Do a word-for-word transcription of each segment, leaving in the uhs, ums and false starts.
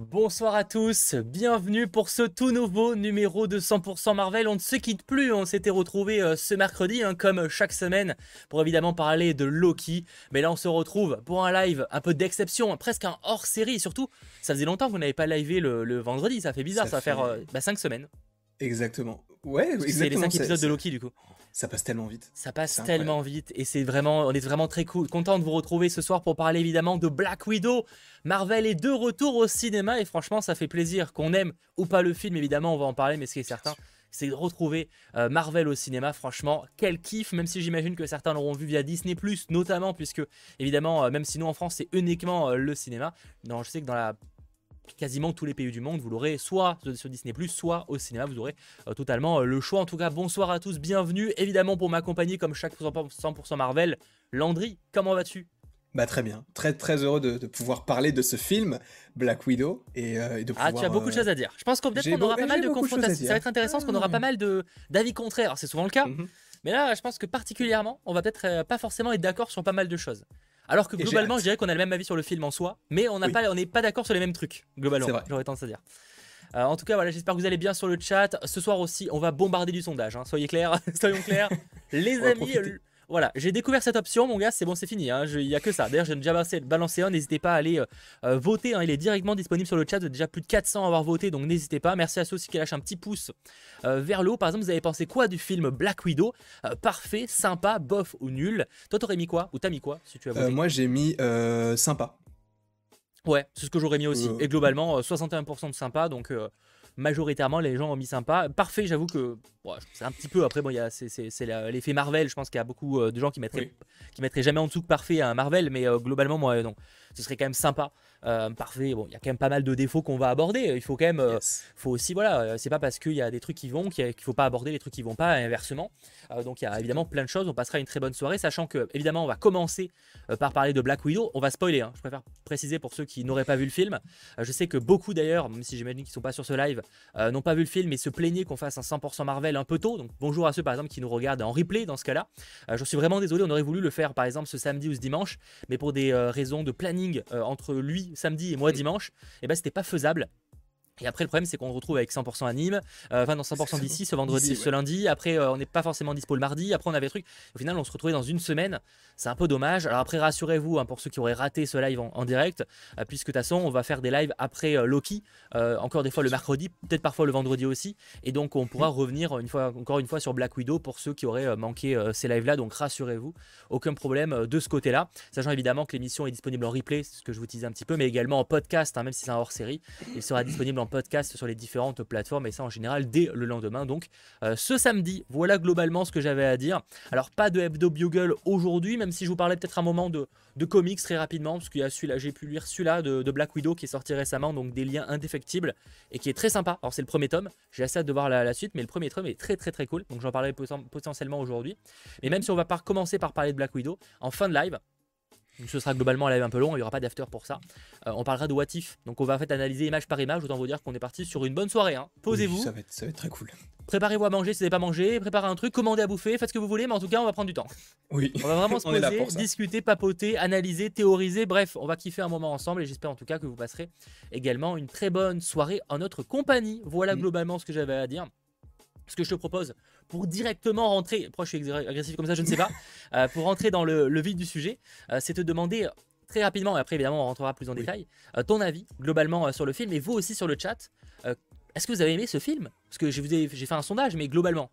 Bonsoir à tous, bienvenue pour ce tout nouveau numéro de cent pour cent Marvel. On ne se quitte plus, on s'était retrouvés euh, ce mercredi, hein, comme chaque semaine, pour évidemment parler de Loki. Mais là on se retrouve pour un live un peu d'exception, hein, presque un hors-série. Surtout, ça faisait longtemps qu'on n'avait pas livé le, le vendredi, ça fait bizarre, ça, Ça va faire fait euh, bah, cinq semaines. exactement. Ouais, Parce que c'est les exactement. cinq Ça, épisodes de ça- Loki du coup. ça passe tellement vite. Ça passe C'est tellement incroyable. vite et c'est vraiment, on est vraiment très cool, content de vous retrouver ce soir pour parler évidemment de Black Widow. Marvel est de retour au cinéma et franchement ça fait plaisir, qu'on aime ou pas le film évidemment, on va en parler, mais ce qui est Bien certain, sûr. c'est de retrouver euh, Marvel au cinéma. Franchement, quel kiff, même si j'imagine que certains l'auront vu via Disney plus, notamment, puisque évidemment, euh, même si nous en France c'est uniquement euh, le cinéma, non, je sais que dans la quasiment tous les pays du monde, vous l'aurez soit sur Disney plus, soit au cinéma, vous aurez euh, totalement euh, le choix. En tout cas, bonsoir à tous, bienvenue. Évidemment, pour m'accompagner, comme chaque cent pour cent Marvel, Landry, comment vas-tu? Bah très bien. Très très heureux de, de pouvoir parler de ce film Black Widow et, euh, et de Ah, tu as pouvoir. beaucoup de euh, choses à dire. Je pense qu'on peut-être J'ai qu'on beau... aura pas eh, mal j'ai de beaucoup de choses à confrontations. Ça va dire. être intéressant parce qu'on aura pas Ah. mal de d'avis contraires. Alors, c'est souvent le cas. Mhm. Mais là, je pense que particulièrement, on va peut-être euh, pas forcément être d'accord sur pas mal de choses. Alors que Et j'ai globalement, je hâte. dirais qu'on a le même avis sur le film en soi, mais on n'a Oui, pas, on n'est pas d'accord sur les mêmes trucs, globalement, c'est vrai. j'aurais tendance à dire. Euh, en tout cas, voilà, j'espère que vous allez bien sur le chat. Ce soir aussi, on va bombarder du sondage, hein, soyez clairs, soyons clairs. Les On va amis, profiter. euh, voilà, j'ai découvert cette option, mon gars, c'est bon, c'est fini, hein, je- il n'y a que ça. D'ailleurs, j'ai déjà balancé, balancé un, n'hésitez pas à aller euh, euh, voter, hein, il est directement disponible sur le chat, vous êtes déjà plus de quatre cents à avoir voté, donc n'hésitez pas. Merci à ceux aussi qui lâchent un petit pouce euh, vers le haut. Par exemple, vous avez pensé quoi du film Black Widow? Euh, Parfait, sympa, bof ou nul? Toi, t'aurais mis quoi? Ou t'as mis quoi si tu as Euh, voté? moi j'ai mis euh, sympa. Ouais, c'est ce que j'aurais mis aussi. Euh, Et globalement, euh, soixante et un pour cent de sympa, donc euh, majoritairement les gens ont mis sympa. Parfait, j'avoue que bon, c'est un petit peu. Après, bon, il y a- c'est c'est- c'est la- l'effet Marvel. Je pense qu'il y a beaucoup euh, de gens qui mettraient, oui. qui mettraient jamais en dessous que parfait à un Marvel, mais euh, globalement, moi, euh, non. Ce serait quand même sympa. Euh, parfait, bon, il y a quand même pas mal de défauts qu'on va aborder. Il faut quand même, euh, Yes. faut aussi, voilà, euh, c'est pas parce qu'il y a des trucs qui vont qu'il y a- qu'il faut pas aborder les trucs qui vont pas, et inversement. Euh, donc il y a évidemment Exactement. plein de choses. On passera une très bonne soirée, sachant que évidemment, on va commencer euh, par parler de Black Widow. On va spoiler, hein. Je préfère préciser pour ceux qui n'auraient pas vu le film. Euh, je sais que beaucoup d'ailleurs, même si j'imagine qu'ils sont pas sur ce live, euh, n'ont pas vu le film et se plaignaient qu'on fasse un cent pour cent Marvel un peu tôt. Donc bonjour à ceux par exemple qui nous regardent en replay dans ce cas-là. Euh, je suis vraiment désolé, on aurait voulu le faire par exemple ce samedi ou ce dimanche, mais pour des euh, raisons de planning euh, entre lui samedi et moi Mm. dimanche, et ben c'était pas faisable. Et après le problème c'est qu'on se retrouve avec cent pour cent anime, euh, enfin dans cent pour cent Exactement. d'ici ce vendredi, D'ici, ce ouais. lundi, après euh, on n'est pas forcément dispo le mardi, après on avait des trucs, au final on se retrouvait dans une semaine, c'est un peu dommage. Alors après rassurez-vous, hein, pour ceux qui auraient raté ce live en, en direct, euh, puisque de toute façon on va faire des lives après euh, Loki, euh, encore des fois Bien le sûr. mercredi, peut-être parfois le vendredi aussi, et donc on pourra Mm. revenir une fois, encore une fois sur Black Widow pour ceux qui auraient euh, manqué euh, ces lives là, donc rassurez-vous, aucun problème euh, de ce côté-là, sachant évidemment que l'émission est disponible en replay, c'est ce que je vous disais un petit peu, mais également en podcast, hein, même si c'est un hors-série. Il sera disponible en podcast sur les différentes plateformes et ça en général dès le lendemain. Donc euh, ce samedi, voilà globalement ce que j'avais à dire. Alors pas de Hebdo Bugle aujourd'hui, même si je vous parlais peut-être un moment de, de comics très rapidement, parce qu'il y a celui-là, j'ai pu lire celui-là de, de Black Widow qui est sorti récemment, donc des liens indéfectibles et qui est très sympa. Alors c'est le premier tome, j'ai assez hâte de voir la, la suite, mais le premier tome est très très très cool, donc j'en parlerai poten- potentiellement aujourd'hui. Mais même si on va pas commencer par parler de Black Widow, en fin de live, donc ce sera globalement un live un peu long, il n'y aura pas d'after pour ça. Euh, on parlera de What If. Donc on va en fait analyser image par image. Autant vous dire qu'on est parti sur une bonne soirée, hein. Oui, Posez-vous, ça va être, ça va être très cool. préparez-vous à manger si vous n'avez pas mangé, préparez un truc, commandez à bouffer, faites ce que vous voulez, mais en tout cas on va prendre du temps. Oui, On va vraiment se on est là poser, pour ça. discuter, papoter, analyser, théoriser. Bref, on va kiffer un moment ensemble et j'espère en tout cas que vous passerez également une très bonne soirée en notre compagnie. Voilà Mm. globalement ce que j'avais à dire. Ce que je te propose pour directement rentrer, pourquoi je suis agressif comme ça, je ne sais pas, euh, pour rentrer dans le, le vif du sujet, euh, c'est te demander euh, très rapidement, et après évidemment on rentrera plus en Oui. détail, euh, ton avis globalement euh, sur le film et vous aussi sur le chat. Euh, Est-ce que vous avez aimé ce film? Parce que je vous ai- j'ai fait un sondage, mais globalement.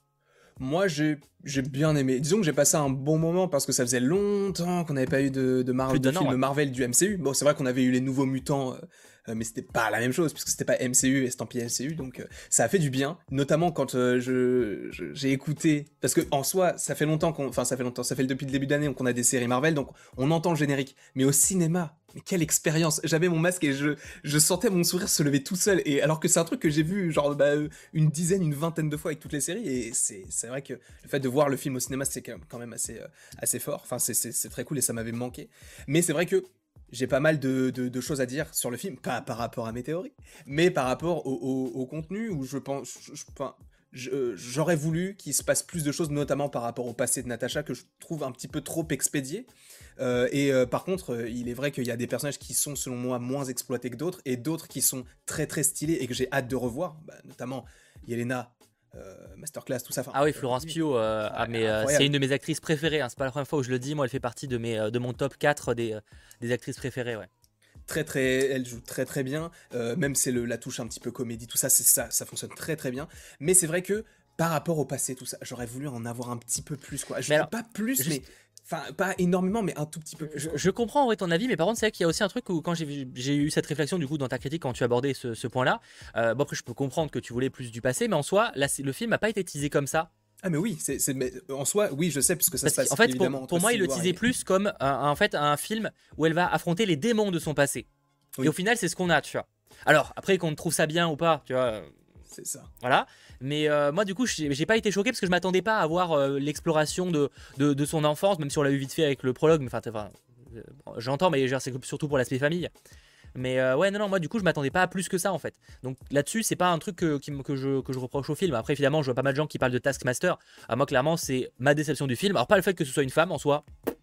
Moi, j'ai j'ai bien aimé. Disons que j'ai passé un bon moment parce que ça faisait longtemps qu'on n'avait pas eu de, de, Mar- Plus de d'un an, film ouais. Marvel du M C U. Bon, c'est vrai qu'on avait eu les Nouveaux Mutants, euh, euh, mais c'était pas la même chose puisque c'était pas M C U estampillé M C U. Donc euh, ça a fait du bien, notamment quand euh, je je- j'ai écouté. Parce que en soi, ça fait longtemps qu'on. Enfin, ça fait longtemps. Ça fait depuis le début d'année qu'on a des séries Marvel, donc on entend le générique. Mais au cinéma, mais quelle expérience! J'avais mon masque et je, je sentais mon sourire se lever tout seul. Et alors que c'est un truc que j'ai vu genre bah, euh, une dizaine, une vingtaine de fois avec toutes les séries. Et c'est c'est vrai que le fait de voir le film au cinéma, c'est quand même assez, euh, assez fort. Enfin, c'est- c'est c'est très cool et ça m'avait manqué. Mais c'est vrai que j'ai pas mal de, de- de choses à dire sur le film, pas par rapport à mes théories, mais par rapport au, au- au contenu où je pense. je- je- enfin, j'aurais voulu qu'il se passe plus de choses, notamment par rapport au passé de Natasha, que je trouve un petit peu trop expédié. Euh, et euh, par contre, euh, il est vrai qu'il y a des personnages qui sont, selon moi, moins exploités que d'autres, et d'autres qui sont très très stylés et que j'ai hâte de revoir, bah, notamment Yelena, euh, Masterclass, tout ça. Ah oui, Florence Pugh, euh, ah, mais, euh, c'est une de mes actrices préférées, hein. C'est pas la première fois où je le dis, moi elle fait partie de, mes, euh, de mon top quatre des, euh, des actrices préférées, ouais. Très très, elle joue très très bien, euh, même c'est le la touche un petit peu comédie, tout ça, c'est ça, ça fonctionne très très bien. Mais c'est vrai que par rapport au passé, tout ça, j'aurais voulu en avoir un petit peu plus, quoi. Je Mais veux alors, pas plus, juste- mais enfin pas énormément, mais un tout petit peu plus. Je, quoi. je comprends en vrai ton avis, mais par contre, c'est vrai qu'il y a aussi un truc où, quand j'ai vu- j'ai eu cette réflexion du coup dans ta critique, quand tu abordais ce, ce point-là, euh, bon après je peux comprendre que tu voulais plus du passé, mais en soi, là, c'est- le film n'a pas été teasé comme ça. Ah mais oui, c'est c'est- mais en soi, oui, je sais parce que ça Parce se passe qu'en fait, évidemment pour, entre pour moi, il le Civil War teasait et- plus comme un, en fait, un film où elle va affronter les démons de son passé. Oui. Et au final, c'est ce qu'on a, tu vois. Alors, après, qu'on trouve ça bien ou pas, tu vois, euh, C'est ça. voilà. Mais euh, moi, du coup, j'ai j'ai pas été choqué parce que je m'attendais pas à voir euh, l'exploration de, de, de son enfance, même si on l'a eu vite fait avec le prologue. Mais enfin, t'as- enfin, euh, j'entends, mais genre, c'est surtout pour l'aspect famille. Mais euh, ouais, non, non, moi, du coup, je m'attendais pas à plus que ça, en fait. Donc là-dessus, c'est pas un truc que, qui me- que, je, que je reproche au film. Après, évidemment, je vois pas mal de gens qui parlent de Taskmaster. À moi, clairement, c'est ma déception du film. Alors, pas le fait que ce soit une femme en soi.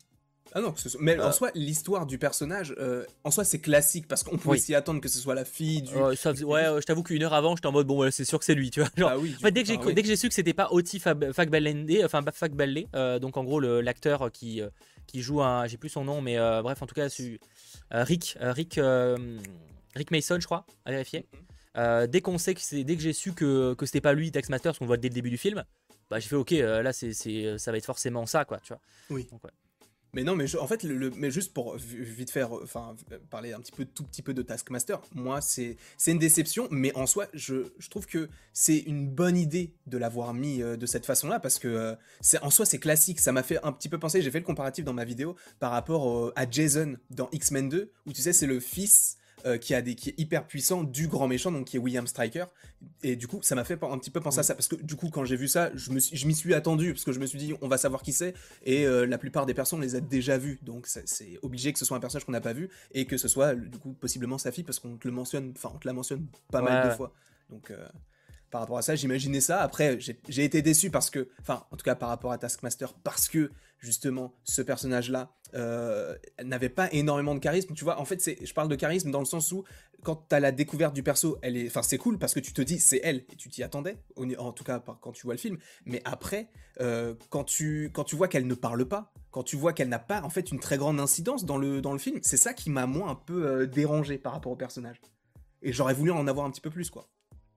Ah non, que ce soit- mais Euh. en soi, l'histoire du personnage, euh, en soi, c'est classique parce qu'on pouvait Oui. s'y attendre que ce soit la fille du. Euh, ça faisait- ouais, euh, je t'avoue qu'une heure avant, j'étais en mode bon, ouais, c'est sûr que c'est lui, tu vois. Genre, Ah oui. en fait, dès que j'ai enfin, oui. dès que j'ai su que c'était pas Oti Fab- Fagbalende, enfin Ba- Fagbalé, euh, donc en gros le- l'acteur qui euh, qui joue un, j'ai plus son nom, mais euh, bref, en tout cas, c'est- euh, Rick, euh, Rick, euh, Rick Mason, je crois, à vérifier. Mhm. Euh, dès qu'on sait que c'est, dès que j'ai su que que c'était pas lui, Taskmaster, parce qu'on voit dès le début du film, bah j'ai fait ok, euh, là c'est c'est ça va être forcément ça, quoi, tu vois. Oui. Donc, ouais. Mais non, mais je- en fait, le, le- mais juste pour v- vite faire, enfin, parler un petit peu, tout petit peu de Taskmaster, moi, c'est c'est une déception, mais en soi, je, je trouve que c'est une bonne idée de l'avoir mis euh, de cette façon-là, parce que euh, c'est en soi, c'est classique. Ça m'a fait un petit peu penser, j'ai fait le comparatif dans ma vidéo par rapport au- à Jason dans X-Men deux, où tu sais, c'est le fils. euh, qui, a des, qui est hyper puissant du grand méchant, donc qui est William Stryker. Et du coup, ça m'a fait un petit peu penser à ça, parce que du coup, quand j'ai vu ça, je me suis- je m'y suis attendu, parce que je me suis dit, on va savoir qui c'est, et euh, la plupart des personnes, on les a déjà vus, donc c'est- c'est obligé que ce soit un personnage qu'on n'a pas vu, et que ce soit, du coup, possiblement sa fille, parce qu'on te le mentionne, enfin, on te la mentionne pas Ouais, mal de ouais. fois. Donc, euh, par rapport à ça, j'imaginais ça. Après, j'ai j'ai été déçu parce que, enfin, en tout cas, par rapport à Taskmaster, parce que, justement, ce personnage-là euh, n'avait pas énormément de charisme. Tu vois, en fait, c'est, je parle de charisme dans le sens où, quand t'as la découverte du perso, elle est, enfin, c'est cool parce que tu te dis, c'est elle, et tu t'y attendais, au- en tout cas, par- quand tu vois le film. Mais après, euh, quand, tu, quand tu vois qu'elle ne parle pas, quand tu vois qu'elle n'a pas, en fait, une très grande incidence dans le, dans le film, c'est ça qui m'a, moi, un peu euh, dérangé par rapport au personnage. Et j'aurais voulu en avoir un petit peu plus, quoi.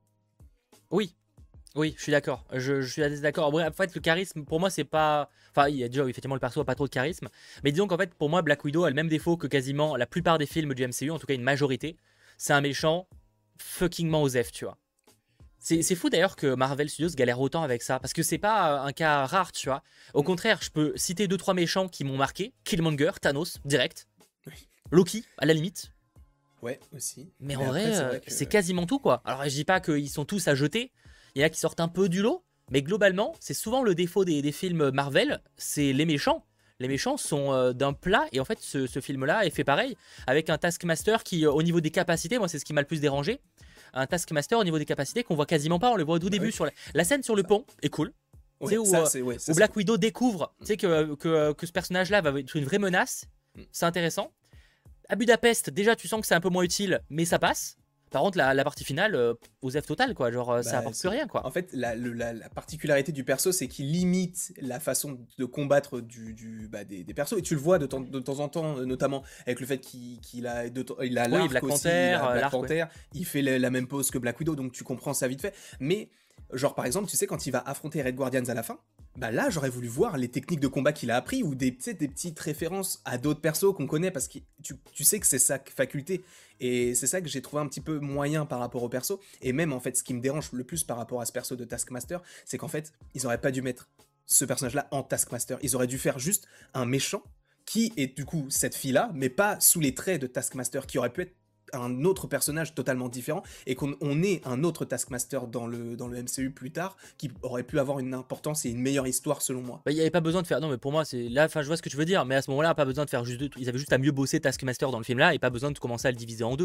Oui, oui, je suis d'accord. Je, je suis assez d'accord. Bref, en fait, le charisme, pour moi, c'est pas. Enfin, il y a déjà, effectivement, le perso a pas trop de charisme. Mais disons qu'en fait, pour moi, Black Widow a le même défaut que quasiment la plupart des films du M C U, en tout cas une majorité. C'est un méchant fuckingment osef, tu vois. C'est c'est fou d'ailleurs que Marvel Studios galère autant avec ça, parce que c'est pas un cas rare, tu vois. Au contraire, je peux citer deux trois méchants qui m'ont marqué. Killmonger, Thanos, direct. Oui. Loki, à la limite. Ouais, aussi. Mais en après, vrai, c'est euh, vrai que- c'est quasiment tout, quoi. Alors, je dis pas qu'ils sont tous à jeter. Il y en a qui sortent un peu du lot. Mais globalement, c'est souvent le défaut des, des films Marvel, c'est les méchants. Les méchants sont euh, d'un plat. Et en fait, ce, ce film-là est fait pareil. Avec un Taskmaster qui, euh, au niveau des capacités, moi, c'est ce qui m'a le plus dérangé. Un Taskmaster au niveau des capacités qu'on voit quasiment pas. On le voit au tout Bah début oui. sur la, la scène sur le pont est cool. Ouais, Tu sais, où, ça, euh, c'est- ouais, ça, Où Black Widow découvre tu sais, que, que, que ce personnage-là va être une vraie menace. Mm. C'est intéressant. À Budapest, déjà, tu sens que c'est un peu moins utile, mais ça passe. Par contre, la, la partie finale, euh, aux F total, quoi. Genre, euh, ça Bah, apporte c'est- plus rien, quoi. En fait, la, le- la- la particularité du perso, c'est qu'il limite la façon de combattre du, du- bah, des, des persos. Et tu le vois de temps, de temps en temps, euh, notamment avec le fait qu'il qu'il a, de temps- il a Oui, l'arc Black aussi, Panther, il a euh, Black l'arc, ouais. Panther, il fait la, la même pose que Black Widow, donc tu comprends ça vite fait. Mais, genre, par exemple, tu sais, quand il va affronter Red Guardians à la fin, bah là, j'aurais voulu voir les techniques de combat qu'il a appris ou des, tu sais, des petites références à d'autres persos qu'on connaît parce que tu, tu sais que c'est sa faculté. Et c'est ça que j'ai trouvé un petit peu moyen par rapport au perso. Et même, en fait, ce qui me dérange le plus par rapport à ce perso de Taskmaster, c'est qu'en fait, ils auraient pas dû mettre ce personnage-là en Taskmaster. Ils auraient dû faire juste un méchant qui est du coup cette fille-là, mais pas sous les traits de Taskmaster, qui aurait pu être un autre personnage totalement différent, et qu'on on ait un autre Taskmaster dans le, dans le M C U plus tard, qui aurait pu avoir une importance et une meilleure histoire selon moi. Bah, il n'y avait pas besoin de faire. Non, mais pour moi, c'est là. Enfin, je vois ce que tu veux dire. Mais à ce moment-là, pas besoin de faire juste deux. Ils avaient juste à mieux bosser Taskmaster dans le film là, et pas besoin de commencer à le diviser en deux.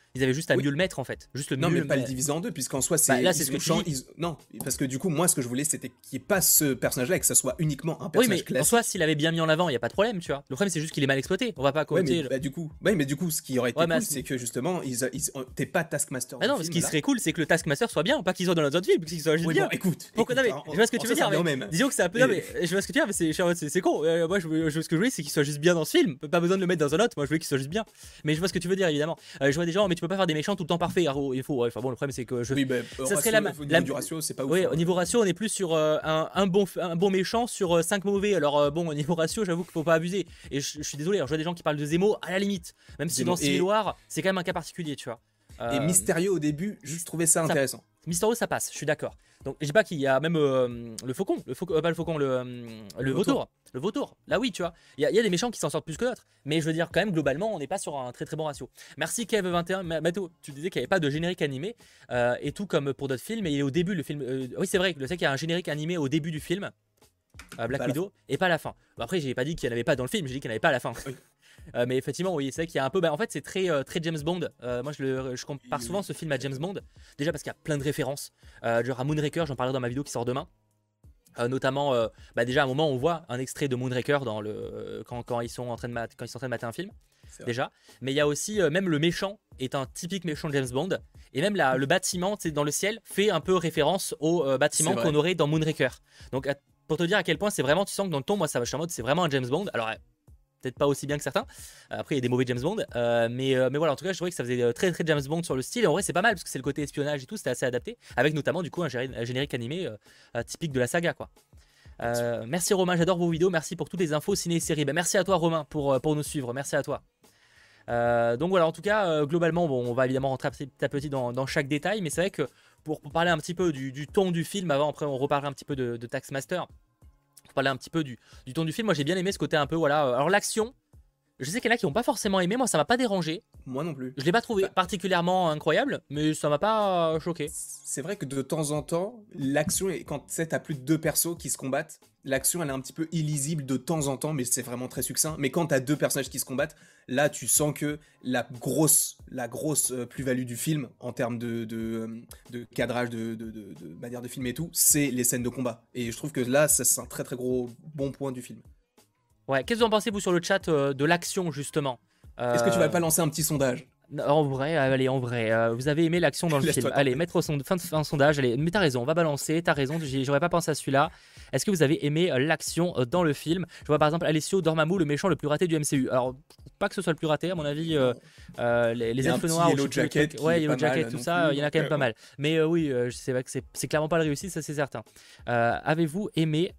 Ils avaient juste à Oui. mieux le mettre en fait. Juste le Non, mieux mais le pas le mettre. diviser en deux, puisqu'en soi, c'est. Bah, là, ils c'est ce ont que tu chan- dis. ils- Non, parce que du coup, moi, ce que je voulais, c'était qu'il n'y ait pas ce personnage-là et que ça soit uniquement un Oui, personnage mais en classique. soi, s'il avait bien mis en avant, il y a pas de problème, tu vois. Le problème, c'est juste qu'il est mal exploité. On va pas Ouais, compter. mais bah, du coup, ouais, mais du coup, ce qui aurait été Ouais, mais à cool, ce- c'est que justement, ils, ils, t'es pas Taskmaster Ah du non, ce film, qui là. serait cool, c'est que le Taskmaster soit bien, pas qu'il soit dans les autres films, qu'il soit juste Oui, bien. bon, écoute, Pourquoi écoute, non, mais en- je vois ce que en tu soi, veux ça dire, revient mais au même. disons que c'est un peu. Et- Non, mais je vois ce que tu veux dire, mais c'est c'est- c'est- c'est con. Euh, moi, je, veux- je- ce que je voulais, c'est qu'il soit juste bien dans ce film. Pas besoin de le mettre dans un autre. Moi, je voulais qu'il soit juste bien. Mais je vois ce que tu veux dire, évidemment. Euh, je vois des gens, mais tu peux pas faire des méchants tout le temps parfaits. Arrow, il faut. Ouais, enfin bon, le problème, c'est que je. Oui, bah, Ça au serait ratio- la- au niveau la- du ratio, c'est pas ouf. Oui, hein. au niveau ratio, on est plus sur euh, un, un bon, un bon méchant sur cinq mauvais. Alors, euh, bon, au niveau ratio, j'avoue qu'il faut pas abuser. Et je, je suis désolé, alors, je vois des gens qui parlent de Zemo à la limite. Même si Zemo. dans Civil Et- War, c'est quand même un cas particulier, tu vois. Et Euh, Mysterio au début, je trouvais ça ça- intéressant. Mysterio, ça passe, je suis d'accord. Donc, je dis pas qu'il y a même euh, le faucon, le faucon, euh, pas le faucon, le, euh, le, Le vautour. vautour. Le vautour, là oui, tu vois. Il y, a- il y a des méchants qui s'en sortent plus que d'autres. Mais je veux dire, quand même, globalement, on n'est pas sur un très très bon ratio. Merci Kev vingt et un. Ma- Mato, tu disais qu'il n'y avait pas de générique animé, euh, et tout comme pour d'autres films. Et il est au début, le film. euh, oui, c'est vrai, je sais qu'il y a un générique animé au début du film, euh, Black Pas à la Widow, et pas à la fin. Bon, après, j'ai pas dit qu'il n'y en avait pas dans le film, j'ai dit qu'il n'y en avait pas à la fin. Oui. Euh, mais effectivement, oui, c'est vrai qu'il y a un peu. Bah, en fait, c'est très, euh, très James Bond. Euh, moi, je, le, je compare Oui, souvent oui. ce film à James Bond. Déjà parce qu'il y a plein de références. Euh, genre à Moonraker, j'en parlerai dans ma vidéo qui sort demain. Euh, notamment, euh, bah déjà à un moment, on voit un extrait de Moonraker dans le, quand, quand, ils sont en train de mat- quand ils sont en train de mater un film. C'est vrai. Déjà. Mais il y a aussi, euh, même le méchant est un typique méchant de James Bond. Et même la, le bâtiment tu sais, dans le ciel fait un peu référence au euh, bâtiment C'est vrai. qu'on aurait dans Moonraker. Donc, à- pour te dire à quel point c'est vraiment, tu sens que dans le ton, moi, ça va, je suis en mode, c'est vraiment un James Bond. Alors, euh, peut-être pas aussi bien que certains. Euh, Après, il y a des mauvais James Bond. Euh, mais, euh, mais voilà, en tout cas, je trouvais que ça faisait euh, très très James Bond sur le style. Et en vrai, c'est pas mal parce que c'est le côté espionnage et tout, c'était assez adapté. Avec notamment, du coup, un, géri- un générique animé euh, euh, typique de la saga, quoi. Euh, merci Romain, j'adore vos vidéos. Merci pour toutes les infos ciné et séries. Ben, merci à toi, Romain, pour, euh, pour nous suivre. Merci à toi. Euh, donc voilà, en tout cas, euh, globalement, bon, on va évidemment rentrer petit à petit dans, dans chaque détail. Mais c'est vrai que pour, pour parler un petit peu du, du ton du film, avant, après, on reparlera un petit peu de, de Taskmaster. Pour parler un petit peu du, du ton du film, moi j'ai bien aimé ce côté un peu, voilà. euh, Alors l'action, je sais qu'il y en a qui n'ont pas forcément aimé, moi ça m'a pas dérangé. Moi non plus. Je l'ai pas trouvé Bah. particulièrement incroyable, mais ça m'a pas euh, choqué. C'est vrai que de temps en temps, l'action, est- quand tu sais, t'as plus de deux persos qui se combattent, l'action elle est un petit peu illisible de temps en temps, mais c'est vraiment très succinct. Mais quand t'as deux personnages qui se combattent, là tu sens que la grosse, la grosse euh, plus-value du film en termes de, de, euh, de cadrage, de, de, de, de manière de filmer et tout, c'est les scènes de combat. Et je trouve que là, ça, c'est un très très gros bon point du film. Ouais, qu'est-ce que vous en pensez vous sur le chat euh, de l'action justement? Est-ce que tu vas Euh, pas lancer un petit sondage? En vrai, allez, en vrai, euh, vous avez aimé l'action dans le Laisse-toi film. tenter. Allez, mettre au son- fin de fin de sondage. Allez, mais t'as raison, on va balancer. T'as raison, j'y- j'aurais pas pensé à celui-là. Est-ce que vous avez aimé euh, l'action euh, dans le film? Je vois par exemple Alessio Dormammu, le méchant le plus raté du M C U. Alors, pas que ce soit le plus raté, à mon avis. euh, euh, les Il y les a un elfes petit noirs, ou je Yellow sais plus Jacket lequel- qui ouais, est Yellow pas mal Jacket, tout non ça, plus, il y en a donc, quand même euh, pas mal. Mais euh, oui, euh, c'est vrai que c'est c'est clairement pas le réussi, ça c'est certain. Euh, Avez-vous aimé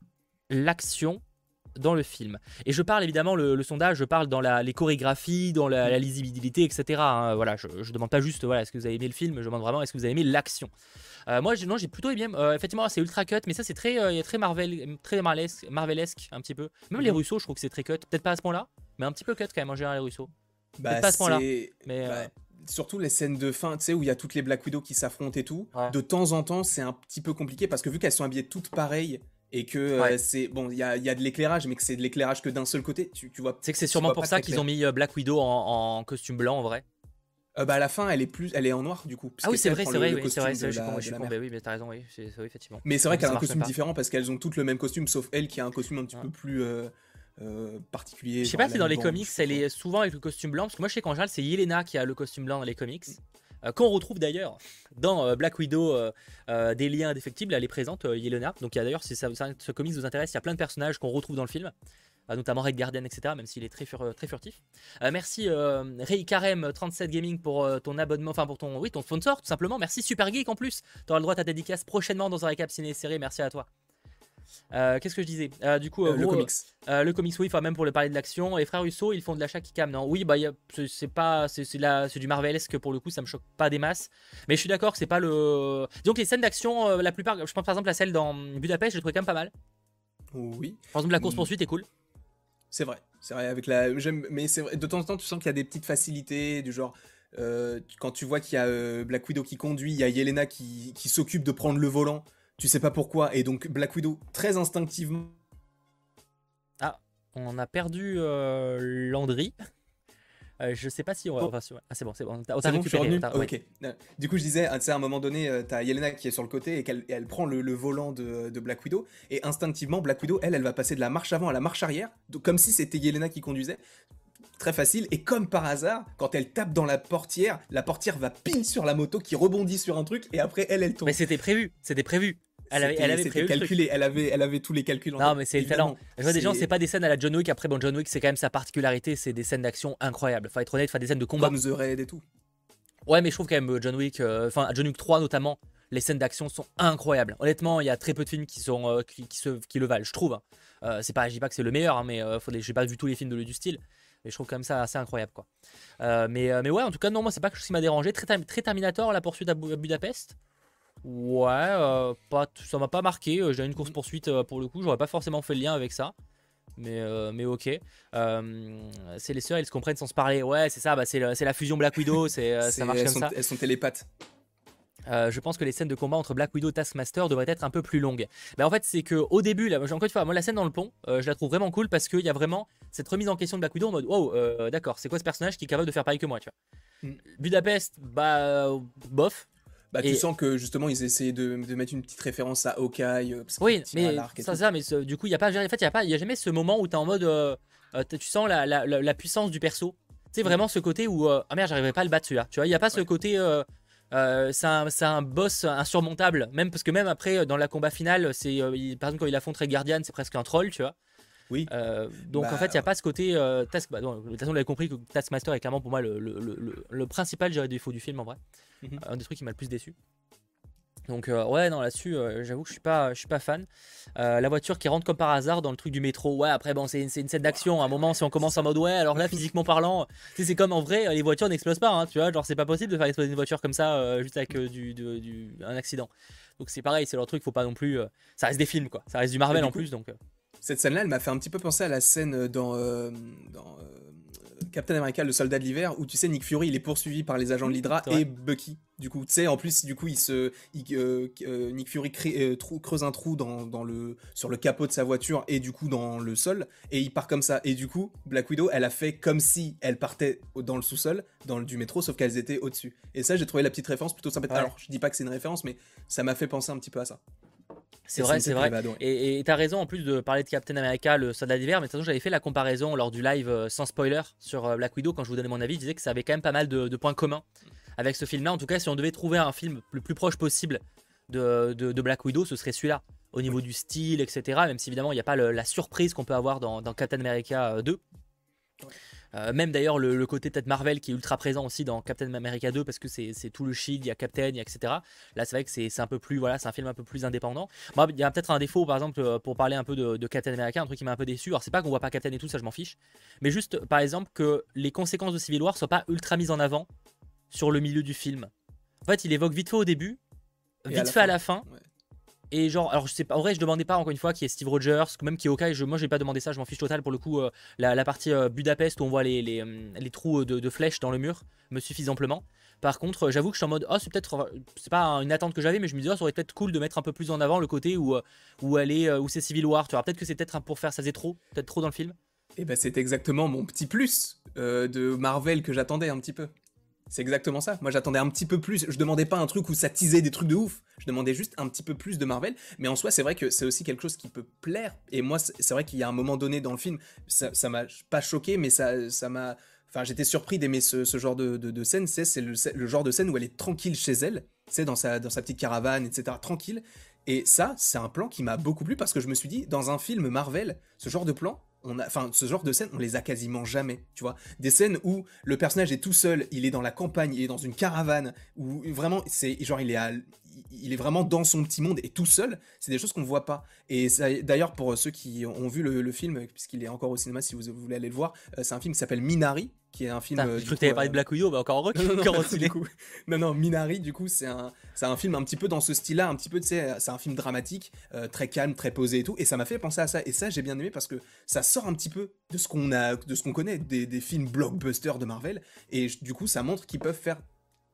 l'action dans le film? Et je parle évidemment, le, le sondage, je parle dans la, les chorégraphies, dans la, la lisibilité, et cetera hein. Voilà, je, je demande pas juste, voilà, est-ce que vous avez aimé le film, je demande vraiment, est-ce que vous avez aimé l'action? Euh, moi, j'ai- non, j'ai plutôt aimé, euh, effectivement, c'est ultra cut, mais ça, c'est très, euh, très, Marvel, très marvelesque, marvelesque, un petit peu. Même les Mhm. Russo, je trouve que c'est très cut. Peut-être pas à ce point-là, mais un petit peu cut quand même, en général, les Russo. Bah, pas à ce point-là, c'est- mais, bah, euh, surtout les scènes de fin, tu sais, où il y a toutes les Black Widow qui s'affrontent et tout. Ouais. De temps en temps, c'est un petit peu compliqué parce que vu qu'elles sont habillées toutes pareilles et que euh, Ouais. c'est bon, il y a, il y a de l'éclairage, mais que c'est de l'éclairage que d'un seul côté, tu, tu vois. C'est que c'est tu sûrement vois pour pas ça très qu'ils clair. ont mis euh, Black Widow en, en costume blanc, en vrai. Euh, bah à la fin, elle est plus, elle est en noir du coup. Ah oui, c'est vrai, puisqu'elle c'est prend vrai, le- le oui, c'est vrai, costume c'est vrai, je de suis la- con, de je suis la con, mère. bah oui, mais t'as raison, oui, c'est c'est- oui, effectivement. Mais c'est vrai Donc, qu'elle ça a un marche costume pas. différent parce qu'elles ont toutes le même costume, sauf elle qui a un costume un petit Ouais. peu plus euh, euh, particulier. Je sais genre pas elle si a dans une les bande, comics, je sais elle pas. est souvent avec le costume blanc, parce que moi je sais qu'en général c'est Yelena qui a le costume blanc dans les comics, euh, qu'on retrouve d'ailleurs dans euh, Black Widow, euh, euh, des liens indéfectibles, elle est présente, euh, Yelena. Donc il y a d'ailleurs, si ça, ça- ce comics vous intéresse, il y a plein de personnages qu'on retrouve dans le film, euh, notamment Red Guardian, et cetera, même s'il est très, fur- très furtif. Euh, merci euh, Ray Karem trente-sept Gaming pour euh, ton abonnement, enfin pour ton, oui, ton sponsor tout simplement. Merci Super Geek en plus, tu auras le droit à ta dédicace prochainement dans un récap ciné-série, merci à toi. Euh, Qu'est-ce que je disais? Euh, Du coup, euh, Euh, le gros, comics. euh, le comics, oui, enfin même pour le parler de l'action. Les frères Russo, ils font de l'achat qui cam, non? Oui, bah y a- c'est c'est pas, c'est c'est la- c'est du Marvelesque pour le coup, ça me choque pas des masses. Mais je suis d'accord, que c'est pas le. Donc les scènes d'action, euh, la plupart, je pense par exemple la celle dans Budapest, je l'ai trouvé quand même pas mal. Oui. Par exemple la course Mm. poursuite est cool. C'est vrai, c'est vrai avec la j'aime mais c'est vrai de temps en temps tu sens qu'il y a des petites facilités du genre euh, quand tu vois qu'il y a euh, Black Widow qui conduit, il y a Yelena qui, qui s'occupe de prendre le volant, tu sais pas pourquoi et donc Black Widow très instinctivement Ah, on a perdu euh, Landry. Euh, je sais pas si on va. Bon, Enfin, si- ouais. Ah, c'est bon, c'est bon. On t'a on t'a c'est bon, je suis récupéré. on revenu. t'a- ouais. Ok. Euh, Du coup, je disais, tu sais, à un moment donné, euh, t'as Yelena qui est sur le côté et qu'elle et elle prend le, le volant de, de Black Widow. Et instinctivement, Black Widow, elle, elle va passer de la marche avant à la marche arrière, donc comme si c'était Yelena qui conduisait. Très facile. Et comme par hasard, quand elle tape dans la portière, la portière va pile sur la moto qui rebondit sur un truc et après, elle, elle Mais tombe. c'était prévu. C'était prévu. Elle avait, elle C'était avait c'était prévu le truc. calculé. Elle avait, elle avait tous les calculs en Non, tête. mais c'est le talent. Évidemment. Je vois des gens, c'est C'est pas des scènes à la John Wick. Après, bon, John Wick, c'est quand même sa particularité. C'est des scènes d'action incroyables. Faut être honnête, faire des scènes de combat. comme The Raid et tout. Ouais, mais je trouve quand même euh, John Wick, euh, enfin John Wick trois notamment, les scènes d'action sont incroyables. Honnêtement, il y a très peu de films qui sont euh, qui, qui se, qui le valent, je trouve. Hein. Euh, c'est pas, je dis pas que c'est le meilleur, hein, mais euh, faut des- j'ai pas vu tous les films de, du style, mais je trouve quand même ça assez incroyable, quoi. Euh, mais, euh, mais ouais, en tout cas, non, moi c'est pas quelque chose qui m'a dérangé. Très, Term- très Terminator, la poursuite à, Bu- à Budapest. Ouais, euh, pas, t- ça m'a pas marqué. Euh, J'ai une course poursuite pour le coup, j'aurais pas forcément fait le lien avec ça. Mais, euh, mais ok. Euh, c'est les sœurs, ils se comprennent sans se parler. Ouais, c'est ça, bah, c'est le- c'est la fusion Black Widow, c'est, euh, ça C'est, marche elles comme sont, ça. elles sont télépathes. Euh, je pense que les scènes de combat entre Black Widow et Taskmaster devraient être un peu plus longues. Mais en fait, c'est que au début, là, encore une fois, moi la scène dans le pont, euh, je la trouve vraiment cool parce qu'il y a vraiment cette remise en question de Black Widow en mode wow, euh, d'accord, c'est quoi ce personnage qui est capable de faire pareil que moi, tu vois. Mm. Budapest, bah, euh, bof. Bah, tu Et sens que justement ils essayaient de, de mettre une petite référence à Hawkeye, euh, parce qu'il oui, tire à mais l'arc et ça, tout. ça, mais ce- du coup, il y a pas, en fait, il y a pas, il y a jamais ce moment où t'es en mode, euh, euh, tu sens la, la, la, la puissance du perso. Tu sais Mm. vraiment ce côté où euh, ah merde, j'arriverai pas à le battre celui-là. Tu vois, il y a pas ce Ouais. côté. Euh, euh, c'est un, c'est un boss insurmontable, même parce que même après dans la combat finale, c'est euh, il- par exemple quand il affronte Red Guardian, c'est presque un troll, tu vois. Oui. Euh, donc en fait, il Bah, n'y a pas ce côté euh, task. Bah, non, de toute façon, vous l'avez compris que Taskmaster est clairement pour moi le, le, le, le- le principal, je dirais, défaut du film en vrai. mhm. Un des trucs qui m'a le plus déçu. Donc euh, ouais, non, là-dessus, euh, j'avoue que je suis pas, je suis pas fan. Euh, la voiture qui rentre comme par hasard dans le truc du métro. Ouais, après bon, c'est une, c'est une scène d'action. À un moment, si on commence en mode ouais, alors là, physiquement parlant, tu sais, c'est comme en vrai, les voitures n'explosent pas. Hein, tu vois, genre c'est pas possible de faire exploser une voiture comme ça euh, juste avec euh, du, du- du- un accident. Donc c'est pareil, c'est leur truc. Faut pas non plus. euh, ça reste des films quoi. Ça reste du Et Marvel du en coup, plus, donc. euh, cette scène-là, elle m'a fait un petit peu penser à la scène dans, euh, dans euh, Captain America, le soldat de l'hiver, où tu sais, Nick Fury, il est poursuivi par les agents de Oui, l'Hydra c'est vrai. et Bucky. Du coup, tu sais, en plus, du coup, il se, il, euh, euh, Nick Fury crée- euh, trou- creuse un trou dans, dans le, sur le capot de sa voiture et du coup dans le sol, et il part comme ça. Et du coup, Black Widow, elle a fait comme si elle partait au- dans le sous-sol, dans le du métro, sauf qu'elles étaient au-dessus. Et ça, j'ai trouvé la petite référence plutôt sympathique. Ouais. Alors, je dis pas que c'est une référence, mais ça m'a fait penser un petit peu à ça. C'est Et vrai, une c'est scène que vrai. j'avais adorée. Et et t'as raison en plus de parler de Captain America, le soldat d'hiver, mais de toute façon j'avais fait la comparaison lors du live euh, sans spoiler sur euh, Black Widow quand je vous donnais mon avis, je disais que ça avait quand même pas mal de, de points communs avec ce film-là. En tout cas, si on devait trouver un film le plus proche possible de, de- de Black Widow, ce serait celui-là. Au niveau du style, et cetera. Même si évidemment il n'y a pas le- la surprise qu'on peut avoir dans, dans Captain America euh, deux. Euh, même d'ailleurs le, le côté peut-être Marvel qui est ultra présent aussi dans Captain America deux parce que c'est c'est tout le shield, il y a Captain, il y a et cetera. Là c'est vrai que c'est c'est un peu plus, voilà, c'est un film un peu plus indépendant. Moi il y a peut-être un défaut par exemple euh, pour parler un peu de, de Captain America, un truc qui m'a un peu déçu. Alors c'est pas qu'on voit pas Captain et tout, ça je m'en fiche. Mais juste par exemple que les conséquences de Civil War soient pas ultra mises en avant sur le milieu du film. En fait il évoque vite fait au début, Et vite à la fait à fin. la fin. Ouais. Et genre, alors je sais pas, en vrai, je demandais pas encore une fois qui est Steve Rogers, même qui est Hawkeye. Je, moi, j'ai pas demandé ça, je m'en fiche total pour le coup. euh, la, la partie euh, Budapest où on voit les, les, euh, les trous de, de flèches dans le mur me suffisent amplement. Par contre, euh, j'avoue que je suis en mode, oh, c'est peut-être, euh, c'est pas une attente que j'avais, mais je me disais, oh, ça aurait peut-être cool de mettre un peu plus en avant le côté où, euh, où elle est, euh, où c'est Civil War. Tu vois, peut-être que c'est peut-être un- pour faire ça faisait trop, peut-être trop dans le film. Et ben c'est exactement mon petit plus euh, de Marvel que j'attendais un petit peu. C'est exactement ça. Moi j'attendais un petit peu plus. Je demandais pas un truc où ça teasait des trucs de ouf. Je demandais juste un petit peu plus de Marvel. Mais en soi, c'est vrai que c'est aussi quelque chose qui peut plaire. Et moi, c'est c'est vrai qu'il y a un moment donné dans le film, ça ça m'a pas choqué, mais ça ça m'a. Enfin, j'étais surpris d'aimer ce, ce genre de, de, de scène. C'est c'est le, le genre de scène où elle est tranquille chez elle, c'est dans sa, dans sa petite caravane, et cetera. Tranquille. Et ça, c'est un plan qui m'a beaucoup plu parce que je me suis dit, dans un film Marvel, ce genre de plan, on a, enfin, ce genre de scène, on les a quasiment jamais, tu vois. Des scènes où le personnage est tout seul, il est dans la campagne, il est dans une caravane, où vraiment, c'est genre, il est, à- il est vraiment dans son petit monde et tout seul, c'est des choses qu'on voit pas. Et ça- d'ailleurs, pour ceux qui ont vu le, le film, puisqu'il est encore au cinéma, si vous voulez aller le voir, euh, c'est un film qui s'appelle Minari, qui est un film. Putain, euh, je du crois que coup, t'avais parlé euh, de Black Widow, bah encore heureux, non, non, non, encore non, stylé. du coup, non, non, Minari, du coup, c'est un, c'est un film un petit peu dans ce style-là, un petit peu, tu sais, c'est un film dramatique, euh, très calme, très posé et tout, et ça m'a fait penser à ça, et ça, j'ai bien aimé parce que ça sort un petit peu de ce qu'on a, de ce qu'on connaît, des, des films blockbusters de Marvel, et j- du coup, ça montre qu'ils peuvent faire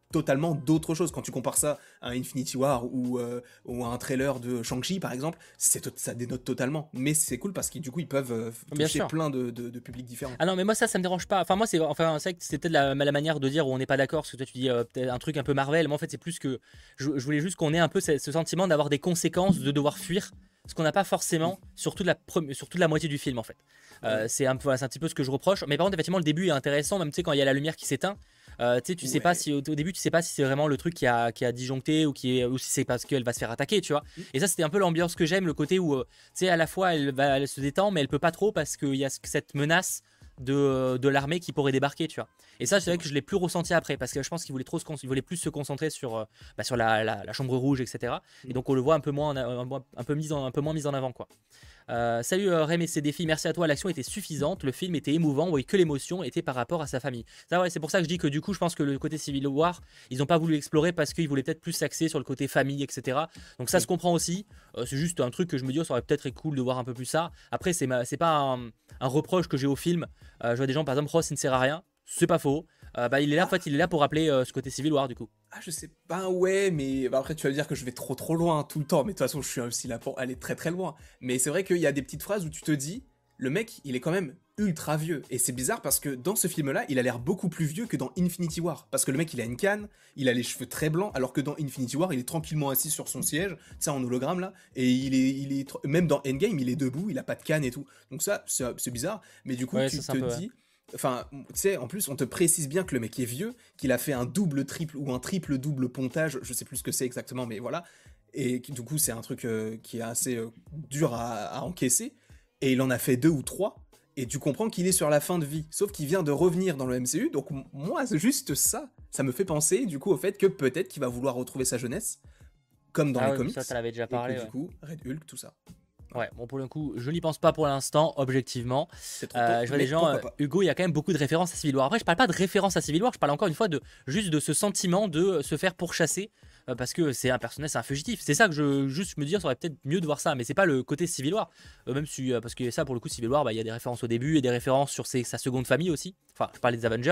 totalement d'autres choses. Quand tu compares ça à Infinity War ou, euh, ou à un trailer de Shang-Chi par exemple, c'est, ça dénote totalement. Mais c'est cool parce que du coup ils peuvent euh, toucher plein de, de, de publics différents. Ah non mais moi ça ça me dérange pas. Enfin moi c'est enfin, c'est, c'est peut-être la, la manière de dire où on n'est pas d'accord, parce que toi tu dis euh, peut-être un truc un peu Marvel. Moi en fait c'est plus que je, je voulais juste qu'on ait un peu ce, ce sentiment d'avoir des conséquences, de devoir fuir ce qu'on n'a pas forcément sur toute, la pre- sur toute la moitié du film en fait. Euh, c'est, un peu, voilà, c'est un petit peu ce que je reproche. Mais par contre effectivement le début est intéressant, même tu sais quand il y a la lumière qui s'éteint. Euh, tu sais ouais. pas si au, au début tu sais pas si c'est vraiment le truc qui a, qui a disjoncté ou, qui est, ou si c'est parce qu'elle va se faire attaquer, tu vois. Mm. Et ça c'était un peu l'ambiance que j'aime, le côté où euh, tu sais à la fois elle, va, elle se détend mais elle peut pas trop parce qu'il y a cette menace de, de l'armée qui pourrait débarquer, tu vois. Et ça c'est vrai que je l'ai plus ressenti après parce que je pense qu'il voulait, trop se, il voulait plus se concentrer sur, euh, bah, sur la, la, la chambre rouge, et cetera. Mm. Et donc on le voit un peu moins, un, un, peu, mis en, un peu moins mis en avant, quoi. Euh, salut euh, Rem et ses défis, merci à toi, l'action était suffisante, le film était émouvant, on voyait que l'émotion était par rapport à sa famille. Ça, ouais, c'est pour ça que je dis que du coup je pense que le côté Civil War, ils n'ont pas voulu explorer parce qu'ils voulaient peut-être plus s'axer sur le côté famille, et cetera. Donc ça oui. se comprend aussi, euh, c'est juste un truc que je me dis, oh, ça aurait peut-être été cool de voir un peu plus ça. Après c'est, ma, c'est pas un, un reproche que j'ai au film, euh, je vois des gens par exemple, Ross il ne sert à rien, c'est pas faux. Euh, bah, il est là, en fait, il est là pour rappeler euh, ce côté Civil War du coup. Ah, je sais pas, ouais, mais bah, après tu vas me dire que je vais trop trop loin tout le temps, mais de toute façon je suis aussi là pour aller très très loin. Mais c'est vrai qu'il y a des petites phrases où tu te dis, le mec il est quand même ultra vieux. Et c'est bizarre parce que dans ce film-là, il a l'air beaucoup plus vieux que dans Infinity War. Parce que le mec il a une canne, il a les cheveux très blancs, alors que dans Infinity War il est tranquillement assis sur son siège, ça en hologramme là, et il est, il est, même dans Endgame il est debout, il a pas de canne et tout. Donc ça, c'est, c'est bizarre, mais du coup ouais, tu te peu, dis... Ouais. Enfin, tu sais, en plus, on te précise bien que le mec est vieux, qu'il a fait un double, triple ou un triple double pontage, je sais plus ce que c'est exactement, mais voilà. Et du coup, c'est un truc euh, qui est assez euh, dur à, à encaisser. Et il en a fait deux ou trois, et tu comprends qu'il est sur la fin de vie. Sauf qu'il vient de revenir dans le M C U, donc moi, c'est juste ça. Ça me fait penser, du coup, au fait que peut-être qu'il va vouloir retrouver sa jeunesse, comme dans ah les oui, comics. Ça, ça l'avait déjà parlé. Et que, ouais. du coup, Red Hulk, tout ça. Ouais, bon pour le coup, je n'y pense pas pour l'instant, objectivement. C'est trop euh, je vois des gens, euh, Hugo, il y a quand même beaucoup de références à Civil War. Après, je parle pas de références à Civil War, je parle encore une fois de juste de ce sentiment de se faire pourchasser euh, parce que c'est un personnage, c'est un fugitif. C'est ça que je juste me dis, ça aurait peut-être mieux de voir ça, mais c'est pas le côté Civil War. Euh, même si, euh, parce que ça, pour le coup, Civil War, bah, il y a des références au début et des références sur ses, sa seconde famille aussi. Enfin, je parlais des Avengers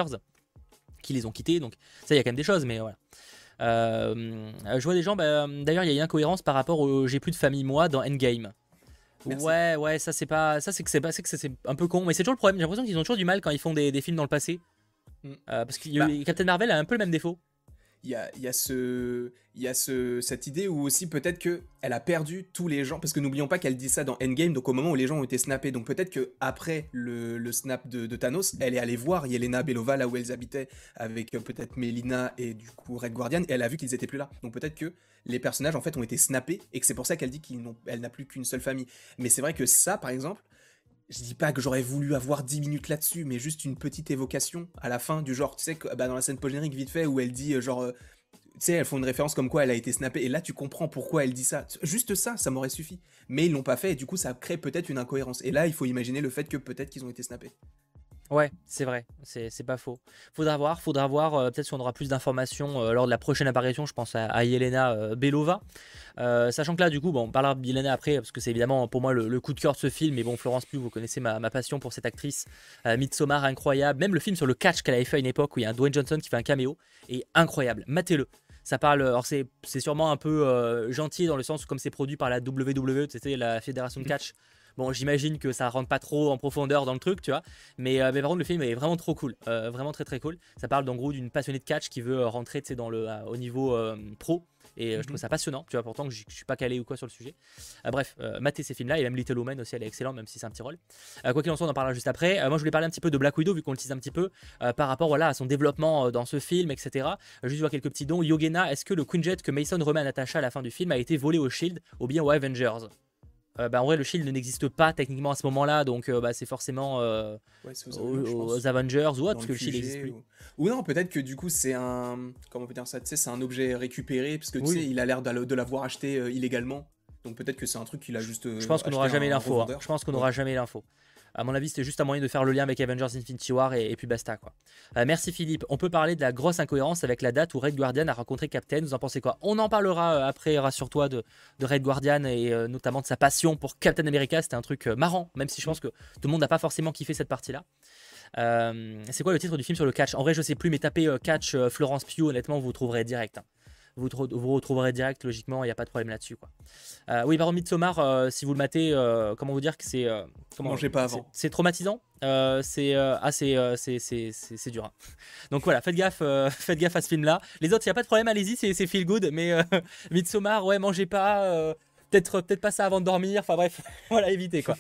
qui les ont quittés, donc ça, il y a quand même des choses, mais voilà. Euh, je vois des gens, bah, d'ailleurs, il y a une incohérence par rapport au J'ai plus de famille moi dans Endgame. Merci. Ouais, ouais, ça c'est pas, ça c'est que c'est pas, c'est que c'est un peu con, mais c'est toujours le problème. J'ai l'impression qu'ils ont toujours du mal quand ils font des, des films dans le passé, mm. euh, parce que bah, Captain Marvel a un peu le même défaut. Il y a, y a ce, il y a ce, cette idée où aussi peut-être que elle a perdu tous les gens, parce que n'oublions pas qu'elle dit ça dans Endgame, donc au moment où les gens ont été snappés, donc peut-être que après le, le snap de, de Thanos, elle est allée voir Yelena Belova là où elles habitaient avec euh, peut-être Melina et du coup Red Guardian, et elle a vu qu'ils étaient plus là. Donc peut-être que les personnages en fait ont été snappés et que c'est pour ça qu'elle dit qu'elle n'a plus qu'une seule famille. Mais c'est vrai que ça, par exemple. Je dis pas que j'aurais voulu avoir dix minutes là-dessus, mais juste une petite évocation à la fin du genre, tu sais, que, bah, dans la scène post-générique vite fait, où elle dit genre, euh, tu sais, elles font une référence comme quoi elle a été snappée, et là tu comprends pourquoi elle dit ça. Juste ça, ça m'aurait suffi. Mais ils l'ont pas fait, et du coup ça crée peut-être une incohérence. Et là, il faut imaginer le fait que peut-être qu'ils ont été snappés. Ouais, c'est vrai, c'est, c'est pas faux. Faudra voir, faudra voir, euh, peut-être si on aura plus d'informations euh, lors de la prochaine apparition, je pense à, à Yelena euh, Belova. Euh, sachant que là, du coup, bon, on parlera de Yelena après, parce que c'est évidemment pour moi le, le coup de cœur de ce film, mais bon, Florence Pugh, vous connaissez ma, ma passion pour cette actrice. Euh, Midsommar, incroyable. Même le film sur le catch qu'elle avait fait à une époque où il y a un Dwayne Johnson qui fait un caméo, est incroyable. Matez-le. Ça parle, alors c'est, c'est sûrement un peu euh, gentil dans le sens où comme c'est produit par la W W E, c'était la fédération de catch. Bon, j'imagine que ça rentre pas trop en profondeur dans le truc, tu vois. Mais, euh, mais par contre, le film est vraiment trop cool. Euh, vraiment très très cool. Ça parle en gros d'une passionnée de catch qui veut rentrer dans le, euh, au niveau euh, pro. Et euh, mm-hmm. je trouve ça passionnant, tu vois, pourtant que je suis pas calé ou quoi sur le sujet. Euh, bref, euh, matez ces films-là. Et même Little Woman aussi, elle est excellente, même si c'est un petit rôle. Euh, quoi qu'il en soit, on en parlera juste après. Euh, moi, je voulais parler un petit peu de Black Widow, vu qu'on le tease un petit peu, euh, par rapport voilà, à son développement euh, dans ce film, et cetera. Euh, juste voir quelques petits dons. Yogena, est-ce que le Quinjet que Mason remet à Natasha à la fin du film a été volé au Shield ou bien aux Avengers? Euh, bah, en vrai, le Shield n'existe pas techniquement à ce moment-là, donc euh, bah, c'est forcément euh, ouais, c'est aux, Avengers, aux, aux Avengers ou autre, parce que le Shield n'existe plus. Ou... ou non, peut-être que du coup c'est un, comment on peut dire ça, tu sais, c'est un objet récupéré, parce que tu oui. sais, il a l'air de l'avoir acheté euh, illégalement, donc peut-être que c'est un truc qu'il a juste. Euh, Je pense qu'on n'aura jamais l'info. Hein. Je pense qu'on n'aura ouais. jamais l'info. À mon avis, c'était juste un moyen de faire le lien avec Avengers Infinity War et, et puis basta quoi. Euh, merci Philippe. On peut parler de la grosse incohérence avec la date où Red Guardian a rencontré Captain. Vous en pensez quoi? On en parlera euh, après, rassure-toi, de, de Red Guardian et euh, notamment de sa passion pour Captain America. C'était un truc euh, marrant, même si je pense que tout le monde n'a pas forcément kiffé cette partie-là. Euh, c'est quoi le titre du film sur le catch? En vrai, je sais plus, mais tapez euh, catch euh, Florence Pugh, honnêtement, vous trouverez direct. Hein. Vous, vous retrouverez direct, logiquement, il n'y a pas de problème là-dessus. Quoi. Euh, oui, par contre, Midsommar, euh, si vous le matez, euh, comment vous dire que c'est. Euh, Mangez pas avant. C'est traumatisant. Euh, c'est euh, ah, c'est euh, c'est dur. Hein. Donc voilà, faites gaffe, euh, faites gaffe à ce film-là. Les autres, il n'y a pas de problème, allez-y, c'est feel good. Mais euh, Midsommar, ouais, mangez pas. Euh, Peut-être peut pas ça avant de dormir. Enfin bref, voilà, évitez quoi.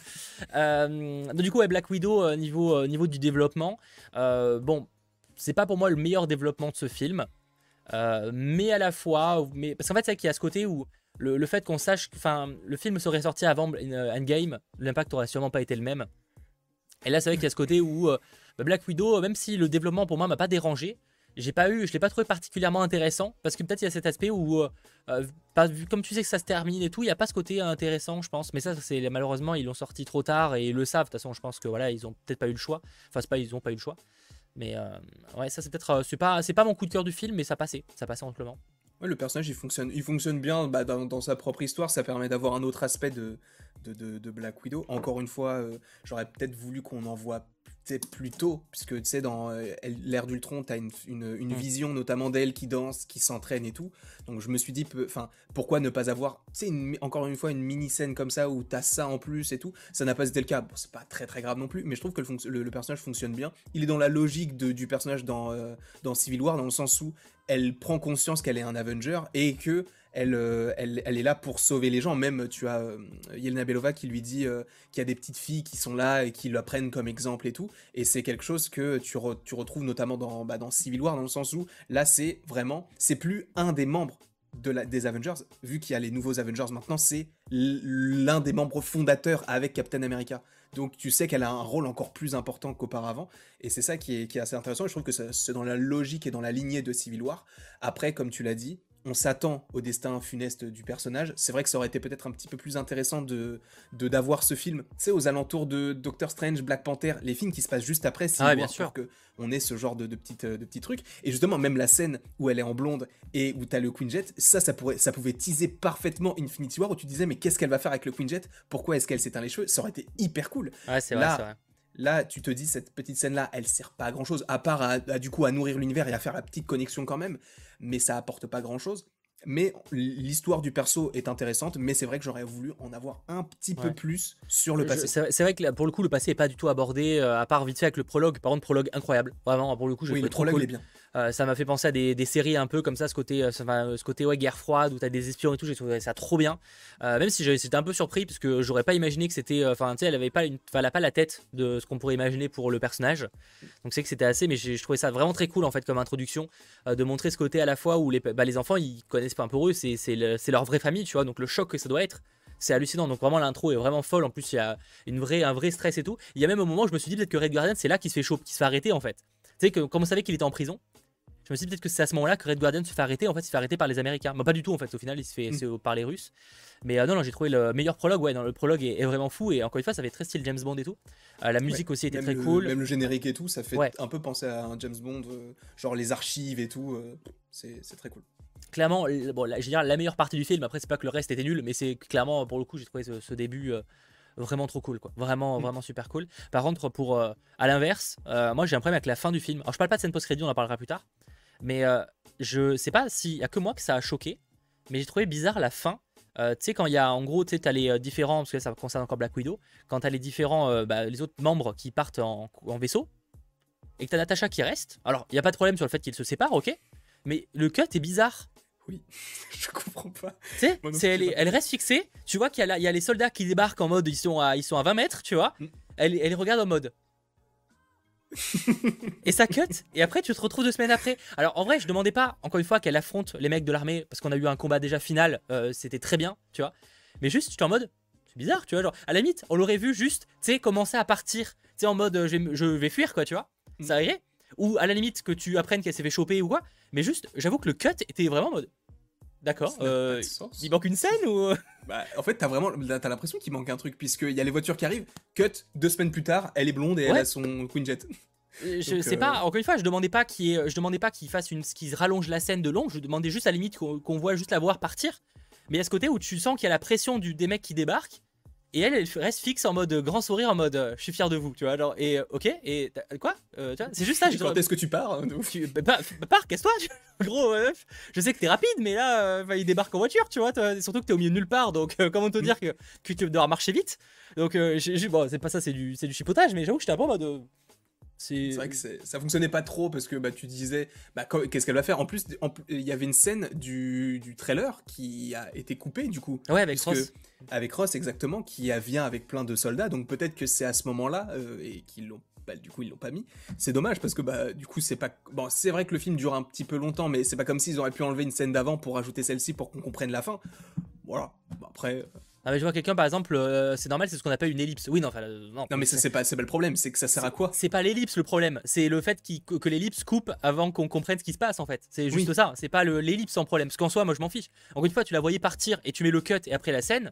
Euh, donc, du coup, ouais, Black Widow, euh, niveau, euh, niveau du développement, euh, bon, c'est pas pour moi le meilleur développement de ce film. Euh, mais à la fois, mais, parce qu'en fait, c'est vrai qu'il y a ce côté où le, le fait qu'on sache, enfin, le film serait sorti avant Endgame, l'impact aurait sûrement pas été le même. Et là, c'est vrai qu'il y a ce côté où euh, Black Widow, même si le développement pour moi m'a pas dérangé, j'ai pas eu, je l'ai pas trouvé particulièrement intéressant parce que peut-être il y a cet aspect où, euh, pas, comme tu sais que ça se termine et tout, il y a pas ce côté intéressant, je pense. Mais ça, c'est malheureusement ils l'ont sorti trop tard et ils le savent. De toute façon, je pense que voilà, ils ont peut-être pas eu le choix. Enfin, c'est pas ils ont pas eu le choix. Mais euh, ouais, ça c'est peut-être, euh, c'est pas, c'est pas mon coup de cœur du film, mais ça passait, ça passait amplement. Ouais, le personnage il fonctionne, il fonctionne bien bah, dans, dans sa propre histoire, ça permet d'avoir un autre aspect de, de, de, de Black Widow. Encore une fois, euh, j'aurais peut-être voulu qu'on en voit peut-être plus tôt, puisque tu sais, dans euh, l'ère d'Ultron, t'as une, une, une mm. vision notamment d'elle qui danse, qui s'entraîne et tout. Donc je me suis dit, enfin, pourquoi ne pas avoir, tu sais, encore une fois, une mini-scène comme ça où t'as ça en plus et tout. Ça n'a pas été le cas. Bon, c'est pas très très grave non plus, mais je trouve que le, le, le personnage fonctionne bien. Il est dans la logique de, du personnage dans, euh, dans Civil War, dans le sens où elle prend conscience qu'elle est un Avenger et que elle, euh, elle, elle est là pour sauver les gens. Même, tu as euh, Yelena Belova qui lui dit euh, qu'il y a des petites filles qui sont là et qui la prennent comme exemple et tout. Et c'est quelque chose que tu, re, tu retrouves notamment dans, bah, dans Civil War, dans le sens où là, c'est vraiment, c'est plus un des membres de la, des Avengers, vu qu'il y a les nouveaux Avengers maintenant, c'est l'un des membres fondateurs avec Captain America. Donc tu sais qu'elle a un rôle encore plus important qu'auparavant, et c'est ça qui est, qui est assez intéressant, et je trouve que c'est dans la logique et dans la lignée de Civil War. Après, comme tu l'as dit, on s'attend au destin funeste du personnage. C'est vrai que ça aurait été peut-être un petit peu plus intéressant de d'avoir ce film, tu sais, aux alentours de Doctor Strange, Black Panther, les films qui se passent juste après, Civil ah, War, bien sûr. pour qu'on ait ce genre de, de, petites, de petits trucs. Et justement, même la scène où elle est en blonde et où t'as le Quinjet, ça, ça, pourrait, ça pouvait teaser parfaitement Infinity War, où tu disais, mais qu'est-ce qu'elle va faire avec le Quinjet? Pourquoi est-ce qu'elle s'éteint les cheveux? Ça aurait été hyper cool. Ouais, c'est vrai, c'est vrai. Là, tu te dis, cette petite scène-là, elle sert pas à grand-chose, à part à, à, du coup, à nourrir l'univers et à faire la petite connexion quand même, mais ça apporte pas grand-chose. Mais l'histoire du perso est intéressante, mais c'est vrai que j'aurais voulu en avoir un petit ouais. peu plus sur le passé. C'est vrai que là, pour le coup, le passé n'est pas du tout abordé, euh, à part vite fait avec le prologue. Par contre, prologue incroyable. Vraiment, pour le coup, j'ai oui, trouvé le prologue cool. est bien. Euh, ça m'a fait penser à des, des séries un peu comme ça, ce côté, euh, ce côté ouais, guerre froide où t'as des espions et tout. J'ai trouvé ça trop bien. Euh, même si j'étais un peu surpris parce que j'aurais pas imaginé que c'était. Enfin, tu sais, elle avait pas, une, elle a pas la tête de ce qu'on pourrait imaginer pour le personnage. Donc c'est que c'était assez, mais je trouvais ça vraiment très cool en fait comme introduction, euh, de montrer ce côté à la fois où les, bah, les enfants ils connaissent pas un peu eux, c'est le, leur vraie famille, tu vois. Donc le choc que ça doit être. C'est hallucinant, donc vraiment l'intro est vraiment folle. En plus, il y a une vraie, un vrai stress et tout. Il y a même un moment où je me suis dit peut-être que Red Guardian, c'est là qu'il se fait chaud, qu'il se fait arrêter en fait. Tu sais, que, comme on savait qu'il était en prison, je me suis dit peut-être que c'est à ce moment-là que Red Guardian se fait arrêter. En fait, il se fait arrêter par les Américains. Bah, pas du tout en fait, au final, il se fait mm. par les Russes. Mais euh, non, non, j'ai trouvé le meilleur prologue. Ouais, non, le prologue est, est vraiment fou. Et encore une fois, ça fait très style James Bond et tout. Euh, la musique ouais, aussi était très le, cool. Même le générique et tout, ça fait ouais. un peu penser à un James Bond, euh, genre les archives et tout. Euh, c'est très cool. Clairement, bon, la, je veux dire, la meilleure partie du film, après c'est pas que le reste était nul, mais c'est clairement, pour le coup, j'ai trouvé ce, ce début euh, vraiment trop cool, quoi. Vraiment, mmh. vraiment super cool. Par contre, pour euh, à l'inverse, euh, moi j'ai un problème avec la fin du film. Alors je parle pas de scène post-crédit, on en parlera plus tard, mais euh, je sais pas s'il y a que moi que ça a choqué, mais j'ai trouvé bizarre la fin. Euh, tu sais, quand il y a en gros, tu sais, t'as les euh, différents, parce que ça concerne encore Black Widow, quand t'as les différents, euh, bah, les autres membres qui partent en, en vaisseau, et que t'as Natasha qui reste. Alors, il y a pas de problème sur le fait qu'ils se séparent, ok, mais le cut est bizarre. Oui, je comprends pas. Tu sais, elle, elle reste fixée. Tu vois qu'il y, y a les soldats qui débarquent en mode ils sont à, ils sont à vingt mètres, tu vois. Mm. Elle, elle regarde en mode. Et ça cut. Et après, tu te retrouves deux semaines après. Alors en vrai, je demandais pas, encore une fois, qu'elle affronte les mecs de l'armée parce qu'on a eu un combat déjà final. Euh, C'était très bien, tu vois. Mais juste, j'étais en mode. C'est bizarre, tu vois. Genre, à la limite, on l'aurait vu juste, tu sais, commencer à partir. Tu sais, en mode je vais, je vais fuir, quoi, tu vois. Mm. Ça irait. Ou à la limite que tu apprennes qu'elle s'est fait choper ou quoi. Mais juste, j'avoue que le cut était vraiment en mode. D'accord, euh, il manque une scène ou... Bah, en fait, t'as vraiment, t'as l'impression qu'il manque un truc, puisqu'il y a les voitures qui arrivent, cut, deux semaines plus tard, elle est blonde et ouais. elle a son Quinjet. Je Donc, sais euh... pas, encore une fois, je demandais pas qu'il je demandais pas qu'il fasse une, qu'il rallonge la scène de long, je demandais juste à la limite qu'on qu voit juste la voir partir. Mais il y a ce côté où tu sens qu'il y a la pression du, des mecs qui débarquent, Et elle, elle reste fixe en mode grand sourire, en mode euh, je suis fier de vous, tu vois. Genre, et euh, ok, et quoi euh, tu vois, c'est juste ça. Je, Quand est-ce que tu pars hein, tu, bah, bah, bah, pars, casse-toi. Gros, euh, je sais que t'es rapide, mais là, euh, il débarque en voiture, tu vois. Toi, surtout que t'es au milieu de nulle part, donc euh, comment te dire que, que tu devras marcher vite. Donc, euh, j'ai, j'ai- bon, c'est pas ça, c'est du, c'est du chipotage, mais j'avoue que j'étais un peu en mode. euh, C'est c'est. vrai que c'est- ça fonctionnait pas trop parce que bah, tu disais bah, quand- qu'est-ce qu'elle va faire. En plus, en plus, il y avait une scène du, du trailer qui a été coupée du coup. Ouais, avec Puisque, Ross. avec Ross, exactement, qui a- vient avec plein de soldats. Donc peut-être que c'est à ce moment-là euh, et qu'ils l'ont. Bah, du coup, ils l'ont pas mis. C'est dommage parce que bah, du coup, c'est pas. Bon, c'est vrai que le film dure un petit peu longtemps, mais c'est pas comme s'ils auraient pu enlever une scène d'avant pour ajouter celle-ci pour qu'on comprenne la fin. Voilà. Bon, après. euh, Ah, mais je vois quelqu'un, par exemple, euh, c'est normal, c'est ce qu'on appelle une ellipse. Oui, non, enfin, euh, non. Non, mais ça, c'est- c'est pas, c'est pas le problème. C'est que ça sert à c'est quoi? c'est pas l'ellipse le problème, c'est le fait qu'il- que, que l'ellipse coupe avant qu'on comprenne ce qui se passe en fait. C'est juste Oui. ça, c'est pas le- l'ellipse en problème. Parce qu'en soi, moi je m'en fiche. Encore une fois, tu la voyais partir et tu mets le cut et après la scène,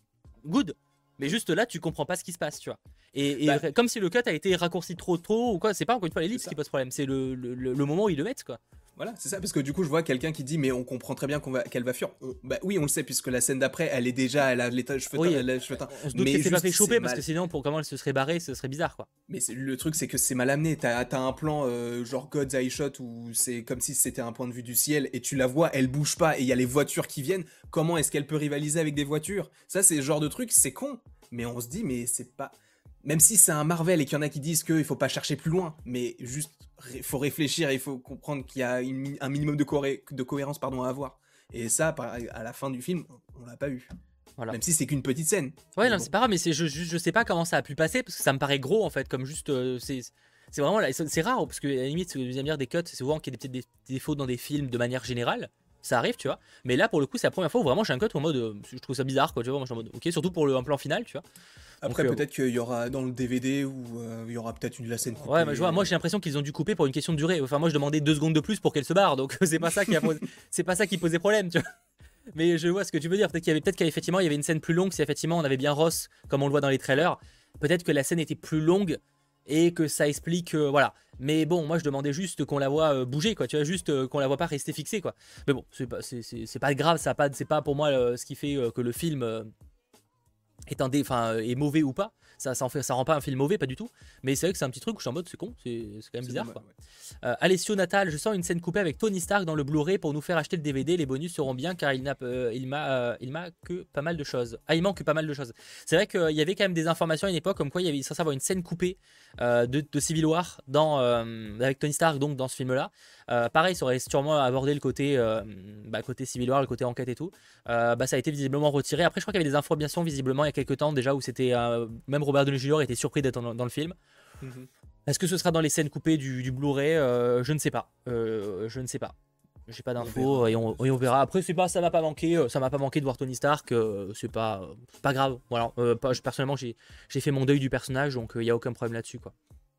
good. Mais juste là, tu comprends pas ce qui se passe, tu vois. Et, et Bah, comme si le cut a été raccourci trop tôt ou quoi, c'est pas encore une fois l'ellipse C'est ça. qui pose problème, c'est le, le, le- le moment où ils le mettent quoi. Voilà, c'est ça, parce que du coup, je vois quelqu'un qui dit, mais on comprend très bien qu'on va, qu'elle va fuir. On- bah oui, on le sait, puisque la scène d'après, elle est déjà, elle a les cheveux Oui, teints, elle a les cheveux teints. on se doute Mais qu'elle s'est pas juste, fait choper c'est parce mal- que sinon, pour comment elle se serait barrée, ce serait bizarre quoi. Mais c'est- le truc, c'est que c'est mal amené. T'as, t'as un plan euh, genre God's Eye Shot où c'est comme si c'était un point de vue du ciel et tu la vois, elle bouge pas et il y a les voitures qui viennent. Comment est-ce qu'elle peut rivaliser avec des voitures? Ça, c'est le genre de truc, c'est con. Mais on se dit, mais c'est pas. Même si c'est un Marvel et qu'il y en a qui disent qu'il faut pas chercher plus loin, mais juste, il faut réfléchir et il faut comprendre qu'il y a une- un minimum de, cohé- de cohérence pardon, à avoir. Et ça, par- à la fin du film, on, on l'a pas eu. Voilà. Même si c'est qu'une petite scène. Ouais, Mais non, bon. c'est pas grave, mais c'est, je, je, je sais pas comment ça a pu passer parce que ça me paraît gros en fait, comme juste. euh, c'est, c'est vraiment. là, C'est c'est rare parce que à la limite, vous allez me dire des cuts, c'est souvent qu'il y a des petits dé- défauts dans des films de manière générale. Ça arrive, tu vois. Mais là, pour le coup, c'est la première fois où vraiment j'ai un cut en mode. euh, je trouve ça bizarre, quoi, tu vois. Moi, je suis en mode. Ok, surtout pour le, un plan final, tu vois. Après, Donc, euh, peut-être qu'il y aura dans le D V D ou euh, il y aura peut-être une la scène coupée. Ouais, mais je vois, moi j'ai l'impression qu'ils ont dû couper pour une question de durée. Enfin, moi je demandais deux secondes de plus pour qu'elle se barre, donc c'est pas ça qui a posé, c'est pas ça qui posait problème, tu vois. Mais je vois ce que tu veux dire. Peut-être qu'il y avait, peut-être qu'effectivement il y avait une scène plus longue si effectivement on avait bien Ross comme on le voit dans les trailers. Peut-être que la scène était plus longue et que ça explique, euh, voilà. Mais bon, moi je demandais juste qu'on la voit euh, bouger, quoi. Tu vois, juste euh, qu'on la voit pas rester fixée, quoi. Mais bon, c'est pas, c'est, c'est, c'est pas grave, ça a pas, c'est pas pour moi euh, ce qui fait euh, que le film euh, est un dé, enfin, euh, est mauvais ou pas. Ça, ça, en fait, ça rend pas un film mauvais, pas du tout. Mais c'est vrai que c'est un petit truc où je suis en mode c'est con, c'est, c'est quand même C'est bizarre, dommage, quoi. ouais. Euh, Alessio Natal, je sens une scène coupée avec Tony Stark dans le Blu-ray pour nous faire acheter le D V D. Les bonus seront bien car il n'a, euh, il m'a, euh, il m'a que pas mal de choses. Ah, il manque pas mal de choses. C'est vrai qu'il y avait quand même des informations à une époque comme quoi il y avait censé avoir une scène coupée euh, de, de Civil War dans, euh, avec Tony Stark donc dans ce film-là. Euh, pareil, ça aurait sûrement abordé le côté, euh, bah, côté Civil War, le côté enquête et tout. Euh, bah, ça a été visiblement retiré. Après, je crois qu'il y avait des informations visiblement il y a quelques temps déjà où c'était euh, même Robert Downey junior était surpris d'être dans, dans le film. Mhm. Est-ce que ce sera dans les scènes coupées du, du Blu-ray euh, Je ne sais pas. Euh, je ne sais pas. J'ai pas d'infos et, on, et on verra. Après, c'est pas, ça m'a pas manqué. euh, Ça m'a pas manqué de voir Tony Stark. euh, c'est pas, euh, c'est pas grave. Voilà. Euh, pas- je- personnellement, j'ai, j'ai fait mon deuil du personnage, donc il y a aucun problème là-dessus, quoi.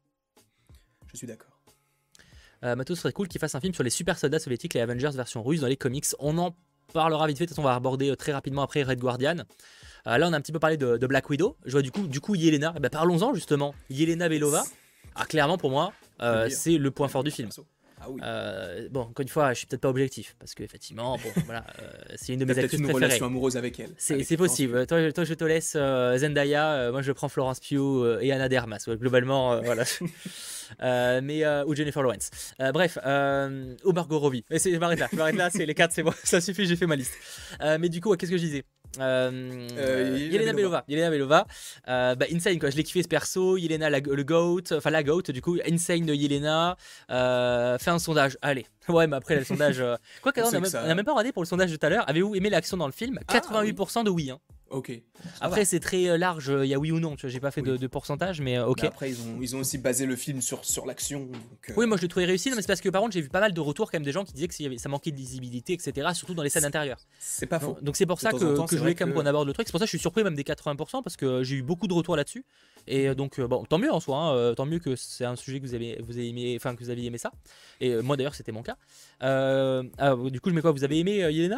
Je suis d'accord. Euh, Matos serait cool qu'il fasse un film sur les super soldats soviétiques, les Avengers version russe dans les comics. On en parlera vite fait. De toute façon, on va aborder euh, très rapidement après Red Guardian. Euh, là, on a un petit peu parlé de, de Black Widow. Je vois du coup, du coup, Yelena. Eh ben, parlons-en justement. Yelena Belova. Ah, clairement pour moi, euh, Le meilleur. c'est le point fort du film. Perso. Ah oui. Euh, bon, encore une fois, je suis peut-être pas objectif parce qu'effectivement, bon, voilà, euh, c'est une de T'as mes peut-être actrices une préférées. relation amoureuse avec elle. C'est, Avec c'est Florence possible. Toi, toi, je te laisse euh, Zendaya. euh, moi, je prends Florence Pugh euh, et Anna de Armas. Ouais, globalement, euh, voilà. Euh, mais euh, ou Jennifer Lawrence. Euh, bref, euh, ou Margot Robbie. Mais c'est, je m'arrête là. Je m'arrête là. C'est les quatre, c'est bon. Ça suffit. J'ai fait ma liste. Euh, mais du coup, qu'est-ce que je disais? Euh, Euh, Yelena Yelena Belova. Yelena Belova. Euh, bah, insane quoi. Je l'ai kiffé ce perso. Yelena la- le goat. Enfin la goat du coup. Insane de Yelena. Euh, fait un sondage. Allez. Ouais, mais après le sondage. Euh... Quoi qu'on On a, sait même- que ça- on a même pas regardé pour le sondage de tout à l'heure. Avez-vous aimé l'action dans le film? Ah, quatre-vingt-huit pour cent de oui. Hein. Ok. Ça Après va. c'est très euh, large. Il y a oui ou non. Tu vois, j'ai pas fait de, Oui. de pourcentage, mais euh, ok. Mais après, ils ont, ils ont aussi basé le film sur, sur l'action. donc, euh, Oui, moi je l'ai trouvé réussi, non, mais c'est parce que par contre j'ai vu pas mal de retours quand même des gens qui disaient que s'il y avait- ça manquait de lisibilité, et cetera. Surtout dans les scènes C'est- intérieures. C'est pas faux. Donc donc c'est pour De ça temps que, en temps, que c'est je voulais vrai quand même que- qu'on aborde le truc. C'est pour ça que je suis surpris même des quatre-vingts pour cent parce que j'ai eu beaucoup de retours là-dessus. Et euh, donc euh, bon, tant mieux en soi, hein, euh, tant mieux que c'est un sujet que vous avez, vous avez aimé, enfin que vous avez aimé ça. Et euh, moi d'ailleurs c'était mon cas. Euh, ah, du coup je mets quoi? Vous avez aimé euh, Yelena?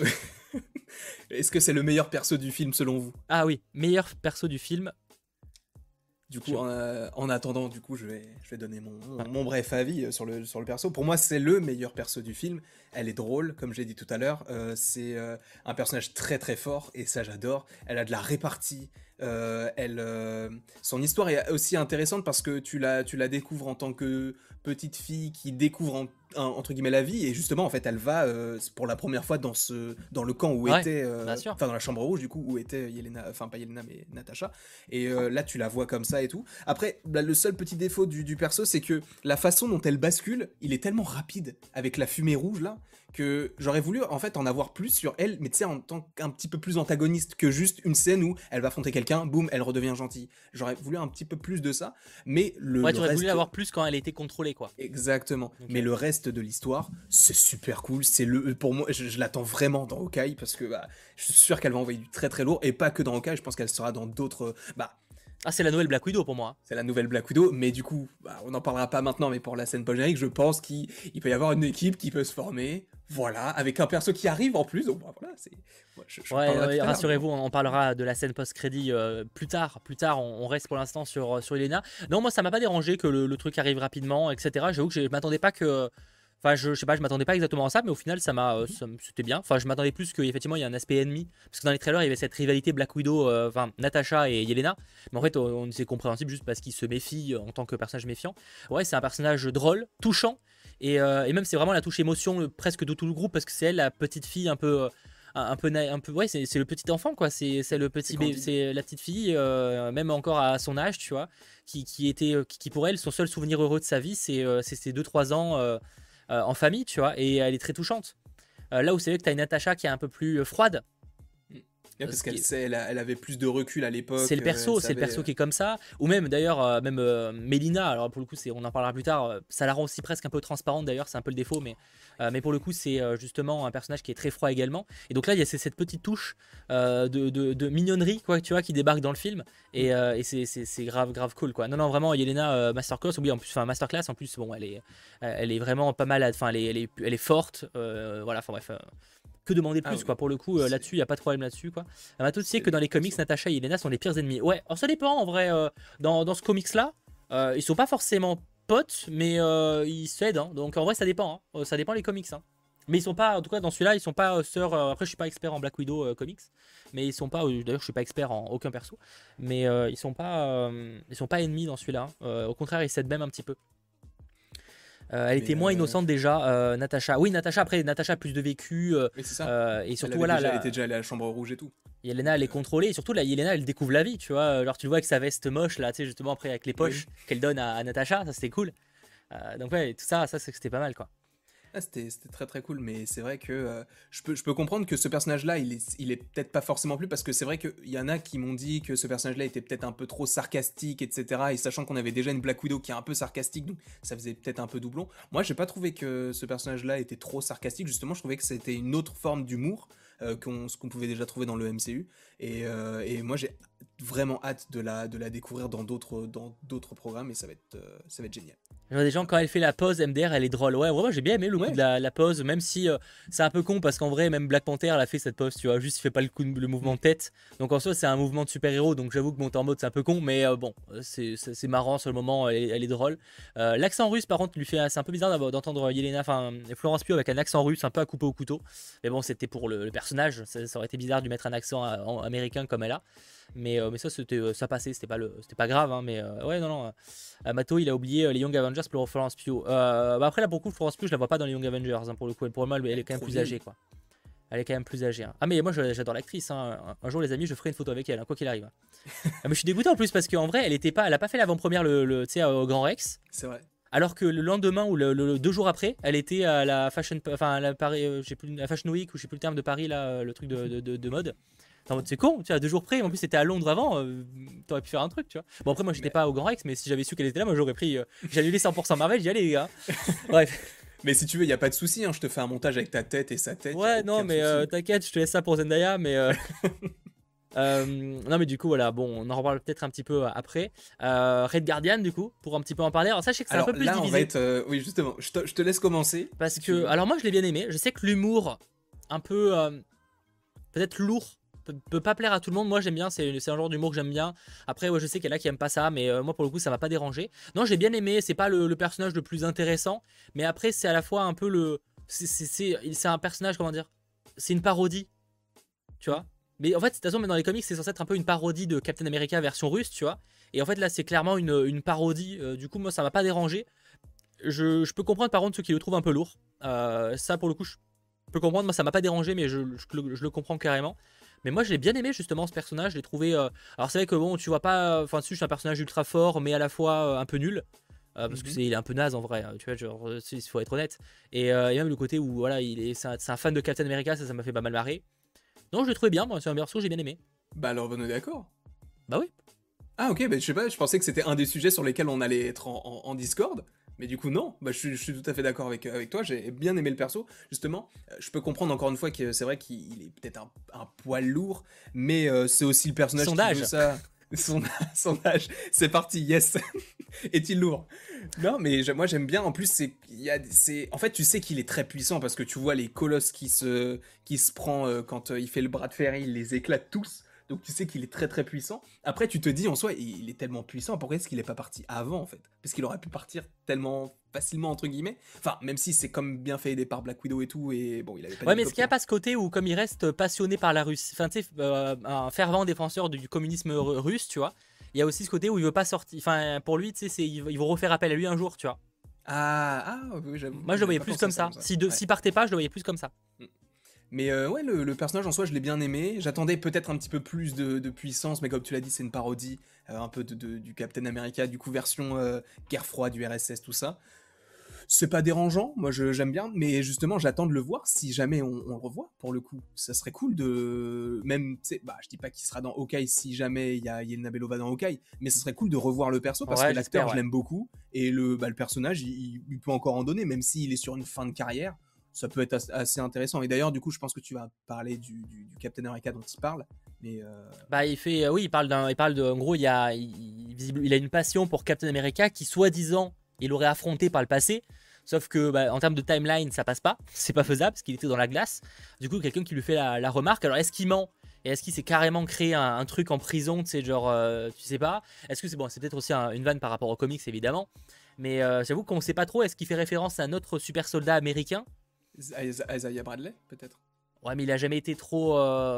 Est-ce que c'est le meilleur perso du film selon vous? Ah oui, meilleur perso du film. Du coup, en, euh, en attendant, du coup, je vais, je vais donner mon, mon, mon bref avis euh, sur le, sur le perso. Pour moi, c'est le meilleur perso du film. Elle est drôle, comme j'ai dit tout à l'heure. Euh, c'est euh, un personnage très très fort, et ça j'adore. Elle a de la répartie. euh, elle, euh, son histoire est aussi intéressante parce que tu la, tu la découvres en tant que petite fille qui découvre en- un- entre guillemets la vie et justement en fait elle va euh, pour la première fois dans ce dans le camp où Ouais, était bien euh, sûr. enfin dans la chambre rouge du coup où était Yelena, enfin pas Yelena mais Natasha et euh, là tu la vois comme ça et tout. Après là, le seul petit défaut du, du perso c'est que la façon dont elle bascule il est tellement rapide avec la fumée rouge là que j'aurais voulu en fait en avoir plus sur elle, mais tu sais en tant qu'un petit peu plus antagoniste que juste une scène où elle va affronter quelqu'un, boum, elle redevient gentille. J'aurais voulu un petit peu plus de ça, mais le, Ouais, le tu aurais voulu reste, l'avoir plus quand elle était contrôlée, quoi. exactement. Ok. Mais le reste de l'histoire, c'est super cool. C'est le, pour moi, je, je l'attends vraiment dans Hawkeye parce que bah, je suis sûr qu'elle va envoyer du très très lourd et pas que dans Hawkeye. Je pense qu'elle sera dans d'autres, bah Ah, c'est la nouvelle Black Widow pour moi. c'est la nouvelle Black Widow, mais du coup, bah, on n'en parlera pas maintenant, mais pour la scène post-générique, je pense qu'il il peut y avoir une équipe qui peut se former, voilà, avec un perso qui arrive en plus, donc bah, voilà, c'est... ouais, je, je en Ouais, parlerai ouais, tout à l'heure, rassurez-vous, on en parlera de la scène post-crédit euh, plus tard. Plus tard, on, on reste pour l'instant sur, sur Yelena. Non, moi, ça m'a pas dérangé que le, le truc arrive rapidement, et cetera. J'avoue que je m'attendais pas que. Enfin, je, je sais pas, je m'attendais pas exactement à ça, mais au final, ça m'a, euh, ça m- c'était bien. Enfin, je m'attendais plus qu'effectivement, il y a un aspect ennemi. Parce que dans les trailers, il y avait cette rivalité Black Widow, euh, enfin, Natasha et Yelena. Mais en fait, on, on- c'est compréhensible juste parce qu'ils se méfient euh, en tant que personnage méfiant. Ouais, c'est un personnage drôle, touchant. Et, euh, et même, c'est vraiment la touche émotion euh, presque de tout le groupe parce que c'est elle, la petite fille un peu. euh, un un peu, na- un peu ouais, c'est c'est le petit enfant, quoi. C'est c'est le c'est petit bé- Candide. c'est la petite fille, euh, même encore à son âge, tu vois, qui, qui était, euh, qui, qui, pour elle, son seul souvenir heureux de sa vie, c'est euh, c'est ses deux trois ans euh, euh, en famille, tu vois, et elle est très touchante. Euh, là où c'est vrai que tu as une Natacha qui est un peu plus euh, froide, Ouais, euh, parce ce qui qu'elle est- sait, elle, a- elle avait plus de recul à c'est l'époque, le euh, elle perso, c'est le savait... perso euh, qui est comme ça. Ou même d'ailleurs, euh, même euh, Mélina, alors pour le coup, c'est, on en parlera plus tard, euh, ça la rend aussi presque un peu transparente d'ailleurs, c'est un peu le défaut, mais, euh, mais pour le coup, c'est euh, justement un personnage qui est très froid également. Et donc là, il y a c- cette petite touche euh, de, de- de mignonnerie, quoi, tu vois, qui débarque dans le film. mm. Et, euh, et c'est, c'est- c'est grave, grave cool, quoi. Non, non, vraiment, Yelena euh, Masterclass, oui, en plus, enfin, Masterclass, en plus, bon, elle est, elle est vraiment pas mal, enfin, elle est, elle est, elle est forte, euh, voilà, enfin bref. euh, que demander de Ah plus, oui, quoi, pour le coup, euh, c'est là-dessus, il n'y a pas de problème là-dessus, quoi. Euh, Matos, tu sais c'est que dans les comics, puissant. Natasha et Yelena sont les pires ennemis. Ouais, alors ça dépend en vrai. euh, dans, dans ce comics-là, euh, ils sont pas forcément potes, mais euh, ils s'aident. Hein. Donc en vrai, ça dépend. Hein. Euh, Ça dépend les comics. Hein. Mais ils sont pas, en tout cas dans celui-là, ils sont pas euh, sœurs. euh, après, je suis pas expert en Black Widow euh, comics, mais ils sont pas. euh, D'ailleurs, je suis pas expert en aucun perso, mais euh, ils sont pas, euh, ils sont pas ennemis dans celui-là. Hein. Euh, au contraire, ils s'aident même un petit peu. Euh, elle Mais était moins euh, innocente déjà, euh, Natacha. Oui, Natacha, après, Natacha a plus de vécu. euh, oui, c'est ça. euh, et Elle surtout, avait voilà, déjà, elle était là, déjà allée à la chambre rouge et tout. Yelena, Donc, elle est euh, contrôlée. Et surtout, là, Yelena, elle découvre la vie, tu vois. Alors, tu le vois avec sa veste moche, là, tu sais, justement, après, avec les oui. poches qu'elle donne à, à Natacha. Ça, c'était cool. Euh, donc, ouais, tout ça, ça, c'est- c'était pas mal, quoi. Ah, c'était c'était très très cool, mais c'est vrai que euh, je, peux, je peux comprendre que ce personnage-là, il est, il est peut-être pas forcément plus, parce que c'est vrai qu'il y en a qui m'ont dit que ce personnage-là était peut-être un peu trop sarcastique, et cetera. Et sachant qu'on avait déjà une Black Widow qui est un peu sarcastique, donc ça faisait peut-être un peu doublon. Moi, j'ai pas trouvé que ce personnage-là était trop sarcastique, justement, je trouvais que c'était une autre forme d'humour euh, qu'on ce qu'on pouvait déjà trouver dans le M C U. Et, euh, et moi, j'ai vraiment hâte de la, de la découvrir dans d'autres dans d'autres programmes, et ça va être, euh, ça va être génial. Je vois des gens, quand elle fait la pause M D R, elle est drôle. Ouais, vraiment, j'ai bien aimé le coup Ouais, de la, la pause, même si euh, c'est un peu con, parce qu'en vrai, même Black Panther, elle a fait cette pause, tu vois. Juste, il fait pas le, coup de- le mouvement mm, de tête. Donc, en soi, c'est un mouvement de super-héros. Donc, j'avoue que mon temps en mode, c'est un peu con, mais euh, bon, euh, c'est c'est- c'est marrant sur le moment, elle, est elle est drôle. Euh, L'accent russe, par contre, lui fait. C'est un peu bizarre d'avoir- d'entendre Yelena, enfin, Florence Pugh avec un accent russe un peu à couper au couteau. Mais bon, c'était pour le, le personnage. Ça, ça aurait été bizarre de lui mettre un accent euh, en- américain comme elle a. Mais, euh, mais ça, c'était, euh, ça passait, c'était pas, le, c'était pas grave. Hein, mais euh, ouais, non, non. Euh, Mato, il a oublié euh, les Young Avengers pour Florence Pugh. Euh, bah après, là, pour le coup, Florence Pugh, je la vois pas dans les Young Avengers. Hein, pour le coup, pour moi, elle, elle elle est est quand même trop plus vieille. âgée, quoi. Elle est quand même plus âgée. Hein. Ah, mais moi, je- j'adore l'actrice. Hein. Un, un jour, les amis, je ferai une photo avec elle, hein, quoi qu'il arrive. Ah, mais je suis dégoûté en plus parce qu'en vrai, elle était pas, elle a pas fait l'avant-première le, le, tu sais, au Grand Rex. C'est vrai. Alors que le lendemain ou le, le- le- deux jours après, elle était à la Fashion, enfin, à la, Paris, euh, j'ai plus, la Fashion Week ou je sais plus le terme de Paris là, euh, le truc de, de, de- de mode. T'es en mode, c'est con, tu vois, deux jours près. En plus, c'était à Londres avant. euh, T'aurais pu faire un truc, tu vois. Bon, après, moi, j'étais Mais pas au Grand Rex, mais si j'avais su qu'elle était là, moi, j'aurais pris. euh, j'ai annulé cent pour cent Marvel, j'y allais, les gars. Bref. Mais si tu veux, il y a pas de souci, hein, je te fais un montage avec ta tête et sa tête, y a Ouais, non, aucun mais euh, souci. t'inquiète, je te laisse ça pour Zendaya, mais. euh, euh, non, mais du coup, voilà, bon, on en reparle peut-être un petit peu euh, après. Euh, Red Guardian, du coup, pour un petit peu en parler. Alors, sachez que c'est un Alors peu plus là, on va divisé. être... euh, oui, justement, je te, je te laisse commencer, Parce si tu que. veux. Alors, moi, je l'ai bien aimé. Je sais que l'humour, un peu. euh, peut-être lourd. Peut, peut pas plaire à tout le monde. Moi, j'aime bien. C'est c'est un genre d'humour que j'aime bien. Après, ouais, je sais qu'il y en a qui aiment pas ça, mais euh, moi, pour le coup, ça m'a pas dérangé. Non, j'ai bien aimé. C'est pas le, le personnage le plus intéressant, mais après, c'est à la fois un peu le. C'est c'est- c'est- c'est un personnage, comment dire. C'est une parodie, tu vois. Mais en fait, de toute façon, même dans les comics, c'est censé être un peu une parodie de Captain America version russe, tu vois. Et en fait, là, c'est clairement une, une parodie. Euh, du coup, moi, ça m'a pas dérangé. Je, je peux comprendre par contre ceux qui le trouvent un peu lourd. Euh, ça, pour le coup, je peux comprendre. Moi, ça m'a pas dérangé, mais je, je, le- je le comprends carrément. Mais moi, je l'ai bien aimé justement ce personnage. Je l'ai trouvé. euh, Alors, c'est vrai que bon, tu vois pas. Enfin, dessus, c'est un personnage ultra fort, mais à la fois euh, un peu nul. Euh, parce que Mhm. c'est il est un peu naze en vrai, hein, tu vois, genre, euh, il faut être honnête. Et, euh, et même le côté où voilà, il est, c'est un, c'est un fan de Captain America, ça, ça m'a fait pas mal marrer. Non, je l'ai trouvé bien, moi, c'est un perso, j'ai bien aimé. Bah alors, on est d'accord. Bah oui. Ah ok, bah je sais pas, je pensais que c'était un des sujets sur lesquels on allait être en, en- en Discord, mais du coup non, bah je, suis je suis tout à fait d'accord avec, avec toi, j'ai bien aimé le perso, justement. Euh, je peux comprendre encore une fois que c'est vrai qu'il est peut-être un, un poil lourd, mais euh, c'est aussi le personnage qui veut Sondage. ça. Son, son âge, c'est parti, yes. Est-il lourd? Non, mais moi j'aime bien. En plus, c'est, il y a, c'est, en fait, tu sais qu'il est très puissant parce que tu vois les colosses qui se, qui se prend euh, quand euh, il fait le bras de fer, il les éclate tous. Donc tu sais qu'il est très très puissant. Après, tu te dis en soi, il est tellement puissant, pourquoi est-ce qu'il est pas parti avant en fait? Parce qu'il aurait pu partir tellement facilement entre guillemets. Enfin, même si c'est comme bien fait aider par Black Widow et tout, et bon, il avait pas Ouais, mais est-ce qu'il n'y a d'hélicoptère. pas ce côté où, comme il reste passionné par la Russie, enfin, tu sais, euh, un fervent défenseur du communisme ru- russe, tu vois, il y a aussi ce côté où il veut pas sortir. Enfin, pour lui, tu sais, c'est- ils ils vont refaire appel à lui un jour, tu vois. Ah, ah, oui, j'avoue, Moi, je le j'avais voyais pas plus pensé à comme ça ça. comme ça. Si de, Ouais. s'il partait pas, je le voyais plus comme ça. Mm. Mais euh, ouais, le, le personnage en soi, je l'ai bien aimé. J'attendais peut-être un petit peu plus de, de puissance, mais comme tu l'as dit, c'est une parodie euh, un peu de, de- du Captain America, du coup version euh, guerre froide, du R S S, tout ça. C'est pas dérangeant, moi je- j'aime bien, mais justement j'attends de le voir si jamais on, on le revoit pour le coup. Ça serait cool de. Même, tu sais, bah je dis pas qu'il sera dans Hawkeye si jamais il y a Yelena Belova dans Hawkeye, mais ça serait cool de revoir le perso parce que Ouais, l'acteur j'espère, je ouais. l'aime beaucoup et le, bah, le personnage il, il peut encore en donner, même s'il est sur une fin de carrière. Ça peut être as- assez intéressant. Et d'ailleurs, du coup, je pense que tu vas parler du, du, du Captain America dont il parle. Mais euh, Bah, il fait, euh, oui, il parle d'un, il parle de, en gros, il y a, il, il- visible- il a une passion pour Captain America qui, soi-disant, il aurait affronté par le passé. Sauf que, bah, en termes de timeline, ça passe pas. C'est pas faisable parce qu'il était dans la glace. Du coup, quelqu'un qui lui fait la, la remarque. Alors, est-ce qu'il ment? Et est-ce qu'il s'est carrément créé un, un truc en prison, tu sais, genre, euh, tu sais pas. Est-ce que c'est bon, c'est peut-être aussi un- une vanne par rapport aux comics, évidemment. Mais euh, j'avoue qu'on sait pas trop. Est-ce qu'il fait référence à un autre super soldat américain? Isa- Isaiah Bradley, peut-être. Ouais, mais il a jamais été trop.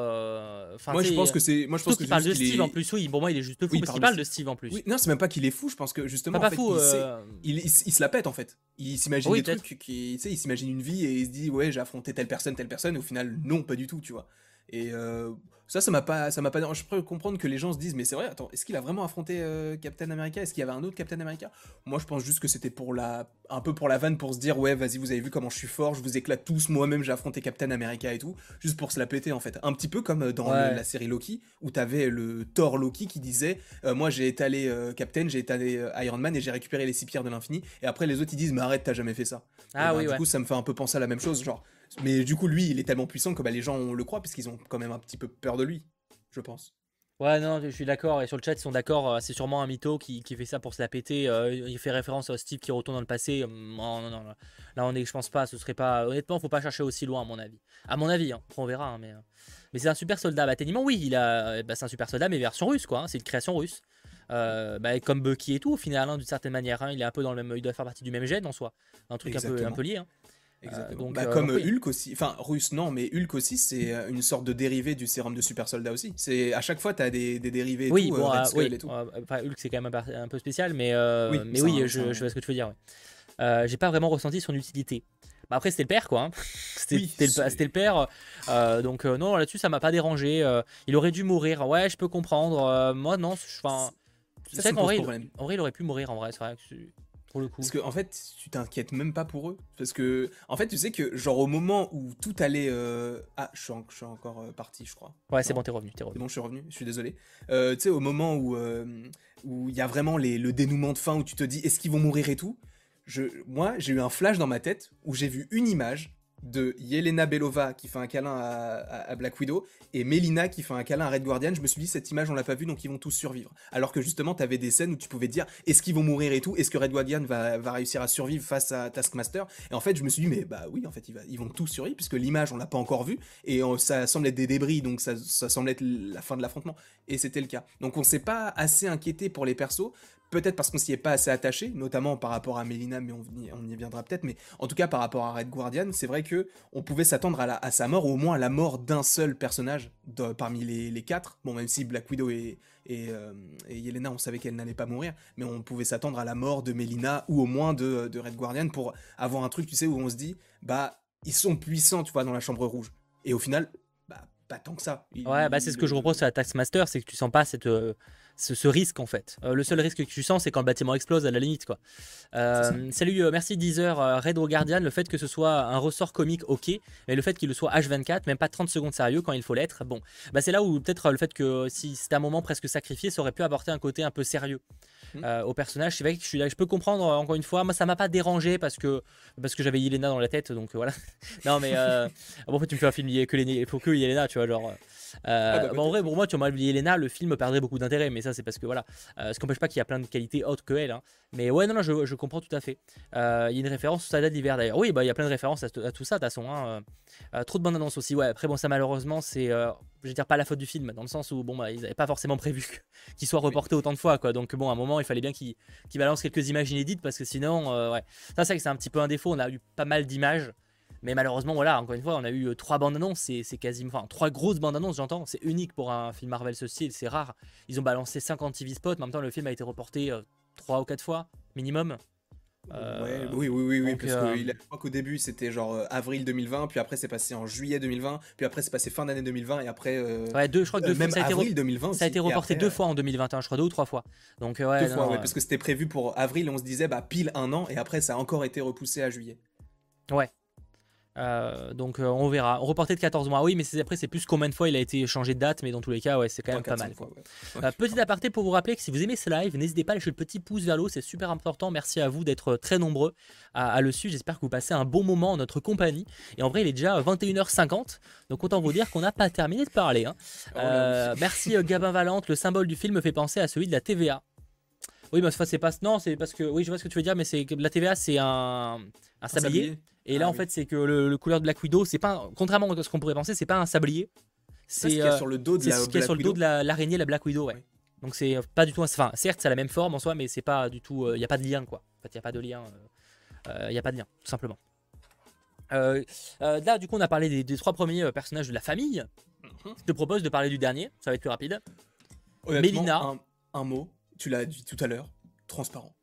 euh, Enfin, Moi, tu je pense sais. que c'est, moi, je Surtout pense que qu'il c'est parle juste de qu'il Steve en est, plus. Oui, pour moi, il est juste oui, fou il parce qu'il parle de parle de Steve. Steve en plus. Oui, non, c'est même pas qu'il est fou, je pense que Enfin, justement, en pas fait, fou. il sait, euh, il, il, il se la pète en fait. Il s'imagine Oui, des peut-être. trucs, qui, tu sais, il s'imagine une vie et il se dit, ouais, j'ai affronté telle personne, telle personne, et au final, non, pas du tout, tu vois. Et euh, ça, ça m'a pas, ça m'a pas dérangé. Je peux comprendre que les gens se disent, mais c'est vrai, attends, est-ce qu'il a vraiment affronté euh, Captain America? Est-ce qu'il y avait un autre Captain America? Moi, je pense juste que c'était pour la, un peu pour la vanne, pour se dire, ouais, vas-y, vous avez vu comment je suis fort, je vous éclate tous, moi-même, j'ai affronté Captain America et tout, juste pour se la péter en fait. Un petit peu comme dans le- Ouais. la série Loki, où t'avais le Thor Loki qui disait, euh, moi j'ai étalé euh, Captain, j'ai étalé euh, Iron Man et j'ai récupéré les six pierres de l'infini. Et après les autres ils disent, mais arrête, t'as jamais fait ça. Et Ah ben oui, du ouais. coup ça me fait un peu penser à la même chose, genre. Mais du coup lui il est tellement puissant que bah, les gens le croient parce qu'ils ont quand même un petit peu peur de lui, je pense. Ouais, non, je suis d'accord. Et sur le chat, ils sont d'accord. euh, C'est sûrement un mytho qui, qui fait ça pour se la péter. euh, il fait référence à Steve qui retourne dans le passé. hum, Non, non, non. Là, Là, on est, je pense pas. Ce serait pas. Honnêtement, faut pas chercher aussi loin, à mon avis. À mon avis, hein. Après, on verra. Hein, mais euh, mais c'est un super soldat. Bah, techniquement, oui, il a. Bah, c'est un super soldat, mais version russe, quoi. Hein, c'est une création russe. Euh, bah, comme Bucky et tout, au final, hein, d'une certaine manière. Hein, il est un peu dans le même. Il doit faire partie du même gène en soi. Un truc un peu, un peu Exactement. lié. Hein. Euh, Exactement. donc, Bah euh, comme donc euh, oui. Hulk aussi, enfin russe non, mais Hulk aussi c'est euh, une sorte de dérivé du sérum de super soldat aussi. C'est à chaque fois t'as des, des dérivés et Oui, tout, euh, bon, Red euh, Skull oui. et tout. euh, enfin, Hulk, c'est quand même un, par- un peu spécial, mais, euh, Oui, mais c'est oui, un, c'est je, je un- vois ce que tu veux dire. Ouais. Euh, j'ai pas vraiment ressenti son utilité. Bah, après, c'était le père, quoi. Hein. C'était Oui, c'était le, c'est c'était le père. euh, donc, euh, non, là-dessus, ça m'a pas dérangé. euh, il aurait dû mourir. Ouais, je peux comprendre. euh, moi, non. Enfin, c'est ça, vrai ça me qu'en pose vrai, il, problème. en vrai, il aurait pu mourir, en vrai. C'est vrai que c'est- pour le coup. Parce que en fait, tu t'inquiètes même pas pour eux. Parce que, en fait, tu sais que, genre, au moment où tout allait. euh, Ah, je suis, en- je suis encore euh, parti, je crois. Ouais, c'est Non? bon, t'es revenu, t'es C'est revenu. bon, je suis revenu, je suis désolé. Euh, tu sais, au moment où euh, où il y a vraiment les, le dénouement de fin, où tu te dis, est-ce qu'ils vont mourir et tout, je, moi, j'ai eu un flash dans ma tête où j'ai vu une image de Yelena Belova qui fait un câlin à, à- à Black Widow et Melina qui fait un câlin à Red Guardian. Je me suis dit, cette image, on l'a pas vue, donc ils vont tous survivre. Alors que justement, t'avais des scènes où tu pouvais te dire, est-ce qu'ils vont mourir et tout, est-ce que Red Guardian va, va réussir à survivre face à Taskmaster. Et en fait, je me suis dit, mais bah oui, en fait, ils, va- ils vont tous survivre, puisque l'image, on l'a pas encore vue, et euh, ça semble être des débris, donc ça, ça semble être la fin de l'affrontement. Et c'était le cas. Donc on s'est pas assez inquiété pour les persos, peut-être parce qu'on s'y est pas assez attaché, notamment par rapport à Melina, mais on y, on y viendra peut-être, mais en tout cas par rapport à Red Guardian, c'est vrai que on pouvait s'attendre à, la- à sa mort, ou au moins à la mort d'un seul personnage de- parmi les, les quatre. Bon, même si Black Widow et, et, euh, et Yelena, on savait qu'elle n'allait pas mourir, mais on pouvait s'attendre à la mort de Melina, ou au moins de, de Red Guardian, pour avoir un truc, tu sais, où on se dit, bah, ils sont puissants, tu vois, dans la Chambre Rouge. Et au final, bah, pas tant que ça. Ouais, bah c'est ce que je reproche à la Taskmaster, c'est que tu sens pas cette, euh, ce, ce risque en fait. Euh, le seul risque que tu sens, c'est quand le bâtiment explose à la limite, quoi. Euh, salut, euh, merci Deezer, euh, Red Guardian. Le fait que ce soit un ressort comique, ok, mais le fait qu'il le soit H vingt-quatre, même pas trente secondes sérieux quand il faut l'être, bon, bah c'est là où peut-être le fait que si c'était un moment presque sacrifié, ça aurait pu apporter un côté un peu sérieux Mm. euh, au personnage. C'est vrai que je, suis là, je peux comprendre, euh, encore une fois, moi ça m'a pas dérangé parce que, parce que j'avais Yelena dans la tête, donc euh, voilà. Non, mais euh, bon, en fait, tu me fais un film, il y a que les- il faut que Yelena, tu vois, genre. euh, Ah bah euh, bon, en vrai, peut-être. pour moi, tu m'as oublié Elena, le film perdrait beaucoup d'intérêt, mais ça, c'est parce que voilà. Euh, ce qui n'empêche pas qu'il y a plein de qualités autres que elle. Hein. Mais ouais, non, non, je, je comprends tout à fait. Euh, Il y a une référence au Soldat d'hiver d'ailleurs. Oui, bah, il y a plein de références à, à tout ça, de toute façon. Hein. Euh, euh, trop de bandes annonces aussi. Ouais, après, bon, ça, malheureusement, c'est, euh, je vais dire, pas la faute du film, dans le sens où, bon, bah, ils n'avaient pas forcément prévu qu'il soit Oui. reporté autant de fois, quoi. Donc, bon, à un moment, il fallait bien qu'ils qu'ils balancent quelques images inédites, parce que sinon, euh, ouais. Ça, c'est vrai que c'est un petit peu un défaut. On a eu pas mal d'images. Mais malheureusement, voilà, encore une fois, on a eu euh, trois bandes annonces, c'est c'est quasiment. Enfin, trois grosses bandes annonces, j'entends. C'est unique pour un film Marvel ce style, c'est rare. Ils ont balancé cinquante T V spots, mais en même temps, le film a été reporté euh, trois ou quatre fois, minimum. Ouais, Euh, oui, oui, oui, oui, donc, parce euh, que il a- je crois qu'au début c'était genre euh, avril deux mille vingt, puis après c'est passé en juillet deux mille vingt, puis après c'est passé fin d'année deux mille vingt, et après euh, ouais, deux, je crois que euh, deux fois, même ça a été, re- avril deux mille vingt ça a aussi, été et reporté après deux euh, fois en deux mille vingt et un, je crois, deux ou trois fois. Donc, euh, deux ouais, non, fois, non, ouais, euh, parce que c'était prévu pour avril, et on se disait bah pile un an, et après ça a encore été repoussé à juillet. ouais. Euh, donc, euh, on verra. Reporté de quatorze mois, oui, mais c'est- après, c'est plus combien de fois il a été changé de date, mais dans tous les cas, ouais, c'est quand même pas trois cents, mal, quoi. fois, ouais. Ouais, Euh, petit pardon. aparté pour vous rappeler que si vous aimez ce live, n'hésitez pas à lâcher le petit pouce vers le haut, c'est super important. Merci à vous d'être très nombreux à, à le suivre. J'espère que vous passez un bon moment en notre compagnie. Et en vrai, il est déjà vingt et une heures cinquante, donc autant vous dire qu'on n'a pas terminé de parler. Hein. Oh là oui. Euh, merci euh, Gabin Valente, le symbole du film me fait penser à celui de la T V A. Oui, mais enfin, c'est pas. Non, c'est parce que. Oui, je vois ce que tu veux dire, mais c'est que la T V A, c'est un, un Un sablier. sablier? Et là, Ah en oui. fait, c'est que le, le couleur de Black Widow, c'est pas. un- Contrairement à ce qu'on pourrait penser, c'est pas un sablier. C'est pas ce C'est qu'il y a euh, sur le dos de c'est la ce qu'il y a sur Black le dos Widow? de la- l'araignée, la Black Widow, ouais. Oui. Donc c'est euh, pas du tout. un- Enfin, certes, c'est la même forme en soi, mais c'est pas du tout. Il n'y a pas de lien, quoi. En fait, il n'y a pas de lien. Il n'y a pas de lien, tout simplement. Euh, euh, là, du coup, on a parlé des, des trois premiers euh, personnages de la famille. Mhm. Je te propose de parler du dernier, ça va être plus rapide. Honnêtement, Mélina. un, un mot, tu l'as dit tout à l'heure, transparent.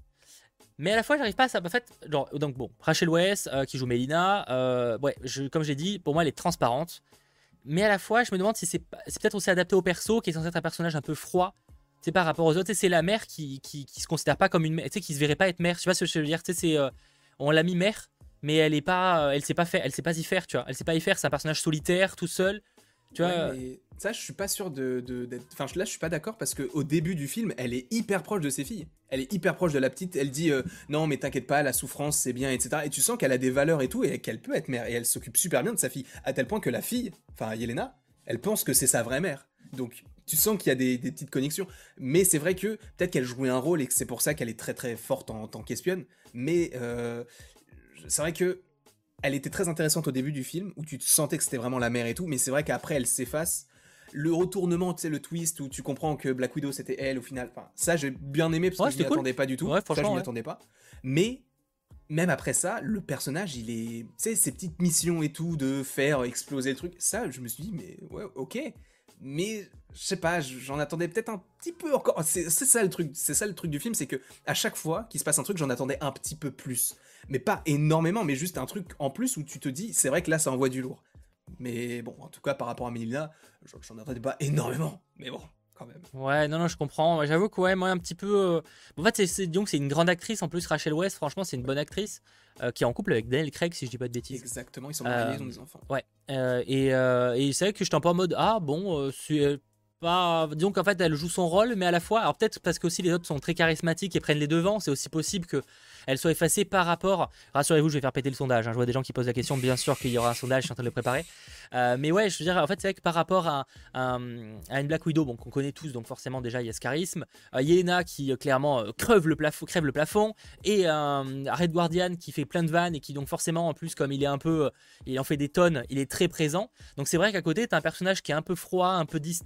Mais à la fois, j'arrive pas à ça. En fait, genre, donc bon, Rachel Weisz euh, qui joue Mélina, euh, ouais, je, comme j'ai dit, pour moi, elle est transparente. Mais à la fois, je me demande si c'est pas- c'est peut-être aussi adapté au perso, qui est censé être un personnage un peu froid. C'est par rapport aux autres. Tu sais, c'est la mère qui, qui, qui se considère pas comme une mère, tu sais, qui se verrait pas être mère. Tu vois ce que je veux dire? Tu sais, c'est, euh, on l'a mis mère, mais elle est pas, euh, elle sait pas faire, elle sait pas y faire, tu vois. Elle sait pas y faire. C'est un personnage solitaire, tout seul. Tu vois. Ouais, euh, mais ça, je suis pas sûr de, de- d'être. Enfin, là, je suis pas d'accord parce que au début du film, elle est hyper proche de ses filles. Elle est hyper proche de la petite. Elle dit euh, non, mais t'inquiète pas, la souffrance, c'est bien, et cetera. Et tu sens qu'elle a des valeurs et tout, et qu'elle peut être mère. Et elle s'occupe super bien de sa fille, à tel point que la fille, enfin Yelena, elle pense que c'est sa vraie mère. Donc, tu sens qu'il y a des, des petites connexions. Mais c'est vrai que peut-être qu'elle jouait un rôle et que c'est pour ça qu'elle est très très forte en, tant qu'espionne. Mais euh, c'est vrai que elle était très intéressante au début du film, où tu te sentais que c'était vraiment la mère et tout, mais c'est vrai qu'après elle s'efface. Le retournement, tu sais, le twist où tu comprends que Black Widow c'était elle au final, enfin, ça j'ai bien aimé parce Ouais, que je m'y c'était cool. attendais pas du tout. Ouais, Ça je franchement, m'y ouais. attendais pas. Mais même après ça, le personnage il est. Tu sais, ces petites missions et tout de faire exploser le truc, ça je me suis dit, mais ouais, ok. Mais je sais pas, j'en attendais peut-être un petit peu encore. C'est c'est ça le truc, c'est ça le truc du film, c'est que à chaque fois qu'il se passe un truc, j'en attendais un petit peu plus. Mais pas énormément, mais juste un truc en plus où tu te dis, c'est vrai que là ça envoie du lourd. Mais bon, en tout cas par rapport à Melina, j'en j'en attendais pas énormément. Mais bon, quand même. Ouais, non, non, je comprends. J'avoue que, ouais, moi, un petit peu. euh, En fait, c'est, c'est- disons que c'est une grande actrice. En plus, Rachel Weisz, franchement, c'est une bonne actrice euh, qui est en couple avec Daniel Craig, si je dis pas de bêtises. Exactement, ils sont mariés, Euh, ils ont des enfants. ouais. Euh, et euh, et c'est vrai que j'étais un peu en mode, ah, bon, euh, c'est pas. Disons qu'en fait, elle joue son rôle, mais à la fois. Alors, peut-être parce que aussi les autres sont très charismatiques et prennent les devants. C'est aussi possible que elle soit effacée par rapport. Rassurez-vous, je vais faire péter le sondage. hein. Je vois des gens qui posent la question. Bien sûr qu'il y aura un sondage, je suis en train de le préparer. Euh, mais ouais, je veux dire, en fait, c'est vrai que par rapport à, à, à une Black Widow, bon, qu'on connaît tous, donc forcément déjà il y a ce charisme. Euh, Yelena qui euh, clairement euh, crève le plafond, crève le plafond, et euh, Red Guardian qui fait plein de vannes et qui donc forcément en plus comme il est un peu, euh, il en fait des tonnes, il est très présent. Donc c'est vrai qu'à côté t'as un personnage qui est un peu froid, un peu distant, un peu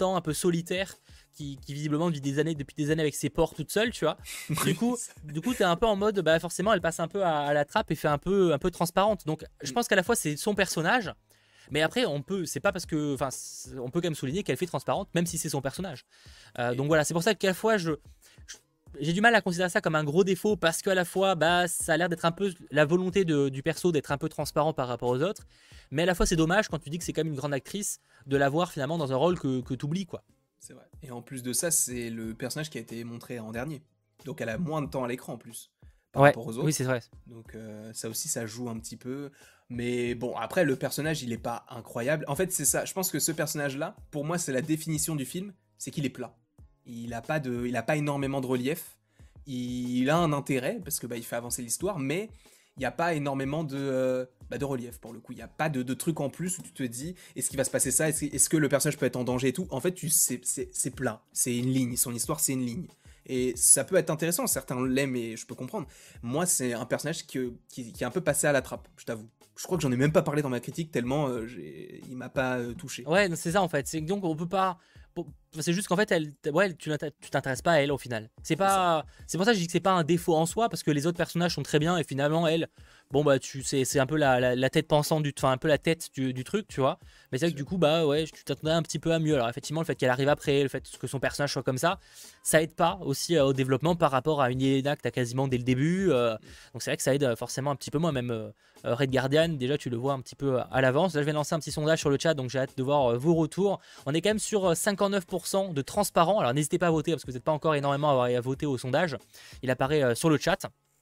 solitaire qui, qui visiblement vit des années, depuis des années avec ses porcs toute seule, tu vois. Du coup, du coup, t'es un peu en mode, bah forcément, elle passe un peu à, à la trappe et fait un peu, un peu transparente. Donc, je pense qu'à la fois c'est son personnage, mais après, on peut, c'est pas parce que, enfin, on peut quand même souligner qu'elle fait transparente, même si c'est son personnage. Euh, donc voilà, c'est pour ça qu'à la fois je, je j'ai du mal à considérer ça comme un gros défaut parce qu'à la fois, bah, ça a l'air d'être un peu la volonté de, du perso d'être un peu transparent par rapport aux autres, mais à la fois c'est dommage quand tu dis que c'est quand même une grande actrice de la voir finalement dans un rôle que, que tu oublies, quoi. C'est vrai. Et en plus de ça, c'est le personnage qui a été montré en dernier. Donc elle a moins de temps à l'écran en plus, par Ouais, rapport aux oui autres. c'est vrai. Donc euh, ça aussi, ça joue un petit peu. Mais bon, après, le personnage, il est pas incroyable. En fait, c'est ça. Je pense que ce personnage-là, pour moi, c'est la définition du film, c'est qu'il est plat. Il a pas de, il a pas énormément de relief. Il a un intérêt, parce que bah, il fait avancer l'histoire, mais il n'y a pas énormément de, euh, bah, de relief pour le coup. Il n'y a pas de, de truc en plus où tu te dis est-ce qu'il va se passer ça, est-ce, est-ce que le personnage peut être en danger et tout. En fait, tu, c'est, c'est, c'est plat, c'est une ligne, son histoire c'est une ligne. Et ça peut être intéressant, certains l'aiment et je peux comprendre. Moi, c'est un personnage qui, qui, qui est un peu passé à la trappe, je t'avoue. Je crois que j'en ai même pas parlé dans ma critique tellement euh, j'ai, il m'a pas euh, touché. Ouais, c'est ça en fait. C'est donc on peut pas. C'est juste qu'en fait, elle, ouais, tu t'intéresses pas à elle au final. C'est pas. C'est pour ça que je dis que c'est pas un défaut en soi parce que les autres personnages sont très bien et finalement elle, bon bah tu sais, c'est un peu la, la, la tête pensante du, enfin un peu la tête du, du truc, tu vois. Mais c'est vrai que du coup bah ouais, tu t'attendais un petit peu à mieux. Alors effectivement, le fait qu'elle arrive après, le fait que son personnage soit comme ça, ça aide pas aussi euh, au développement par rapport à une Yelena que t'as quasiment dès le début. Euh, donc c'est vrai que ça aide euh, forcément un petit peu moins. Même euh, Red Guardian, déjà tu le vois un petit peu à l'avance. Là je vais lancer un petit sondage sur le chat, donc j'ai hâte de voir euh, vos retours. On est quand même sur cinquante-neuf pour cent de transparent. Alors n'hésitez pas à voter parce que vous n'êtes pas encore énormément à avoir à voter au sondage. Il apparaît euh, sur le chat.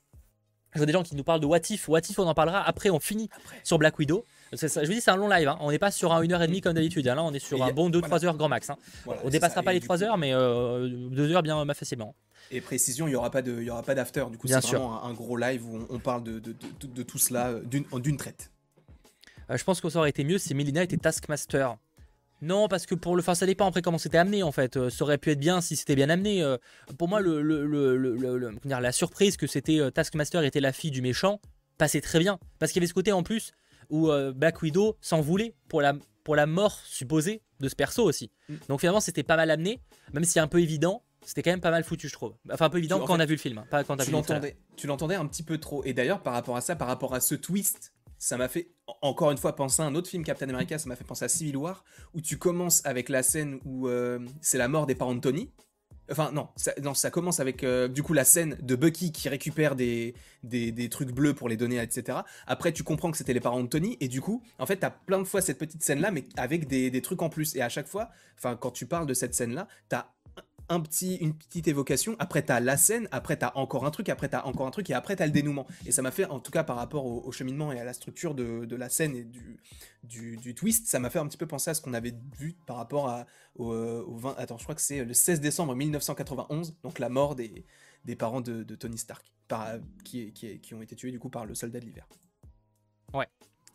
Je vois des gens qui nous parlent de What If. What If, on en parlera après. On finit après. Sur Black Widow. Ça, je vous dis, c'est un long live. Hein. On n'est pas sur un une heure trente comme d'habitude. Hein. Là, on est sur et un bon deux trois voilà. heures grand max. Hein. Voilà, on dépassera pas les trois heures, mais euh, deux heures bien facilement. Et précision, il n'y aura pas d'after. Du coup, c'est vraiment un, un gros live où on, on parle de, de, de, de, de tout cela d'une traite. Euh, je pense que ça aurait été mieux si Melina était Taskmaster. Non, parce que pour le, enfin, ça dépend après comment c'était amené en fait. Euh, ça aurait pu être bien si c'était bien amené. Euh, pour moi, le, le, le, le, le, le dire, la surprise que c'était euh, Taskmaster était la fille du méchant passait très bien. Parce qu'il y avait ce côté en plus où euh, Black Widow s'en voulait pour la, pour la mort supposée de ce perso aussi. Mm. Donc finalement, c'était pas mal amené, même si c'est un peu évident. C'était quand même pas mal foutu, je trouve. Enfin, un peu évident tu, quand fait, on a vu le film, hein, pas quand on a tu vu l'entendais, tu l'entendais un petit peu trop. Et d'ailleurs, par rapport à ça, par rapport à ce twist, ça m'a fait encore une fois penser à un autre film Captain America, ça m'a fait penser à Civil War, où tu commences avec la scène où euh, c'est la mort des parents de Tony. Enfin non, ça, non, ça commence avec euh, du coup la scène de Bucky qui récupère des, des, des trucs bleus pour les donner, et cetera. Après tu comprends que c'était les parents de Tony, et du coup, en fait, t'as plein de fois cette petite scène-là, mais avec des, des trucs en plus. Et à chaque fois, enfin quand tu parles de cette scène-là, t'as un petit, une petite évocation, après t'as la scène, après t'as encore un truc, après t'as encore un truc, et après t'as le dénouement. Et ça m'a fait, en tout cas par rapport au, au cheminement et à la structure de, de la scène et du, du, du twist, ça m'a fait un petit peu penser à ce qu'on avait vu par rapport à, au, au vingt... Attends, je crois que c'est le seize décembre mille neuf cent quatre-vingt-onze, donc la mort des, des parents de, de Tony Stark, par, qui, qui, qui ont été tués du coup par le soldat de l'hiver. Ouais.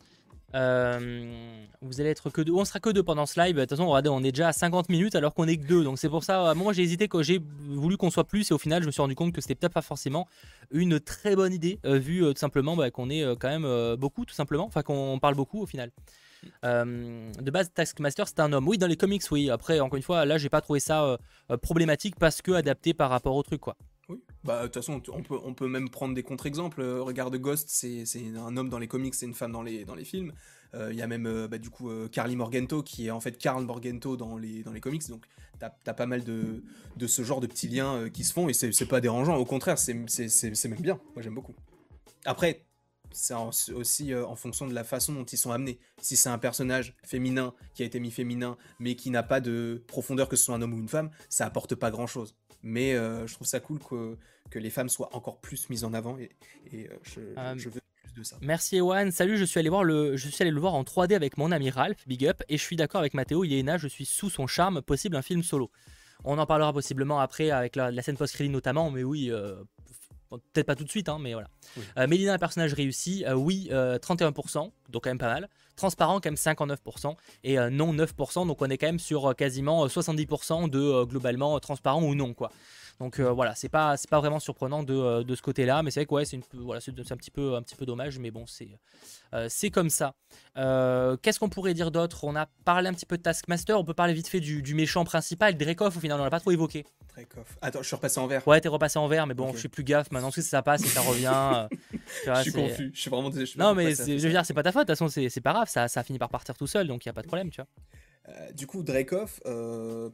Euh, vous allez être que deux. On sera que deux pendant ce live. De toute façon, regardez, on est déjà à cinquante minutes alors qu'on est que deux. Donc c'est pour ça, à un moment j'ai hésité, quand j'ai voulu qu'on soit plus, et au final je me suis rendu compte que c'était peut-être pas forcément une très bonne idée, euh, vu euh, tout simplement bah, qu'on est euh, quand même euh, beaucoup, tout simplement. Enfin qu'on parle beaucoup au final. Euh, de base, Taskmaster c'est un homme. Oui, dans les comics, oui. Après, encore une fois, là j'ai pas trouvé ça euh, problématique parce que adapté par rapport au truc, quoi. Oui, bah de toute façon, on peut, on peut même prendre des contre-exemples. Euh, regarde Ghost, c'est un homme dans les comics, c'est une femme dans les, dans les films. Il euh, y a même euh, bah, du coup euh, Carly Morgento qui est en fait Karl Morgento dans les, dans les comics. Donc t'as as pas mal de, de ce genre de petits liens euh, qui se font et c'est pas dérangeant. Au contraire, c'est même bien. Moi j'aime beaucoup. Après, c'est aussi euh, en fonction de la façon dont ils sont amenés. Si c'est un personnage féminin qui a été mis féminin mais qui n'a pas de profondeur, que ce soit un homme ou une femme, ça apporte pas grand chose. Mais euh, je trouve ça cool que, que les femmes soient encore plus mises en avant et, et euh, je, euh, je veux plus de ça. Merci Ewan, salut, je suis allé voir le, je suis allé le voir en trois D avec mon ami Ralph, big up, et je suis d'accord avec Mathéo, Yelena, je suis sous son charme, possible un film solo. On en parlera possiblement après avec la, la scène post-crédit notamment, mais oui, euh, peut-être pas tout de suite, hein, mais voilà. Oui. Euh, Melina, un personnage réussi, euh, oui, euh, trente et un pour cent, donc quand même pas mal. Transparent, quand même cinquante-neuf pour cent, et euh, non neuf pour cent, donc on est quand même sur euh, quasiment soixante-dix pour cent de euh, globalement euh, transparent ou non, quoi. Donc euh, voilà, c'est pas, c'est pas vraiment surprenant de, euh, de ce côté-là, mais c'est vrai que ouais, c'est une, voilà, c'est c'est un petit peu, un petit peu dommage, mais bon, c'est, euh, c'est comme ça. Euh, Qu'est-ce qu'on pourrait dire d'autre? On a parlé un petit peu de Taskmaster, on peut parler vite fait du, du méchant principal, Dreykov, au final, on l'a pas trop évoqué. Dreykov. Attends, je suis repassé en vert. Ouais, t'es repassé en vert, mais bon, Ok. je suis plus gaffe maintenant, parce que ça passe et ça revient. euh, tu Je vois, suis c'est- confus. Je suis vraiment désolé. Je sais pas Non, pourquoi mais ça a c'est- fait je veux ça. dire, c'est pas ta faute, de toute façon, c'est c'est pas grave, ça, ça a fini par partir tout seul, donc y a pas de problème, tu vois. Euh, du coup, Dreykov, euh,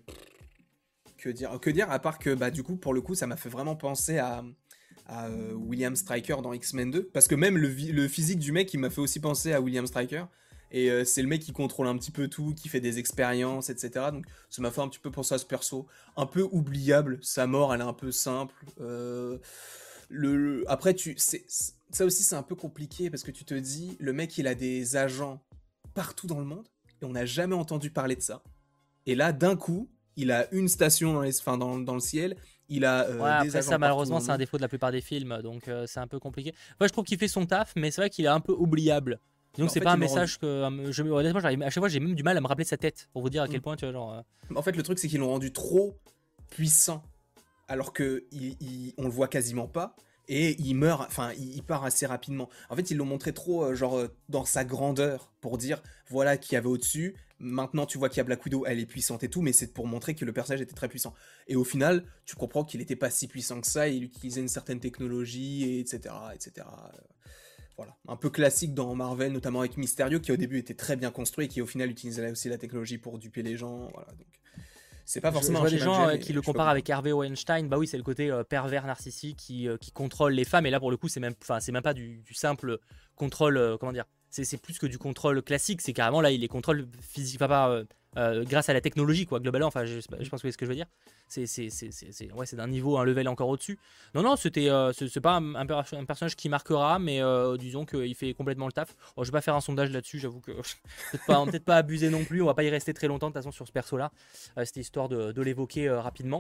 que dire, que dire à part que bah du coup pour le coup ça m'a fait vraiment penser à, à euh, William Stryker dans X-Men deux parce que même le, vi- le physique du mec il m'a fait aussi penser à William Stryker et euh, c'est le mec qui contrôle un petit peu tout, qui fait des expériences, etc. Donc ça m'a fait un petit peu penser à ce perso, un peu oubliable. Sa mort elle est un peu simple. Euh, le, le- après tu c'est c'est- ça aussi c'est un peu compliqué parce que tu te dis le mec il a des agents partout dans le monde et on n'a jamais entendu parler de ça. Et là, d'un coup, il a une station dans, les, enfin, dans, dans le ciel, il a Ouais, euh, des après agents ça, partout malheureusement, dans le c'est un monde. défaut de la plupart des films, donc euh, c'est un peu compliqué. Moi, je trouve qu'il fait son taf, mais c'est vrai qu'il est un peu oubliable. Mais Donc en c'est fait, pas un ils m'ont rendu... message que euh, je, honnêtement, j'arrive- à chaque fois, j'ai même du mal à me rappeler sa tête pour vous dire à quel Mm. point, tu vois, genre. euh, En fait, le truc, c'est qu'ils l'ont rendu trop puissant, alors que il, il- on le voit quasiment pas, et il meurt, enfin, il, il part assez rapidement. En fait, ils l'ont montré trop, euh, genre, euh, dans sa grandeur, pour dire, voilà qui y avait au-dessus, maintenant tu vois qu'il y a Black Widow, elle est puissante et tout, mais c'est pour montrer que le personnage était très puissant. Et au final, tu comprends qu'il n'était pas si puissant que ça, il utilisait une certaine technologie, et etc., et cetera. Euh, Voilà, un peu classique dans Marvel, notamment avec Mysterio, qui au début était très bien construit, et qui au final utilisait aussi la technologie pour duper les gens, voilà, donc... C'est pas Je, je forcément un vois des schéma que gens j'aime, euh, mais qui le je peux comparent avec comprendre. Harvey Weinstein. Bah oui, c'est le côté euh, pervers narcissique qui, euh, qui contrôle les femmes. Et là, pour le coup, c'est même, enfin, c'est même pas du, du simple contrôle. euh, comment dire? C'est c'est plus que du contrôle classique. C'est carrément là, il les contrôle physique, enfin, pas, euh, euh, grâce à la technologie, quoi. Globalement, enfin, je, je pense que vous voyez ce que je veux dire. C'est c'est- c'est- c'est- c'est- ouais, c'est d'un niveau, un level encore au-dessus. Non, non, c'était, euh, c'est c'est pas un, un per- un personnage qui marquera, mais euh, disons qu'il fait complètement le taf. Bon, je vais pas faire un sondage là-dessus. J'avoue que peut-être pas, peut-être pas abuser non plus. On va pas y rester très longtemps de toute façon sur ce perso-là. Euh, C'était histoire de, de l'évoquer euh, rapidement.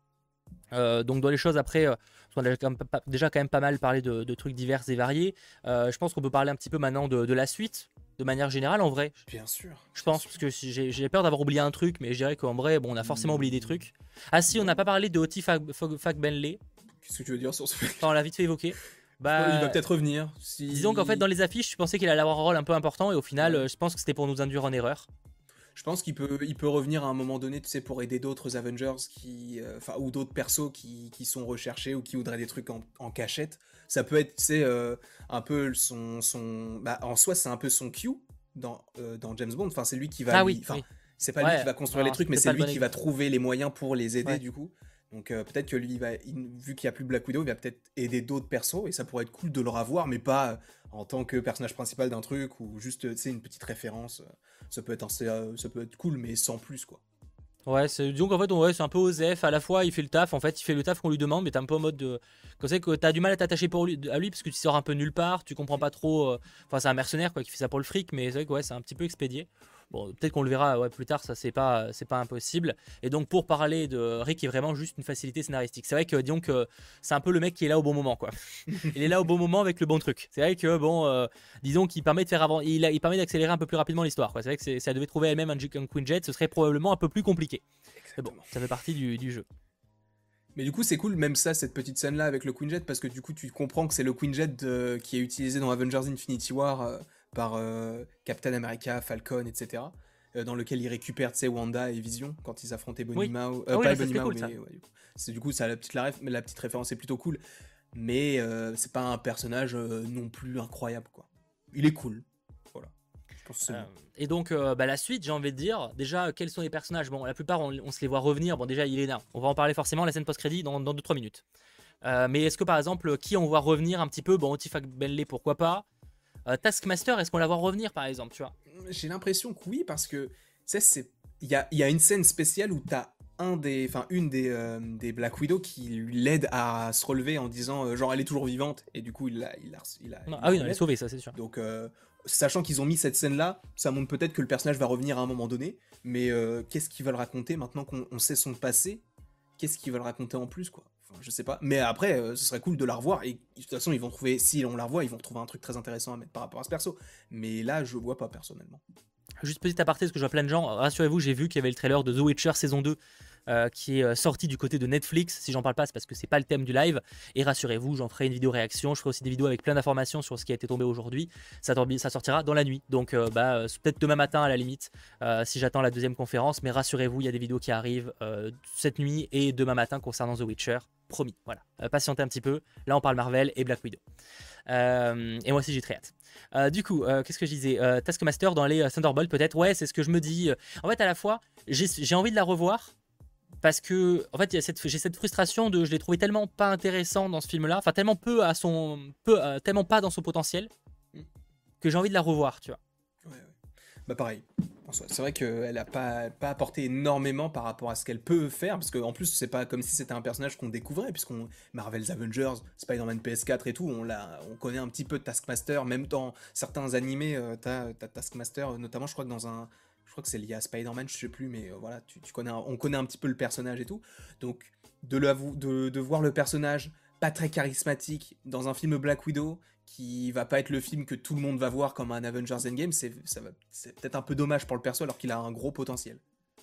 Euh, donc dans les choses après, euh, parce qu'on a déjà quand, même, pas, déjà quand même pas mal parlé de, de trucs divers et variés, euh, je pense qu'on peut parler un petit peu maintenant de, de la suite, de manière générale en vrai. Bien sûr, Je bien pense, sûr. parce que si j'ai j'ai peur d'avoir oublié un truc, mais je dirais qu'en vrai, bon, on a forcément oublié des trucs. Ah si, on n'a pas parlé de Oti Fag-Benley, Qu'est-ce que tu veux dire sur ce mec? enfin on l'a vite fait évoquer. Il va Bah, peut-être revenir. disons qu'en fait dans Si... les affiches, je pensais qu'il allait avoir un rôle un peu important, et au final, Ouais. euh, je pense que c'était pour nous induire en erreur. Je pense qu'il peut, il peut revenir à un moment donné, tu sais, pour aider d'autres Avengers qui, euh, enfin, ou d'autres persos qui, qui sont recherchés ou qui voudraient des trucs en, en cachette. Ça peut être, tu sais, euh, un peu son, son, bah, en soi, c'est un peu son Q dans, euh, dans James Bond. Enfin, c'est lui qui va Ah lui, oui, enfin, oui. c'est pas lui Ouais, qui va construire les non, trucs, mais c'est c'est pas le lui bon qui va exemple. trouver les moyens pour les aider Ouais. du coup. Donc euh, peut-être que lui, il va, il- vu qu'il n'y a plus Black Widow, il va peut-être aider d'autres persos et ça pourrait être cool de le revoir, mais pas euh, en tant que personnage principal d'un truc ou juste, euh, tu sais, une petite référence. euh, Ça peut être, un- c'est, euh, ça peut être cool, mais sans plus quoi. Ouais, c'est, disons qu'en fait, on- ouais, c'est un peu osef. À la fois, il fait le taf. En fait, il fait le taf qu'on lui demande, mais t'es un peu en mode de. Quand c'est que t'as du mal à t'attacher pour lui, à lui parce que tu sors un peu nulle part, tu comprends pas trop. euh, Enfin, c'est un mercenaire quoi, qui fait ça pour le fric, mais c'est vrai que ouais, c'est un petit peu expédié. Bon, peut-être qu'on le verra ouais, plus tard, ça c'est pas, c'est pas impossible. Et donc, pour parler de Rick, qui est vraiment juste une facilité scénaristique. C'est vrai que, disons que c'est un peu le mec qui est là au bon moment, quoi. Il est là au bon moment avec le bon truc. C'est vrai que, bon, euh, disons qu'il permet de faire avant. Il, a- il permet d'accélérer un peu plus rapidement l'histoire, quoi. C'est vrai que c'est- ça devait trouver elle-même un, un Queen Jet, ce serait probablement un peu plus compliqué. Mais bon, Exactement. ça fait partie du, du jeu. Mais du coup, c'est cool, même ça, cette petite scène-là avec le Quinjet, parce que du coup, tu comprends que c'est le Quinjet de- qui est utilisé dans Avengers Infinity War euh, par euh, Captain America, Falcon, et cetera. euh, dans lequel il récupère, tu sais, Wanda et Vision quand ils affrontaient Bonnie Oui. Mao. Ah Euh, oui, pas non, ça, Bonnie c'était Mao, cool, ça. mais ouais, du coup. C'est du coup, ça, la petite, la, ref- mais la petite référence est plutôt cool. Mais euh, c'est pas un personnage euh, non plus incroyable, quoi. Il est cool. Voilà. Je pense que c'est Euh, bon. et donc, euh, bah, la suite, j'ai envie de dire, déjà, quels sont les personnages? Bon, la plupart, on, on se les voit revenir. Bon, déjà, Yelena, on va en parler forcément, la scène post-crédit, dans deux trois minutes. Euh, mais est-ce que, par exemple, qui on voit revenir un petit peu? Bon, Otifak Benley, pourquoi pas? Euh, Taskmaster, est-ce qu'on la voit revenir, par exemple, tu vois? J'ai l'impression que oui, parce que, tu sais, c'est... Il y a, il y a une scène spéciale où t'as un des, enfin une des, euh, des Black Widow qui l'aide à se relever en disant euh, genre elle est toujours vivante et du coup il la, il la, il la, Non, il ah la oui, non, elle est relève. sauvée, ça, c'est sûr. Donc euh, sachant qu'ils ont mis cette scène là, ça montre peut-être que le personnage va revenir à un moment donné, mais euh, qu'est-ce qu'ils veulent raconter maintenant qu'on on sait son passé? Qu'est-ce qu'ils veulent raconter en plus quoi? Enfin, je sais pas. Mais après, euh, ce serait cool de la revoir et de toute façon ils vont trouver, si on la revoit, ils vont trouver un truc très intéressant à mettre par rapport à ce perso. Mais là, je vois pas personnellement. Juste petit aparté, parce que je vois plein de gens. Rassurez-vous, j'ai vu qu'il y avait le trailer de The Witcher saison deux euh, qui est euh, sorti du côté de Netflix. Si j'en parle pas, c'est parce que c'est pas le thème du live. Et rassurez-vous, j'en ferai une vidéo réaction. Je ferai aussi des vidéos avec plein d'informations sur ce qui a été tombé aujourd'hui. Ça, ça sortira dans la nuit. Donc, euh, bah, peut-être demain matin à la limite, euh, si j'attends la deuxième conférence. Mais rassurez-vous, il y a des vidéos qui arrivent euh, cette nuit et demain matin concernant The Witcher. Promis. Voilà. Euh, patientez un petit peu. Là, on parle Marvel et Black Widow. Euh, et moi aussi, j'ai très hâte. Euh, du coup, euh, qu'est-ce que je disais euh, Taskmaster dans les euh, Thunderbolts, peut-être. Ouais, c'est ce que je me dis. En fait, à la fois, j'ai envie de la revoir. Parce que, en fait, j'ai cette, cette frustration de je l'ai trouvé tellement pas intéressant dans ce film-là, enfin tellement peu à son, peu, euh, tellement pas dans son potentiel, que j'ai envie de la revoir, tu vois. Ouais, ouais. Bah pareil. C'est vrai qu'elle a pas, pas apporté énormément par rapport à ce qu'elle peut faire, parce qu'en plus c'est pas comme si c'était un personnage qu'on découvrait, puisqu'on Marvel's Avengers, Spider-Man P S quatre et tout, on, l'a, on connaît un petit peu de Taskmaster, même dans certains animés, euh, t'as, t'as Taskmaster, notamment je crois que dans un... Je crois que c'est lié à Spider-Man, je sais plus, mais euh, voilà, tu, tu connais un, on connaît un petit peu le personnage et tout. Donc, de, le, de, de voir le personnage pas très charismatique dans un film Black Widow, qui va pas être le film que tout le monde va voir comme un Avengers Endgame, c'est, ça va, c'est peut-être un peu dommage pour le perso alors qu'il a un gros potentiel.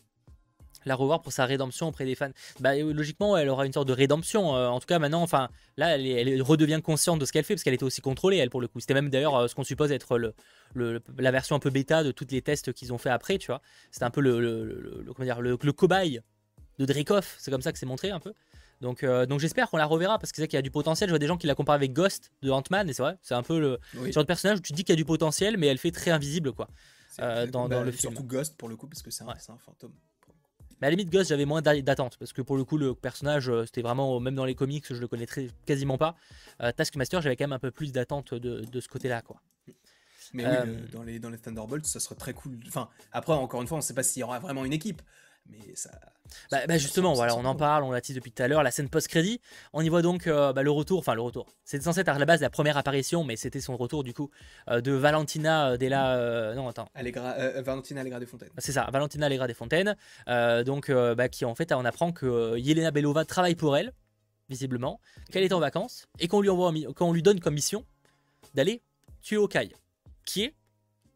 La revoir pour sa rédemption auprès des fans. Bah, logiquement, elle aura une sorte de rédemption. Euh, en tout cas, maintenant, enfin, là, elle, elle redevient consciente de ce qu'elle fait parce qu'elle était aussi contrôlée, elle, pour le coup. C'était même d'ailleurs euh, ce qu'on suppose être le, le, la version un peu bêta de tous les tests qu'ils ont fait après, tu vois. C'était un peu le, le, le, le comment dire, le, le cobaye de Dreykov. C'est comme ça que c'est montré un peu. Donc, euh, donc j'espère qu'on la reverra parce que c'est vrai qu'il y a du potentiel. Je vois des gens qui la comparent avec Ghost de Ant-Man et c'est vrai, c'est un peu le oui. genre de personnage où tu te dis qu'il y a du potentiel, mais elle fait très invisible, quoi. Euh, dans, bah, dans le film. Surtout Ghost pour le coup parce que c'est un, ouais. un fantôme. Mais à la limite, Ghost, j'avais moins d'attente parce que pour le coup, le personnage, c'était vraiment, même dans les comics, je le connais très, quasiment pas. Euh, Taskmaster, j'avais quand même un peu plus d'attente de, de ce côté-là, quoi. Mais euh... oui, le, dans, les, dans les Thunderbolts, ça serait très cool. Enfin, après, encore une fois, on ne sait pas s'il y aura vraiment une équipe. Mais ça. Bah, ça bah justement, ça, voilà, ça on en parle, on l'a dit depuis tout à l'heure. La scène post-crédit, on y voit donc euh, bah, le retour, enfin le retour. C'était censé être à la base la première apparition, mais c'était son retour du coup euh, de Valentina Della. Euh, non, attends. Allegra, euh, Valentina Allegra des Fontaines. C'est ça, Valentina Allegra des Fontaines. Euh, donc, euh, bah, qui en fait, on apprend que euh, Yelena Belova travaille pour elle, visiblement, qu'elle est en vacances et qu'on lui, envoie, qu'on lui donne comme mission d'aller tuer Hawkeye, qui est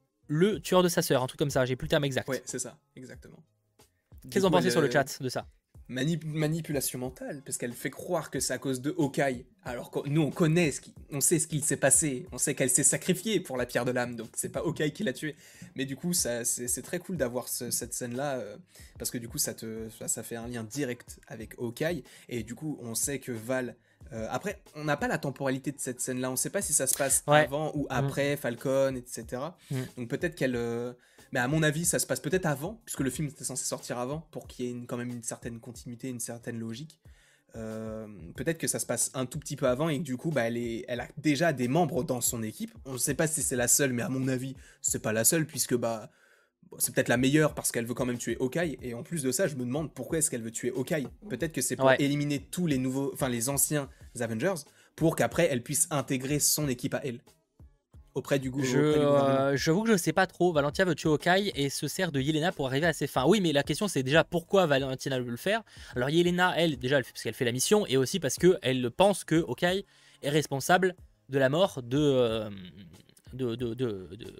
le tueur de sa sœur, un truc comme ça, j'ai plus le terme exact. Ouais, c'est ça, exactement. Qu'est-ce que vous en pensez sur le chat de ça? Manip manipulation mentale, parce qu'elle fait croire que c'est à cause de Hawkeye, alors que nous on connaît, ce qui, on sait ce qu'il s'est passé, on sait qu'elle s'est sacrifiée pour la pierre de l'âme, donc c'est pas Hawkeye qui l'a tuée. Mais du coup, c'est très cool d'avoir ce, cette scène-là, euh, parce que du coup ça, te, ça, ça fait un lien direct avec Hawkeye, et du coup on sait que Val... Euh, après, on n'a pas la temporalité de cette scène-là, on sait pas si ça se passe ouais. avant ou après mmh. Falcon, et cetera. Mmh. Donc peut-être qu'elle... Euh, mais à mon avis, ça se passe peut-être avant, puisque le film était censé sortir avant, pour qu'il y ait une, quand même une certaine continuité, une certaine logique. Euh, peut-être que ça se passe un tout petit peu avant et que du coup, bah, elle, est, elle a déjà des membres dans son équipe. On ne sait pas si c'est la seule, mais à mon avis, c'est pas la seule, puisque bah, bon, c'est peut-être la meilleure parce qu'elle veut quand même tuer Hawkeye. Et en plus de ça, je me demande pourquoi est-ce qu'elle veut tuer Hawkeye. Peut-être que c'est pour ouais. éliminer tous les nouveaux, enfin les anciens Avengers, pour qu'après elle puisse intégrer son équipe à elle. Auprès du, je, auprès du gouvernement. Euh, J'avoue que je sais pas trop. Valentina veut tuer Hawkeye et se sert de Yelena pour arriver à ses fins. Oui, mais la question c'est déjà pourquoi Valentina veut le faire. Alors Yelena, elle, déjà, elle fait, parce qu'elle fait la mission et aussi parce qu'elle pense que Hawkeye est responsable de la mort de euh, de de de, de,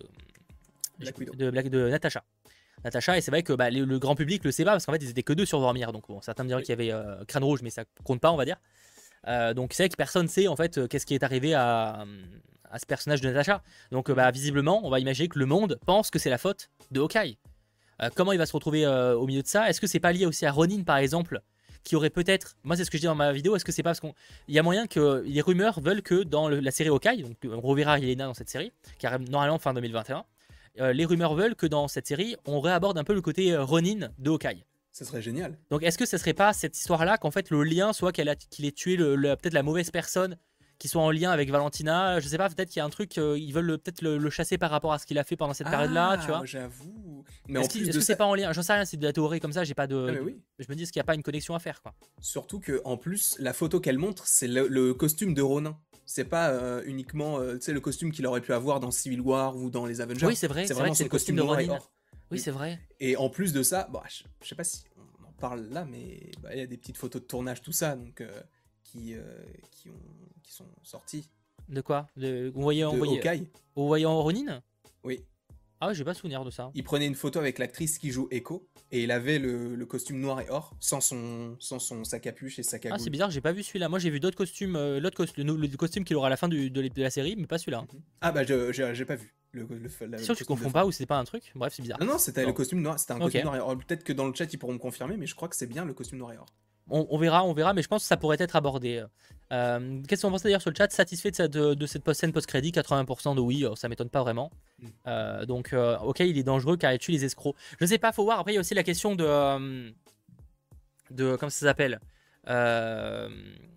Black de, de, de, de Natasha. Natasha, et c'est vrai que bah, le, le grand public le sait pas parce qu'en fait ils étaient que deux sur Vormir. Donc bon, certains me diraient oui. qu'il y avait euh, Crâne Rouge, mais ça compte pas, on va dire. Euh, donc c'est vrai que personne ne sait en fait euh, qu'est-ce qui est arrivé à, à ce personnage de Natasha. Donc euh, bah, visiblement, on va imaginer que le monde pense que c'est la faute de Hawkeye. Euh, comment il va se retrouver euh, au milieu de ça? Est-ce que c'est pas lié aussi à Ronin par exemple, qui aurait peut-être, moi c'est ce que je dis dans ma vidéo, est-ce que c'est pas parce qu'on, il y a moyen que les rumeurs veulent que dans le, la série Hawkeye, donc on reverra Yelena dans cette série, qui arrive normalement fin deux mille vingt et un, euh, les rumeurs veulent que dans cette série, on réaborde un peu le côté euh, Ronin de Hawkeye. Ça serait génial. Donc est-ce que ce serait pas cette histoire-là qu'en fait le lien soit qu'elle a qu'il ait tué le, le, peut-être la mauvaise personne qui soit en lien avec Valentina, je sais pas, peut-être qu'il y a un truc, euh, ils veulent peut-être le, le chasser par rapport à ce qu'il a fait pendant cette ah, période-là, tu vois. J'avoue. Mais est-ce en plus qu est-ce de que ça... c'est pas en lien? J'en sais rien, c'est de la théorie comme ça, j'ai pas de. Ah, oui. Je me dis, est-ce qu'il n'y a pas une connexion à faire, quoi. Surtout que en plus, la photo qu'elle montre, c'est le, le costume de Ronin. C'est pas euh, uniquement, euh, tu sais, le costume qu'il aurait pu avoir dans Civil War ou dans les Avengers. Oui, c'est vrai, c'est vraiment vrai que c'est le costume, costume de Ronin. Oui, c'est vrai. Et en plus de ça, bon, je, je sais pas si on en parle là, mais il bah, y a des petites photos de tournage, tout ça, donc euh, qui, euh, qui, ont, qui sont sorties. De quoi? de, Vous voyez en Hawkeye. Vous voyez en Ronin? Oui. Ah ouais, j'ai pas souvenir de ça. Il prenait une photo avec l'actrice qui joue Echo et il avait le, le costume noir et or sans son, sans son sa capuche et sa cagoule. Ah, c'est bizarre, j'ai pas vu celui-là. Moi, j'ai vu d'autres costumes, euh, l'autre costume, le, le costume qu'il aura à la fin du, de, de la série, mais pas celui-là. Mm-hmm. Ah bah je, j'ai, j'ai pas vu. Le, le, le, C'est sûr que tu confonds pas ou c'était pas un truc? Bref, c'est bizarre. Non, non, c'était bon. le costume noir, c'était un okay. costume noir et or. Peut-être que dans le chat ils pourront me confirmer, mais je crois que c'est bien le costume noir et or. On, on verra, on verra, mais je pense que ça pourrait être abordé. Euh, Qu'est-ce qu'on pense d'ailleurs sur le chat? Satisfait de, cette, de, de cette scène post-crédit? quatre-vingts pour cent de oui, ça m'étonne pas vraiment. Mm. Euh, donc, euh, ok, il est dangereux car il tue les escrocs. Je sais pas, faut voir. Après, il y a aussi la question de. Euh, de comment ça s'appelle euh,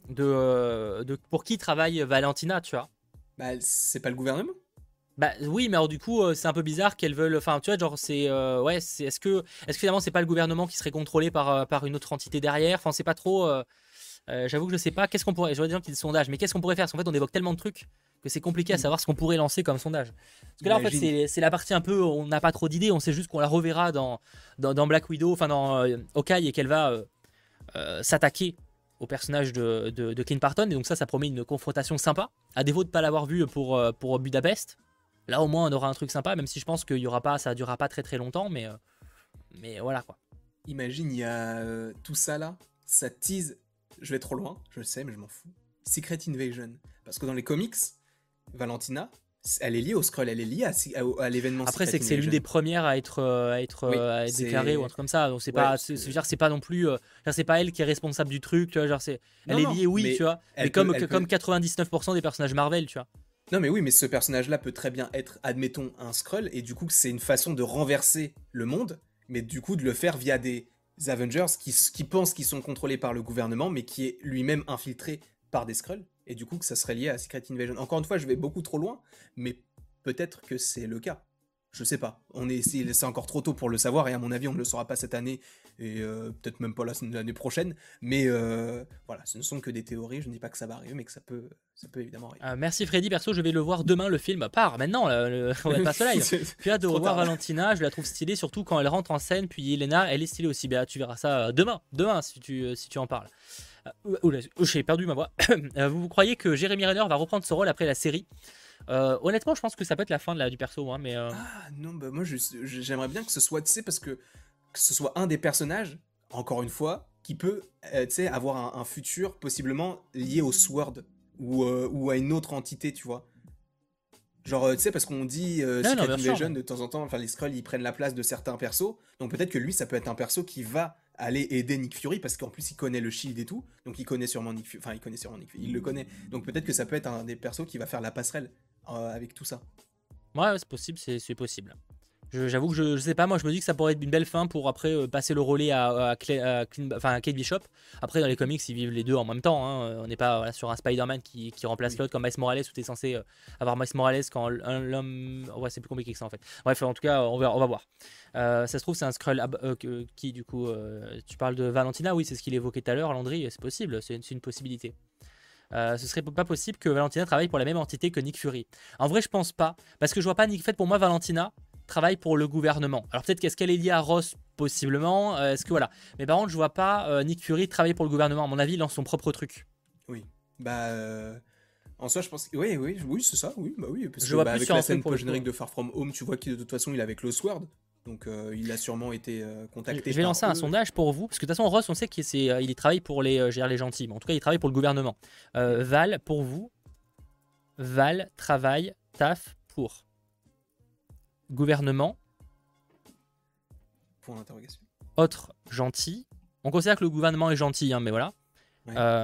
de, de pour qui travaille Valentina, tu vois? Bah, c'est pas le gouvernement? Bah oui, mais alors du coup, euh, c'est un peu bizarre qu'elles veulent. Enfin, tu vois, genre, c'est. Euh, ouais, c'est. Est-ce que, est-ce que finalement, c'est pas le gouvernement qui serait contrôlé par, euh, par une autre entité derrière? Enfin, c'est pas trop. Euh, euh, J'avoue que je sais pas. Qu'est-ce qu'on pourrait. Je vois des gens qui disent sondage, mais qu'est-ce qu'on pourrait faire? Parce qu'en fait, on évoque tellement de trucs que c'est compliqué à savoir ce qu'on pourrait lancer comme sondage. Parce que là, Imagine. En fait, c'est la partie un peu. On n'a pas trop d'idées. On sait juste qu'on la reverra dans, dans, dans Black Widow, enfin dans euh, Hawkeye, et qu'elle va euh, euh, s'attaquer au personnage de, de, de Clint Barton. Et donc, ça, ça promet une confrontation sympa. À défaut de ne pas l'avoir vu pour, euh, pour Budapest. Là au moins on aura un truc sympa, même si je pense qu'il y aura pas, ça durera pas très très longtemps, mais, euh, mais voilà quoi. Imagine, il y a euh, tout ça là, ça tease, je vais trop loin, je le sais mais je m'en fous. Secret Invasion, parce que dans les comics, Valentina, elle est liée au Skrull, elle est liée à, à, à l'événement. Après c'est que c'est l'une des premières à être, à être, oui, à être déclarée ou un truc comme ça, donc c'est ouais, pas, c'est dire c'est pas non plus, euh, c'est pas elle qui est responsable du truc, tu vois, genre c'est, elle non, est liée non, oui, tu vois, mais comme, peut, comme peut... quatre-vingt-dix-neuf pour cent des personnages Marvel, tu vois. Non mais oui, mais ce personnage-là peut très bien être, admettons, un Skrull, et du coup c'est une façon de renverser le monde, mais du coup de le faire via des Avengers qui, qui pensent qu'ils sont contrôlés par le gouvernement, mais qui est lui-même infiltré par des Skrulls, et du coup que ça serait lié à Secret Invasion. Encore une fois, je vais beaucoup trop loin, mais peut-être que c'est le cas. Je sais pas, on est, c'est encore trop tôt pour le savoir, et à mon avis on ne le saura pas cette année, et euh, peut-être même pas l'année prochaine, mais euh, voilà, ce ne sont que des théories, je ne dis pas que ça va arriver, mais que ça peut, ça peut évidemment arriver. Euh, merci Freddy, perso je vais le voir demain le film, part maintenant, le, le, on va pas ce live. Puis hâte de revoir tard. Valentina, je la trouve stylée, surtout quand elle rentre en scène, puis Elena, elle est stylée aussi, bah, tu verras ça demain, demain si tu, si tu en parles. Euh, oula, j'ai perdu ma voix. Vous croyez que Jeremy Renner va reprendre ce rôle après la série? Euh, honnêtement, je pense que ça peut être la fin de la, du perso, hein, mais. Euh... Ah non, bah moi j'aimerais bien que ce soit, tu sais, parce que que ce soit un des personnages, encore une fois, qui peut, euh, tu sais, avoir un, un futur possiblement lié au Sword ou euh, ou à une autre entité, tu vois. Genre, tu sais, parce qu'on dit euh, Secret Invasion de temps en temps, enfin les Skrulls ils prennent la place de certains persos, donc peut-être que lui ça peut être un perso qui va aller aider Nick Fury parce qu'en plus il connaît le Shield et tout, donc il connaît sûrement Nick Fury, enfin il connaît sûrement Nick Fury, il le connaît, donc peut-être que ça peut être un des persos qui va faire la passerelle euh, avec tout ça. Ouais, c'est possible, c'est possible. J'avoue que je, je sais pas, moi je me dis que ça pourrait être une belle fin pour après euh, passer le relais à, à, à, à, à Kate Bishop. Après dans les comics ils vivent les deux en même temps, hein. On n'est pas voilà, sur un Spider-Man qui, qui remplace oui. l'autre comme Miles Morales où tu es censé euh, avoir Miles Morales quand l'homme... Ouais c'est plus compliqué que ça en fait. Bref en tout cas on va, on va voir. Euh, ça se trouve c'est un Skrull euh, qui du coup... Euh, tu parles de Valentina, oui c'est ce qu'il évoquait tout à l'heure, Landry, c'est possible, c'est une, une possibilité. Euh, ce serait pas possible que Valentina travaille pour la même entité que Nick Fury. En vrai je pense pas, parce que je vois pas Nick... En fait pour moi Valentina travaille pour le gouvernement. Alors peut-être qu'est-ce qu'elle est liée à Ross possiblement, euh, est-ce que voilà. Mais par contre je vois pas euh, Nick Fury travailler pour le gouvernement. À mon avis il lance son propre truc. Oui. Bah euh, en soi je pense que oui oui oui c'est ça oui bah oui parce je que vois bah, plus avec sur la un scène pour générique de Far From Home tu vois qu'il de toute façon il est avec le Sword. Donc euh, il a sûrement été euh, contacté. Je vais lancer eux. un sondage pour vous parce que de toute façon Ross on sait qu'il euh, il travaille pour les euh, les gentils, mais en tout cas il travaille pour le gouvernement. Euh, Val pour vous. Val travaille taf pour gouvernement. Point d'interrogation. Autre gentil. On considère que le gouvernement est gentil, hein, mais voilà. Ouais. Euh...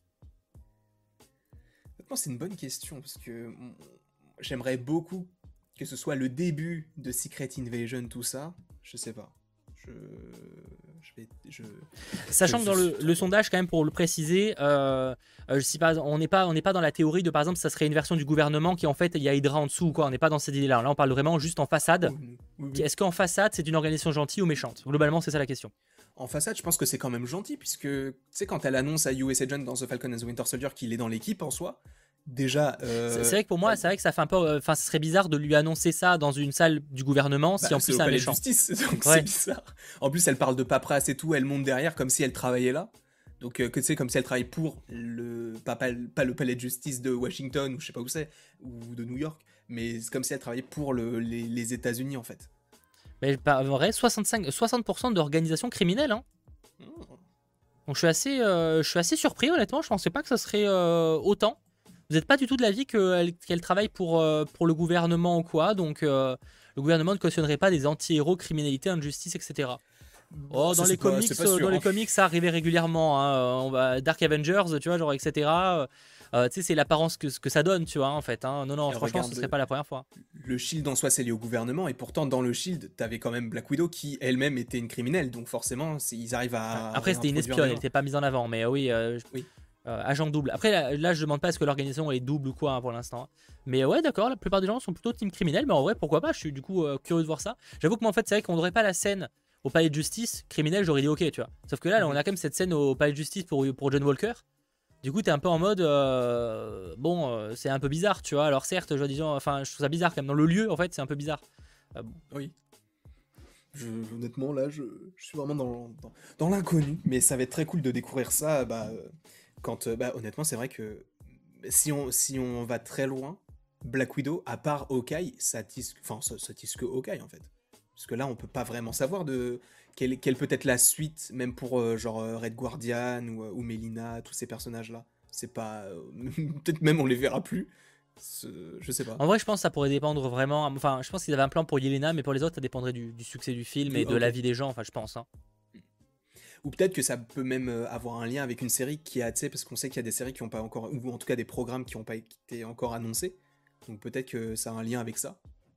C'est une bonne question parce que j'aimerais beaucoup que ce soit le début de Secret Invasion, tout ça. Je sais pas. Je, je vais, je... Sachant je que dans le, le sondage, quand même, pour le préciser, euh, euh, si pas, on n'est pas, on n'est pas dans la théorie de, par exemple, ça serait une version du gouvernement qui en fait il y a Hydra en dessous ou quoi. On n'est pas dans cette idée-là. Là, on parle vraiment juste en façade. Oui, oui, oui. Est-ce qu'en façade, c'est une organisation gentille ou méchante? Globalement, c'est ça la question. En façade, je pense que c'est quand même gentil puisque tu sais quand elle annonce à U S Agent dans The Falcon and the Winter Soldier qu'il est dans l'équipe en soi. Déjà, euh... c'est vrai que pour moi, c'est vrai que ça fait un peu. Enfin, euh, ce serait bizarre de lui annoncer ça dans une salle du gouvernement bah, si en plus c'est un méchant. Justice, donc ouais. c'est bizarre. En plus, elle parle de paperasse et tout, elle monte derrière comme si elle travaillait là. Donc, euh, que c'est comme si elle travaille pour le pas, pas, pas le palais de justice de Washington ou je sais pas où c'est, ou de New York, mais c'est comme si elle travaillait pour le, les, les États-Unis en fait. Mais en vrai, soixante-cinq, soixante pour cent d'organisations criminelles. Hein. Mmh. Donc je suis assez, euh, je suis assez surpris honnêtement. Je pensais pas que ça serait euh, autant. Vous n'êtes pas du tout de l'avis qu'elle qu'elle travaille pour, euh, pour le gouvernement ou quoi. Donc euh, le gouvernement ne cautionnerait pas des anti-héros, criminalité, injustice, et cetera. Oh, dans Ça, les c'est pas, comics, c'est pas euh, sûr, dans les hein. comics, ça arrivait régulièrement. Hein. On va Dark Avengers, tu vois, genre et cetera. Euh, tu sais, c'est l'apparence que, que ça donne, tu vois, en fait. Hein. Non, non, Et franchement, ce regarde, serait pas la première fois. le Shield en soi c'est lié au gouvernement, et pourtant dans le Shield, t'avais quand même Black Widow qui elle-même était une criminelle, donc forcément c'est- ils arrivent à Après, c'était une réintroduire espionne, les elle gens. n'était pas mise en avant, mais euh, oui, euh, Oui. euh, agent double. Après, là, là, je demande pas est-ce que l'organisation est double ou quoi hein, pour l'instant. Hein. Mais euh, ouais, d'accord, la plupart des gens sont plutôt team criminel, mais en vrai, pourquoi pas. Je suis du coup euh, curieux de voir ça. J'avoue que moi, en fait, c'est vrai qu'on n'aurait pas la scène au palais de justice criminel, j'aurais dit ok, tu vois. Sauf que là, là, on Mhm. a quand même cette scène au palais de justice pour, pour John Walker. Du coup, t'es un peu en mode euh, bon, euh, c'est un peu bizarre, tu vois. Alors certes, je disons, enfin, je trouve ça bizarre quand même. Dans le lieu, en fait, c'est un peu bizarre. Euh, bon. Oui. Je, honnêtement, là, je, je suis vraiment dans, dans, dans l'inconnu, mais ça va être très cool de découvrir ça. Bah, euh, quand, euh, bah, honnêtement, c'est vrai que si on, si on va très loin, Black Widow, à part Hawkeye, ça tisse, enfin, ça, ça tisse que Hawkeye en fait. Parce que là, on peut pas vraiment savoir de quelle, quelle peut être la suite, même pour euh, genre euh, Red Guardian ou, euh, ou Melina, tous ces personnages-là. C'est pas, euh, peut-être même on les verra plus. C'est- Je sais pas. En vrai, je pense que ça pourrait dépendre vraiment. Enfin, je pense qu'ils avaient un plan pour Yelena, mais pour les autres, ça dépendrait du, du succès du film Du- et de ok. l'avis des gens. Enfin, je pense. Hein. Ou peut-être que ça peut même euh, avoir un lien avec une série qui a, tu sais, parce qu'on sait qu'il y a des séries qui n'ont pas encore, ou en tout cas des programmes qui n'ont pas été encore annoncés. Donc peut-être que ça a un lien avec ça.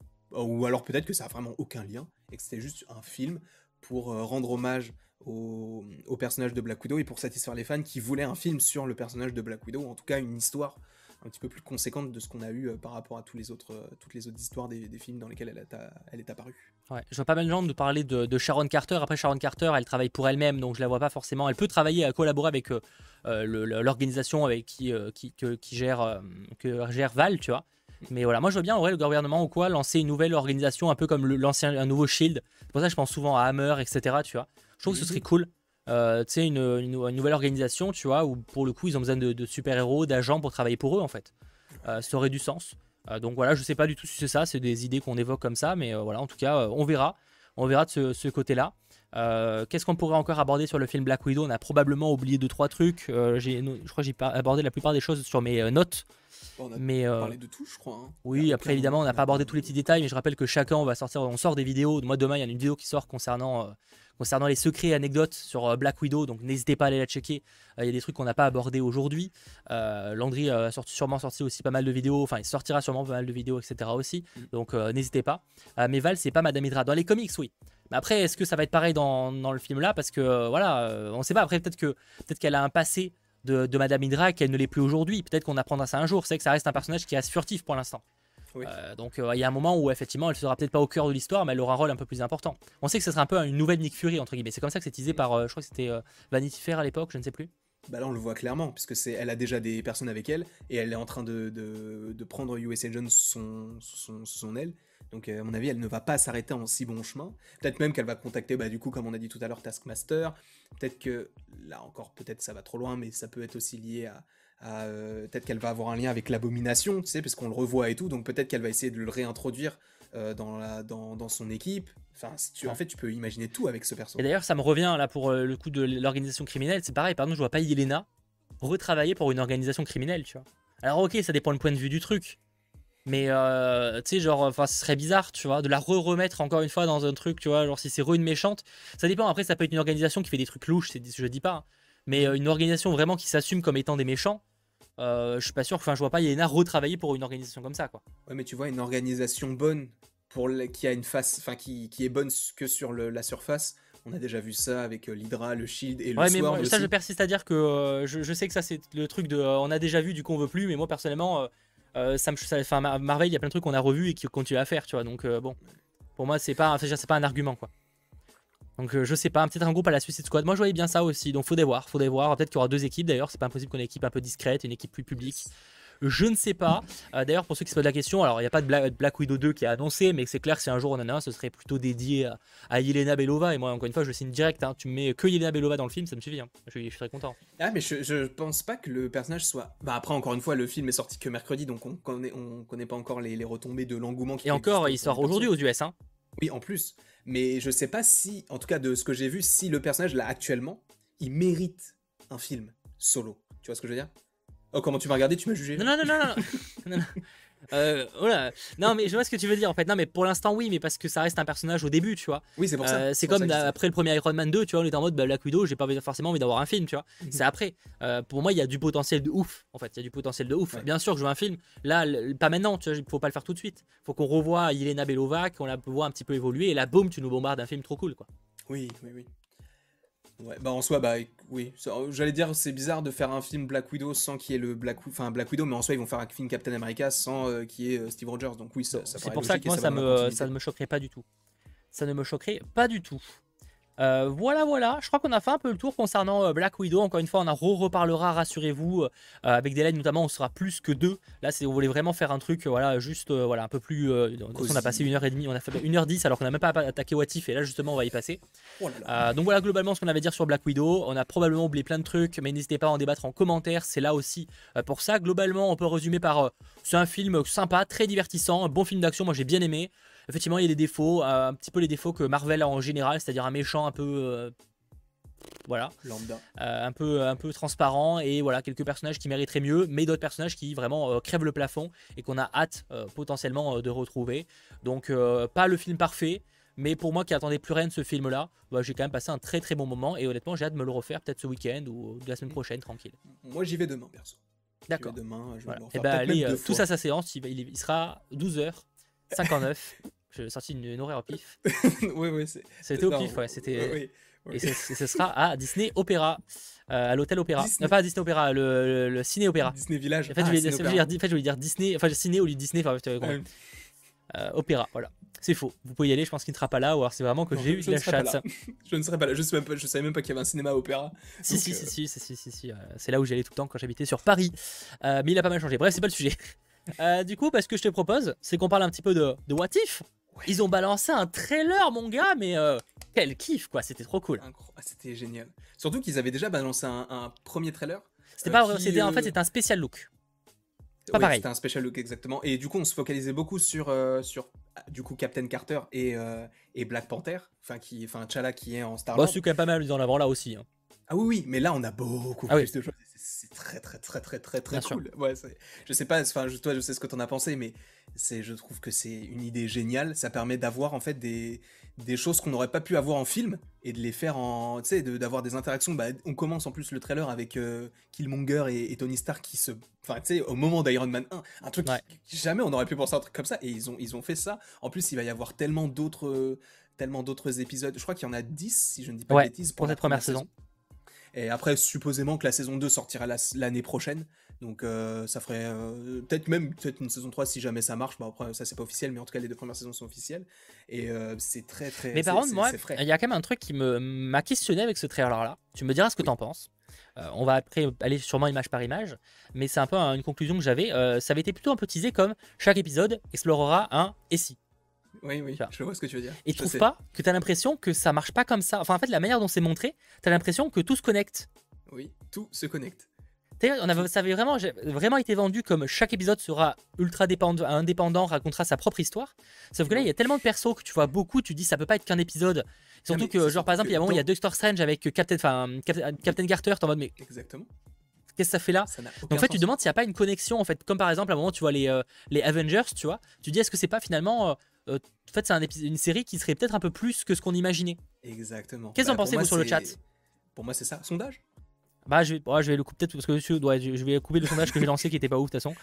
Ou alors peut-être que ça a vraiment aucun lien et que c'était juste un film pour euh, rendre hommage au, au personnage de Black Widow et pour satisfaire les fans qui voulaient un film sur le personnage de Black Widow, ou en tout cas une histoire un petit peu plus conséquente de ce qu'on a eu euh, par rapport à tous les autres, euh, toutes les autres histoires des, des films dans lesquels elle, a- elle est apparue. Ouais. Je vois pas mal de gens nous parler de, de Sharon Carter. Après, Sharon Carter, elle travaille pour elle-même, donc je la vois pas forcément. Elle peut travailler, à collaborer avec euh, euh, le- le- l'organisation avec qui, euh, qui, que- qui gère, euh, que gère Val, tu vois. Mais voilà, moi je vois bien en vrai le gouvernement ou quoi lancer une nouvelle organisation un peu comme le- l'ancien, un nouveau Shield. C'est pour ça que je pense souvent à Hammer, et cetera. Tu vois. Je trouve que ce serait cool. Euh, tu sais, une, une, une nouvelle organisation, tu vois, où pour le coup ils ont besoin de, de super-héros, d'agents pour travailler pour eux en fait. Euh, ça aurait du sens. Euh, donc voilà, je sais pas du tout si c'est ça, c'est des idées qu'on évoque comme ça, mais euh, voilà, en tout cas, euh, on verra. On verra de ce, ce côté-là. Euh, Qu'est-ce qu'on pourrait encore aborder sur le film Black Widow? On a probablement oublié deux trois trucs. Euh, j'ai- je crois que j'ai pas abordé la plupart des choses sur mes euh, notes. Bon, on a Mais euh, parlé de tout, je crois. Hein. Il y oui, a après aucun évidemment, moment on n'a qu'on pas a abordé tous les petits détails, mais je rappelle que chacun, on va sortir, on sort des vidéos. Moi, demain, il y a une vidéo qui sort concernant, euh, concernant les secrets et anecdotes sur euh, Black Widow, donc n'hésitez pas à aller la checker. Euh, Il y a des trucs qu'on n'a pas abordés aujourd'hui. Euh, Landry a sorti, sûrement sorti aussi pas mal de vidéos, enfin, il sortira sûrement pas mal de vidéos, et cetera aussi. Mm. Donc euh, n'hésitez pas. Euh, mais Val, c'est pas Madame Hydra. Dans les comics, oui. Mais après, est-ce que ça va être pareil dans, dans le film là? Parce que euh, voilà, euh, on sait pas. Après, peut-être que peut-être qu'elle a un passé de, de Madame Hydra qu'elle ne l'est plus aujourd'hui. Peut-être qu'on apprendra ça un jour. C'est vrai que ça reste un personnage qui est assez furtif pour l'instant. Oui. Euh, donc euh, il y a un moment où effectivement elle sera peut-être pas au cœur de l'histoire, mais elle aura un rôle un peu plus important. On sait que ce sera un peu une nouvelle Nick Fury entre guillemets. C'est comme ça que c'est teasé par, euh, je crois que c'était euh, Vanity Fair à l'époque, je ne sais plus. Bah là, on le voit clairement, puisque c'est, elle a déjà des personnes avec elle, et elle est en train de, de, de prendre U S Agent sous son, sous son, sous son aile. Donc, euh, à mon avis, elle ne va pas s'arrêter en si bon chemin. Peut-être même qu'elle va contacter, bah, du coup, comme on a dit tout à l'heure, Taskmaster. Peut-être que, là encore, peut-être ça va trop loin, mais ça peut être aussi lié à. à, euh, peut-être qu'elle va avoir un lien avec l'Abomination, tu sais, parce qu'on le revoit et tout. Donc, peut-être qu'elle va essayer de le réintroduire euh, dans, la, dans, dans son équipe. Enfin, si tu, en fait, tu peux imaginer tout avec ce perso. Et d'ailleurs, ça me revient là pour euh, le coup de l'organisation criminelle. C'est pareil, par exemple, je vois pas Yelena retravailler pour une organisation criminelle, tu vois. Alors, ok, ça dépend du point de vue du truc. Mais euh, tu sais, genre, enfin, ce serait bizarre, tu vois, de la re-remettre encore une fois dans un truc, tu vois, genre si c'est re une méchante. Ça dépend, après, ça peut être une organisation qui fait des trucs louches, c'est- je dis pas. Hein. Mais euh, une organisation vraiment qui s'assume comme étant des méchants, euh, je suis pas sûr, enfin, je vois pas Yelena retravailler pour une organisation comme ça, quoi. Ouais, mais tu vois, une organisation bonne, pour le- qui a une face, enfin, qui, qui est bonne que sur le- la surface. On a déjà vu ça avec euh, l'Hydra, le Shield et le Ouais, mais Sword moi, ça, aussi. je persiste à dire que euh, je, je sais que ça, c'est le truc de. Euh, on a déjà vu, du coup, on veut plus, mais moi, personnellement, euh, euh, ça me. ça- Enfin, Mar- Marvel, il y a plein de trucs qu'on a revus et qui continuent à faire, tu vois, donc euh, bon. Pour moi, c'est pas, enfin, c'est pas un argument, quoi. Donc euh, je sais pas, peut-être un groupe à la Suicide Squad. Moi je voyais bien ça aussi, donc faudrait voir, faudrait voir. Peut-être qu'il y aura deux équipes d'ailleurs, c'est pas impossible qu'on ait une équipe un peu discrète, une équipe plus publique. Yes. Je ne sais pas. Euh, D'ailleurs, pour ceux qui se posent la question, alors il n'y a pas de Bla- Black Widow deux qui est annoncé, mais c'est clair que si un jour on en a un, ce serait plutôt dédié à, à Yelena Belova. Et moi, encore une fois, je le signe direct. Hein. Tu me mets que Yelena Belova dans le film, ça me suffit. Hein. Je, suis, je suis très content. Ah, mais je, je pense pas que le personnage soit. Bah, après, encore une fois, le film est sorti que mercredi, donc on connaît, on connaît pas encore les, les retombées de l'engouement qui Et peut encore, exister il pour sort le aujourd'hui perso. aux U S. Hein. Oui, en plus. Mais je sais pas si, en tout cas de ce que j'ai vu, si le personnage là actuellement, il mérite un film solo. Tu vois ce que je veux dire? Oh, comment tu m'as regardé? Tu m'as jugé Non, là? non, non, non, non. non, non. Euh, voilà. Non, mais je vois ce que tu veux dire en fait. Non, mais pour l'instant, oui, mais parce que ça reste un personnage au début, tu vois. Oui, c'est pour ça. Euh, C'est c'est pour ça comme que je dis ça. après le premier Iron Man deux, tu vois, on était en mode bah, Black Widow, j'ai pas forcément envie d'avoir un film, tu vois. Mhm. C'est après. Euh, pour moi, il y a du potentiel de ouf, en fait. Il y a du potentiel de ouf. Ouais. Bien sûr que je veux un film. Là, le- pas maintenant, tu vois, il faut pas le faire tout de suite. Faut qu'on revoie Yelena Belova, qu'on la voit un petit peu évoluer, et là, boum, tu nous bombardes un film trop cool, quoi. Oui, oui, oui. Ouais, bah en soi, bah oui. Ça, j'allais dire, c'est bizarre de faire un film Black Widow sans qu'il y ait le Black, Wi- enfin Black Widow, mais en soi, ils vont faire un film Captain America sans euh, qu'il y ait euh, Steve Rogers. Donc oui, ça, ça C'est paraît pour ça logique que et moi, ça ça va dans la me, continuité. ça ne me choquerait pas du tout. Ça ne me choquerait pas du tout. Euh, voilà, voilà, je crois qu'on a fait un peu le tour concernant euh, Black Widow. Encore une fois, on en re-reparlera, rassurez-vous. Euh, avec des lives notamment, on sera plus que deux. Là, c'est, on voulait vraiment faire un truc, euh, voilà, juste, euh, voilà, un peu plus. Euh, de toute façon, on a passé une heure et demie, on a fait une heure dix alors qu'on n'a même pas attaqué What If, et là, justement, on va y passer. Oh là là. Euh, donc voilà, globalement, ce qu'on avait à dire sur Black Widow. On a probablement oublié plein de trucs, mais n'hésitez pas à en débattre en commentaire. C'est là aussi euh, pour ça. Globalement, on peut résumer par euh, c'est un film sympa, très divertissant, un bon film d'action. Moi, j'ai bien aimé. Effectivement, il y a des défauts, euh, un petit peu les défauts que Marvel a en général, c'est-à-dire un méchant un peu. Euh, voilà, Lambda. euh, un peu un peu transparent, et voilà, quelques personnages qui mériteraient mieux, mais d'autres personnages qui vraiment euh, crèvent le plafond et qu'on a hâte euh, potentiellement euh, de retrouver. Donc euh, pas le film parfait, mais pour moi qui attendais plus rien de ce film là, bah, j'ai quand même passé un très très bon moment, et honnêtement j'ai hâte de me le refaire peut-être ce week-end ou de la semaine prochaine, tranquille. Moi, j'y vais demain, perso. J'y vais D'accord. demain, je vais Voilà. me le Et refaire bah peut-être allez, même euh, deux tout fois. ça sa séance, il, va- il- il sera douze heures cinquante-neuf. J'ai sorti une, une horaire au pif. Oui, oui, c'est. C'était au non, pif, ouais, c'était. oui, oui, Et oui. ce, ce sera à Disney Opéra, euh, à l'hôtel Opéra. Disney. Non, pas à Disney Opéra, le, le, le Ciné Opéra. Disney Village. En fait, Ah, je voulais, Ciné dire, je voulais Opéra. dire- en fait, je voulais dire Disney, enfin Ciné au lieu de Disney, enfin, tu vois, Ouais. euh, Opéra, voilà. C'est faux. Vous pouvez y aller, je pense qu'il ne sera pas là, ou alors c'est vraiment que Non, j'ai eu je de ne la serai pas chatte. là. Je ne serais pas là. Je sais même pas, je savais même pas qu'il y avait un cinéma opéra. Si, Donc, si, euh, si, si, si, si, si, si, euh, c'est là où j'allais tout le temps quand j'habitais sur Paris. Euh, mais il a pas mal changé. Bref, c'est pas le sujet. Euh, du coup, bah, ce que je te propose, c'est qu'on parle un petit peu de, de What If. Ouais. Ils ont balancé un trailer, mon gars, mais euh, quel kiff, quoi. C'était trop cool. incro- ah, c'était génial. Surtout qu'ils avaient déjà balancé un, un premier trailer. C'était euh, pas vrai, qui, c'était en euh, fait, c'était un spécial look. Pas ouais, pareil. c'était un special look exactement. Et du coup, on se focalisait beaucoup sur, euh, sur ah, du coup, Captain Carter et, euh, et Black Panther. Enfin, qui, enfin, T'Challa qui est en Star Bah, Lord. c'est quand même pas mal mis en avant là aussi. Hein. Ah oui, oui, mais là, on a beaucoup Ah oui. plus de choses. C'est c'est très, très, très, très, très, très Bien sûr. cool. Ouais, c'est- je sais pas, enfin, je- toi, je sais ce que t'en as pensé, mais c'est, je trouve que c'est une idée géniale. Ça permet d'avoir en fait des, des choses qu'on n'aurait pas pu avoir en film et de les faire en, tu sais, de- d'avoir des interactions. Bah, on commence en plus le trailer avec euh, Killmonger et, et Tony Stark qui se, enfin, tu sais, au moment d'Iron Man un, un truc Ouais. qui- qui- jamais on aurait pu penser à un truc comme ça, et ils ont, ils ont fait ça. En plus, il va y avoir tellement d'autres, euh, tellement d'autres épisodes. Je crois qu'il y en a dix, si je ne dis pas Ouais, de bêtises, pour la cette première saison. Et après, supposément que la saison deux sortira la- l'année prochaine. Donc euh, ça ferait euh, peut-être même peut-être une saison trois si jamais ça marche. Bon, après, ça c'est pas officiel, mais en tout cas, les deux premières saisons sont officielles. Et euh, c'est très, très. Mais c'est- par contre, c'est- moi, c'est frais. il y a quand même un truc qui me m'a questionné avec ce trailer-là. Tu me diras ce que Oui. t'en penses. Euh, on va après aller sûrement image par image, mais c'est un peu un- une conclusion que j'avais. Euh, ça avait été plutôt un peu teasé comme chaque épisode explorera un et si. Oui, oui, Tu vois. je vois ce que tu veux dire. Et Je tu trouves sais. pas que t'as l'impression que ça marche pas comme ça. Enfin, en fait, la manière dont c'est montré, t'as l'impression que tout se connecte. Oui, tout se connecte. Tu sais, on avait, ça avait vraiment, j'ai- vraiment été vendu comme chaque épisode sera ultra dépendant, indépendant, racontera sa propre histoire. Sauf que là, il y a tellement de persos que tu vois beaucoup, tu dis ça peut pas être qu'un épisode. Surtout mais que, c'est genre, par surtout exemple, il y a un que moment, il y a dans- Doctor Strange avec Captain, enfin, Cap- Captain Carter, t'es en mode, mais Exactement. qu'est-ce que ça fait là? Ça n'a aucun Donc en fait, tu sens. te demandes s'il n'y a pas une connexion, en fait, comme par exemple, à un moment, tu vois les, euh, les Avengers, tu vois, tu dis, est-ce que c'est pas finalement. Euh, euh, en fait, c'est un épisode- une série qui serait peut-être un peu plus que ce qu'on imaginait. Exactement. Qu'est-ce que Bah, vous en pensez, pour moi, vous, sur le c'est- chat? Pour moi, c'est ça. Sondage. Bah, je vais, ouais, je vais le couper peut-être parce que je, ouais, je je vais couper le sondage que j'ai lancé qui était pas ouf de toute façon.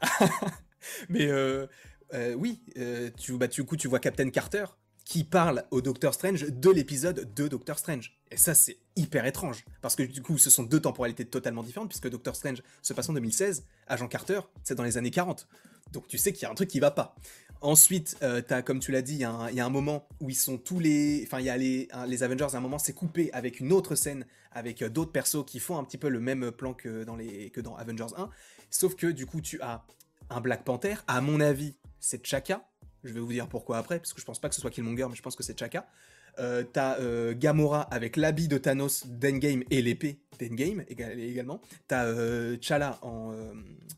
Mais euh, euh, oui, euh, tu, bah, du coup, tu vois Captain Carter qui parle au Doctor Strange de l'épisode de Doctor Strange. Et ça, c'est hyper étrange. Parce que du coup, ce sont deux temporalités totalement différentes, puisque Doctor Strange se passe en deux mille seize, Agent Carter, c'est dans les années quarante. Donc tu sais qu'il y a un truc qui va pas. Ensuite, euh, t'as, comme tu l'as dit, il y, a un- il y a un moment où ils sont tous les... Enfin, il y a les, un- les Avengers, à un moment, c'est coupé avec une autre scène, avec euh, d'autres persos qui font un petit peu le même plan que dans, les, que dans Avengers un. Sauf que, du coup, tu as un Black Panther. À mon avis, c'est T'Chaka. Je vais vous dire pourquoi après, parce que je pense pas que ce soit Killmonger, mais je pense que c'est T'Chaka. Euh, t'as euh, Gamora avec l'habit de Thanos d'Endgame et l'épée d'Endgame éga- également. T'as euh, T'Challa en, euh,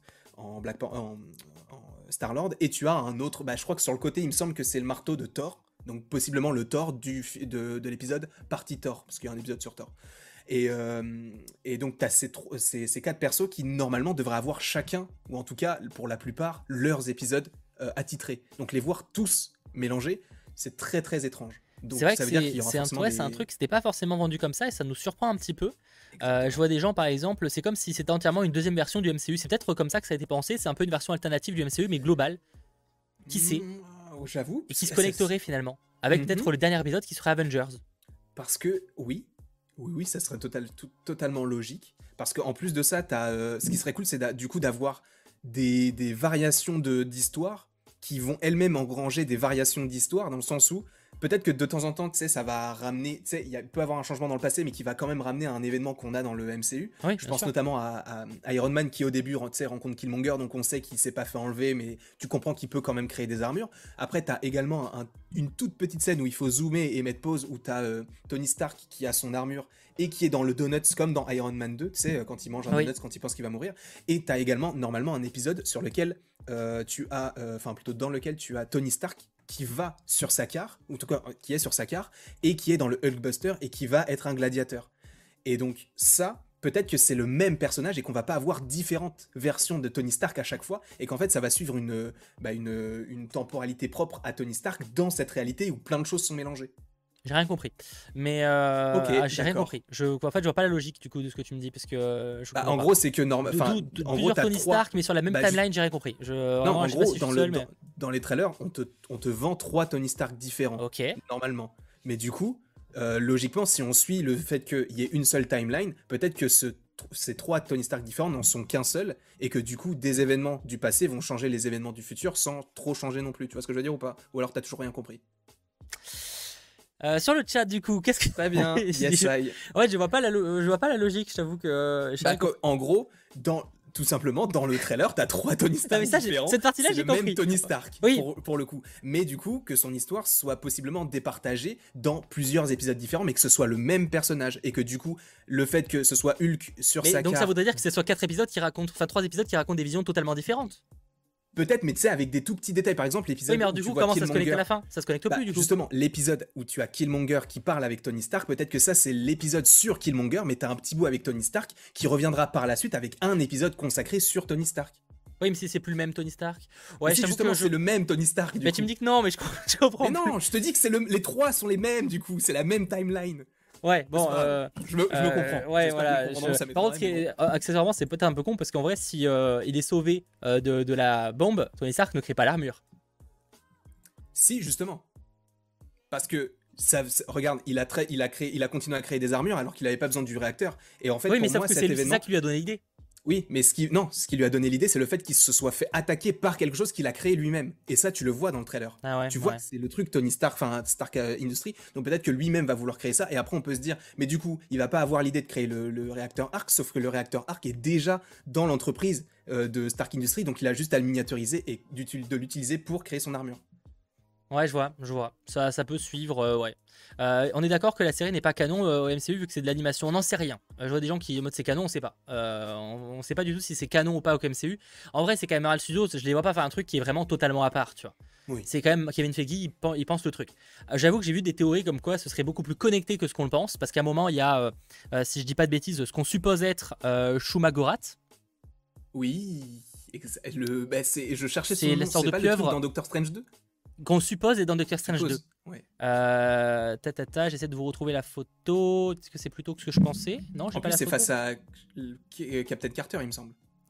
en Black Pan- en, en Star-Lord. Et tu as un autre, bah, je crois que sur le côté, il me semble que c'est le marteau de Thor. Donc possiblement le Thor du, fi- de, de l'épisode Partie Thor, parce qu'il y a un épisode sur Thor. Et, euh, et donc t'as ces, tro- ces, ces quatre persos qui normalement devraient avoir chacun, ou en tout cas pour la plupart, leurs épisodes euh, attitrés. Donc les voir tous mélangés, c'est très très étrange. C'est Donc vrai que ça veut dire qu'il c'est y aura c'est un, forcément ouais, des... c'est un truc, c'était pas forcément vendu comme ça et ça nous surprend un petit peu. Euh, je Exactement. vois des gens par exemple, c'est comme si c'était entièrement une deuxième version du M C U. C'est peut-être comme ça que ça a été pensé, c'est un peu une version alternative du M C U mais globale, qui sait, Mmh, j'avoue. et qui se c'est- c'est- connecterait finalement. Avec Mhm. peut-être le dernier épisode qui serait Avengers. Parce que oui, oui, oui, ça serait total, tout- totalement logique. Parce qu'en plus de ça, t'as, euh, ce qui serait cool, c'est d'a- du coup d'avoir des, des variations de, d'histoire qui vont elles-mêmes engranger des variations d'histoire, dans le sens où peut-être que de temps en temps, tu sais, ça va ramener, tu sais, il y a- il peut avoir un changement dans le passé, mais qui va quand même ramener à un événement qu'on a dans le M C U. Oui, Je bien pense sûr. notamment à, à- à Iron Man qui au début, tu sais, rencontre Killmonger, donc on sait qu'il s'est pas fait enlever, mais tu comprends qu'il peut quand même créer des armures. Après, t'as également un- une toute petite scène où il faut zoomer et mettre pause, où t'as euh, Tony Stark qui a son armure et qui est dans le Donuts comme dans Iron Man deux, tu sais, euh, quand il mange un Oui. Donuts, quand il pense qu'il va mourir. Et t'as également normalement un épisode sur lequel euh, tu as, euh, enfin plutôt dans lequel tu as Tony Stark qui va sur sa car, ou en tout cas euh, qui est sur sa car, et qui est dans le Hulkbuster et qui va être un gladiateur. Et donc ça, peut-être que c'est le même personnage et qu'on va pas avoir différentes versions de Tony Stark à chaque fois, et qu'en fait ça va suivre une, bah, une, une temporalité propre à Tony Stark dans cette réalité où plein de choses sont mélangées. J'ai rien compris. Mais euh, Ok, ah, j'ai rien d'accord. compris. Je, en fait, je vois pas la logique du coup de ce que tu me dis parce que euh, je Bah, comprends en pas. gros, c'est que norme... De- enfin, d'où- de- en gros, plusieurs t'as Tony trois. Stark, mais sur la même Bah, ju- timeline, j'ai rien compris. Je, Non, vraiment, en je sais pas gros, si je dans, suis le, seul, dans, mais dans les trailers, on te, on te vend trois Tony Stark différents, ok. normalement. Mais du coup, euh, logiquement, si on suit le fait qu'il y ait une seule timeline, peut-être que ce, ces trois Tony Stark différents n'en sont qu'un seul, et que du coup, des événements du passé vont changer les événements du futur sans trop changer non plus. Tu vois ce que je veux dire ou pas? Ou alors t'as toujours rien compris? Euh, sur le chat, du coup, qu'est-ce que Très bien, yes, je... I. Ouais, je vois pas la, lo- je vois pas la logique. Je t'avoue que euh, j'ai Bah, rien compris. co- en gros, dans, tout simplement, dans le trailer, t'as trois Tony Non, Stark mais ça, j'ai- différents. cette partie-là, C'est j'ai le même compris. Tony Stark, Oui. pour, pour le coup. Mais du coup, que son histoire soit possiblement départagée dans plusieurs épisodes différents, mais que ce soit le même personnage. Et que du coup, le fait que ce soit Hulk sur Mais sa donc ça carte, voudrait dire que ce soit quatre épisodes qui racontent, enfin trois épisodes qui racontent des visions totalement différentes. peut-être, mais tu sais, avec des tout petits détails. Par exemple, l'épisode Oui, mais alors où du tu coup, vois comment ça se connecte à Killmonger- la fin? Ça se connecte Bah, plus du coup. justement, l'épisode où tu as Killmonger qui parle avec Tony Stark, peut-être que ça c'est l'épisode sur Killmonger, mais t'as un petit bout avec Tony Stark qui reviendra par la suite avec un épisode consacré sur Tony Stark. Oui, mais si c'est plus le même Tony Stark. Ouais, Ouais, si je t'avoue justement que je- c'est le même Tony Stark. Du Mais coup. tu me dis que non, mais je, je comprends Mais plus. non, je te dis que c'est le... les trois sont les mêmes du coup, c'est la même timeline. Ouais, bon. C'est pas grave. euh, Je me, je me euh, comprends. Ouais, J'espère que voilà. vous comprendrez, je- ça Par contre, m'étonnerait, ce qui mais est- euh, accessoirement, c'est peut-être un peu con parce qu'en vrai, si euh, il est sauvé euh, de, de la bombe, Tony Stark ne crée pas l'armure. Si, justement. Parce que, ça, ça- regarde, il a, très, il, a créé, il a continué à créer des armures alors qu'il n'avait pas besoin du réacteur. Et en fait, oui, pour mais sauf moi, que cet c'est c'est événement... ça qui lui a donné l'idée. Oui, mais ce qui, non, ce qui lui a donné l'idée, c'est le fait qu'il se soit fait attaquer par quelque chose qu'il a créé lui-même. Et ça, tu le vois dans le trailer. Ah ouais, Tu vois ouais. que c'est le truc Tony Stark, enfin Stark euh, Industries, donc peut-être que lui-même va vouloir créer ça, et après on peut se dire, mais du coup, il va pas avoir l'idée de créer le, le réacteur Arc, sauf que le réacteur Arc est déjà dans l'entreprise euh, de Stark Industries, donc il a juste à le miniaturiser et d'util- de l'utiliser pour créer son armure. Ouais, je vois, je vois. Ça, ça peut suivre, euh, ouais. Euh, on est d'accord que la série n'est pas canon euh, au M C U vu que c'est de l'animation. On n'en sait rien. Euh, je vois des gens qui en mode c'est canon, on sait pas. Euh, on, on sait pas du tout si c'est canon ou pas au M C U. En vrai, c'est quand même Marvel Studios. Je les vois pas faire un truc qui est vraiment totalement à part, tu vois. Oui. C'est quand même Kevin Feige, il, pen- il pense le truc. Euh, J'avoue que j'ai vu des théories comme quoi ce serait beaucoup plus connecté que ce qu'on le pense, parce qu'à un moment il y a, euh, euh, si je dis pas de bêtises, ce qu'on suppose être euh, Shumagorat. Oui, exa- le, bah, c'est, je cherchais C'est son la nom, sorte c'est de pas le truc pieuvre. dans Doctor Strange deux. Qu'on suppose est dans Doctor Strange deux. Suppose, ouais. Euh, ta, ta, ta, j'essaie de vous retrouver la photo. Est-ce que c'est plutôt que ce que je pensais? Non, j'ai En pas plus, la c'est photo. face à euh, Captain Carter, il me semble.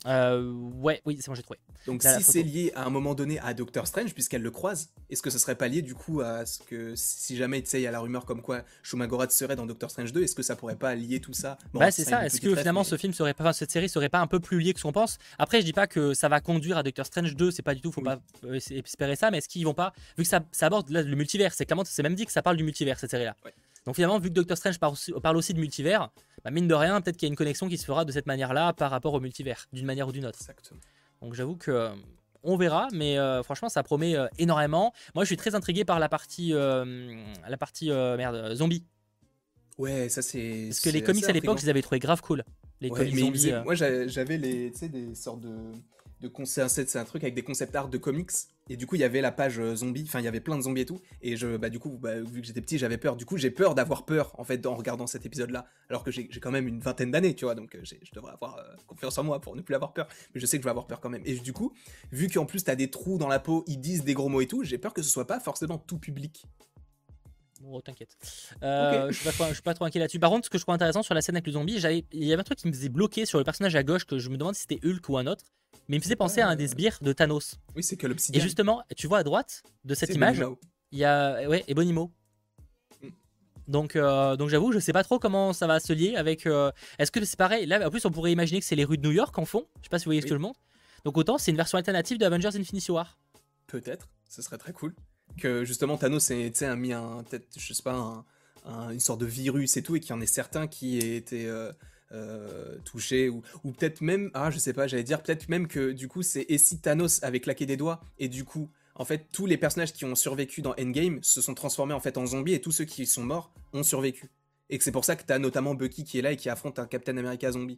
Euh, ouais, oui, c'est bon, j'ai trouvé. Donc Là, la si photo. c'est lié à un moment donné à Doctor Strange, puisqu'elle le croise, est-ce que ce serait pas lié du coup à ce que si jamais tu sais il y a la rumeur comme quoi Shumagorath serait dans Doctor Strange deux, est-ce que ça pourrait pas lier tout ça? Bon, Bah ce c'est serait ça, une est-ce petite que ref, finalement mais ce film serait pas, enfin, cette série serait pas un peu plus liée que ce qu'on pense? Après je dis pas que ça va conduire à Doctor Strange deux, c'est pas du tout, faut oui. pas euh, espérer ça, mais est-ce qu'ils vont pas, vu que ça, ça aborde là, le multivers, c'est clairement, c'est même dit que ça parle du multivers cette série là. Ouais. Donc finalement vu que Doctor Strange parle aussi, parle aussi de multivers, bah, mine de rien peut-être qu'il y a une connexion qui se fera de cette manière là par rapport au multivers, d'une manière ou d'une autre. Exactement. Donc j'avoue que euh, on verra, mais euh, franchement ça promet euh, énormément. Moi je suis très intrigué par la partie, euh, la partie euh, merde, zombie. Ouais, ça c'est. Parce que les c'est comics assez à l'époque, intriguant. je les avais trouvés grave cool. Les Ouais, comics mais il zombies. faisait- euh. moi j'a- j'avais les, tu sais, des sortes de, de concepts, c'est un truc avec des concept art de comics, et du coup il y avait la page euh, zombie, enfin il y avait plein de zombies et tout, et je, bah du coup, bah, vu que j'étais petit, j'avais peur. Du coup, j'ai peur d'avoir peur en fait en regardant cet épisode-là, alors que j'ai j'ai quand même une vingtaine d'années, tu vois, donc euh, j'ai- je devrais avoir euh, confiance en moi pour ne plus avoir peur, mais je sais que je vais avoir peur quand même. Et du coup, vu qu'en plus t'as des trous dans la peau, ils disent des gros mots et tout, j'ai peur que ce soit pas forcément tout public. Bon, t'inquiète. Euh, Ok. je suis pas trop, je suis pas trop inquiet là-dessus. Par contre, ce que je trouve intéressant sur la scène avec le zombie, j'avais- il y avait un truc qui me faisait bloquer sur le personnage à gauche, que je me demande si c'était Hulk ou un autre, mais il me faisait C'est pas, penser à un euh, des sbires de Thanos. Oui, c'est que Et l'obsidian. justement, tu vois à droite de cette C'est image, Bonimao. il y a ouais, Ebonimo. Mm. Donc, euh, donc j'avoue, je sais pas trop comment ça va se lier avec. euh, Est-ce que c'est pareil? Là, en plus, on pourrait imaginer que c'est les rues de New York en fond. Je sais pas si vous voyez ce Oui. que je montre. Donc autant c'est une version alternative de Avengers Infinity War. Peut-être, ce serait très cool. Que justement Thanos ait, tu sais, a mis un, peut-être, je sais pas, un- un- une sorte de virus et tout, et qu'il y en ait certains qui aient été euh, euh, touchés, ou, ou peut-être même, ah je sais pas, j'allais dire peut-être même que du coup c'est et si Thanos avait claqué des doigts, et du coup, en fait, tous les personnages qui ont survécu dans Endgame se sont transformés en fait en zombies, et tous ceux qui sont morts ont survécu. Et que c'est pour ça que t'as notamment Bucky qui est là et qui affronte un Captain America zombie.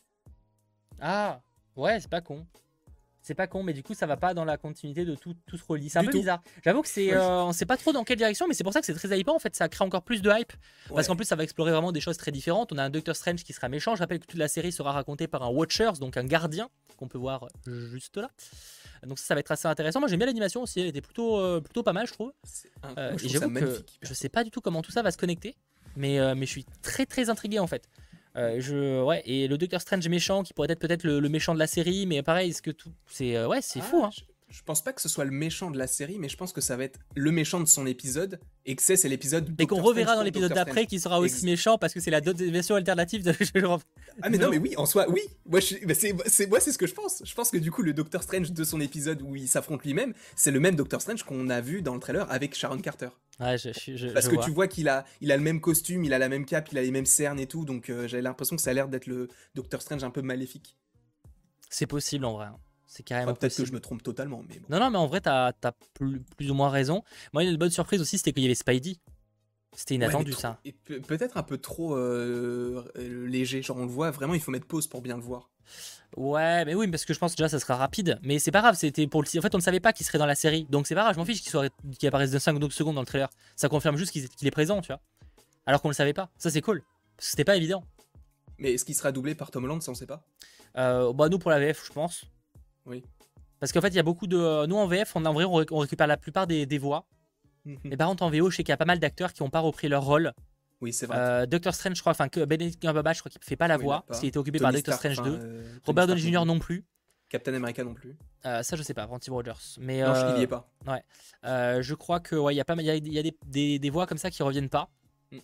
Ah, ouais, c'est pas con. C'est pas con, mais du coup, ça va pas dans la continuité de tout, tout ce relis. C'est un Du peu tout. bizarre. J'avoue que c'est, Oui. euh, on sait pas trop dans quelle direction, mais c'est pour ça que c'est très hypant. En fait, ça crée encore plus de hype. Parce Ouais. qu'en plus, ça va explorer vraiment des choses très différentes. On a un Doctor Strange qui sera méchant. Je rappelle que toute la série sera racontée par un Watchers, donc un gardien, qu'on peut voir juste là. Donc ça, ça va être assez intéressant. Moi, j'aime bien l'animation aussi. Elle était plutôt, euh, plutôt pas mal, je trouve. C'est un- Euh, moi, je et trouve ça j'avoue que magnifique. je sais pas du tout comment tout ça va se connecter. Mais, euh, mais je suis très très intrigué en fait. Euh, je, ouais, et le Doctor Strange méchant qui pourrait être peut-être le, le méchant de la série, mais pareil, est-ce que tout. C'est euh, ouais, c'est Ah, fou, hein. je, je pense pas que ce soit le méchant de la série, mais je pense que ça va être le méchant de son épisode, et que c'est c'est l'épisode. Et qu'on Doctor reverra Strange dans contre l'épisode Doctor d'après Strange. qui sera aussi Ex- méchant parce que c'est la d'autres version alternative de Ah mais non mais oui, en soi, oui. Moi, je, suis- bah, c'est, c'est, moi, c'est ce que je pense. Je pense que du coup, le Doctor Strange de son épisode où il s'affronte lui-même, c'est le même Doctor Strange qu'on a vu dans le trailer avec Sharon Carter. Ouais, je, je, je, Parce je que vois. tu vois qu'il a, il a le même costume, il a la même cape, il a les mêmes cernes et tout, donc euh, j'avais l'impression que ça a l'air d'être le Doctor Strange un peu maléfique. C'est possible en vrai, hein. C'est Enfin, carrément peut-être que possible. je me trompe totalement, mais bon. Non, non, mais en vrai, t'as as plus, plus ou moins raison. Moi, une bonne surprise aussi, c'était qu'il y avait Spidey. C'était Ouais, mais inattendu trop- ça. et pe- peut-être un peu trop euh, euh, léger, genre on le voit, vraiment il faut mettre pause pour bien le voir. Ouais, mais oui, parce que je pense que déjà ça sera rapide. Mais c'est pas grave, c'était pour le. En fait, on ne savait pas qu'il serait dans la série. Donc c'est pas grave, je m'en fiche qu'il soit... qu'il apparaisse de cinq secondes dans le trailer. Ça confirme juste qu'il qu'il est présent, tu vois. Alors qu'on le savait pas. Ça, c'est cool. Parce que c'était pas évident. Mais est-ce qu'il sera doublé par Tom Holland, ça on sait pas. Euh, bah, nous, pour la V F, je pense. Oui. Parce qu'en fait, il y a beaucoup de. Nous, en V F, on, en vrai, on, ré- on récupère la plupart des, des voix. Mais par contre, en V O, je sais qu'il y a pas mal d'acteurs qui n'ont pas repris leur rôle. Oui, c'est vrai. Euh, Doctor Strange, je crois, enfin, que Benedict Cumberbatch, je crois qu'il fait pas la Oui, il voix. l'a pas. Parce qu'il était occupé Tony par Doctor Stark, Strange enfin, deux. euh, Tony Robert Downey Stark Junior non non plus. plus. Captain America non plus. Euh, ça, je sais pas, Steve Rogers. Mais Non, je- euh, il y est pas. euh, je crois que ouais, il y a pas mal, il y a, il y a des, des, des voix comme ça qui reviennent pas. Mm.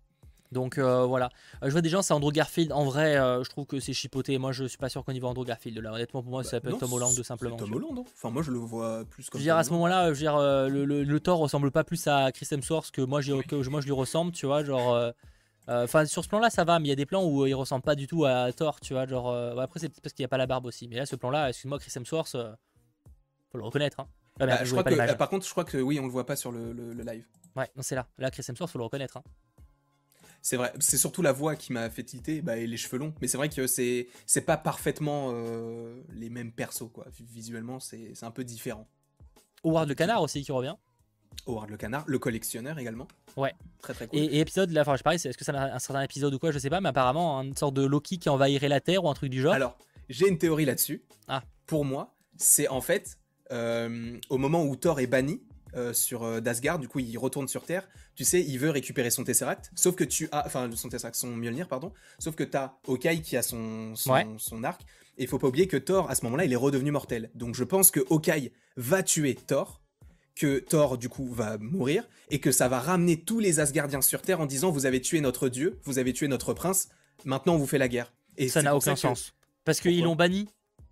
Donc euh, voilà. Euh, je vois des gens, c'est Andrew Garfield. En vrai, euh, je trouve que c'est chipoté. Moi, je suis pas sûr qu'on y voit Andrew Garfield là. Honnêtement, pour moi, Bah, ça peut être non, Tom Holland c'est- de simplement. c'est tu Tom vois. Holland, hein. Enfin, moi je le vois plus Je comme veux dire, Tom à ce Holland. moment-là, je veux dire, euh, le, le, le Thor ressemble pas plus à Chris Hemsworth que moi, j'y- que moi je lui ressemble, tu vois, genre. euh, Enfin, sur ce plan-là, ça va, mais il y a des plans où euh, il ressemble pas du tout à Thor, tu vois, genre. euh, ouais, après, c'est peut-être parce qu'il y a pas la barbe aussi. Mais là, ce plan-là, excuse-moi, Chris Hemsworth, euh, faut le reconnaître, hein. Ah, merde, Bah, je je voyais crois pas que, l'image, euh, hein. par contre, je crois que oui, on le voit pas sur le, le- le live. Ouais, non, c'est là. Là, Chris Hemsworth, faut le reconnaître, hein. C'est vrai, c'est surtout la voix qui m'a fait tilter, bah, et les cheveux longs. Mais c'est vrai que c'est c'est pas parfaitement euh, les mêmes persos, quoi. Visuellement, c'est c'est un peu différent. Howard le canard aussi qui revient. Howard le canard, le collectionneur également. Ouais. Très très cool. Et, et épisode, là, enfin, je sais pas, c'est- est-ce que c'est un, un certain épisode ou quoi, je sais pas, mais apparemment, une sorte de Loki qui envahirait la Terre ou un truc du genre. Alors, j'ai une théorie là-dessus. Ah. Pour moi, c'est en fait euh, au moment où Thor est banni euh, sur euh, d'Asgard, du coup il retourne sur Terre, tu sais, il veut récupérer son Tesseract, sauf que tu as, enfin son Tesseract, son Mjolnir, pardon, sauf que t'as Hawkeye qui a son, son, Ouais. son arc, Et il faut pas oublier que Thor, à ce moment-là, il est redevenu mortel. Donc je pense que Hawkeye va tuer Thor, que Thor, du coup, va mourir, et que ça va ramener tous les Asgardiens sur Terre en disant « Vous avez tué notre dieu, vous avez tué notre prince, maintenant on vous fait la guerre. » Et ça n'a aucun que... sens. Parce qu'ils l'ont banni.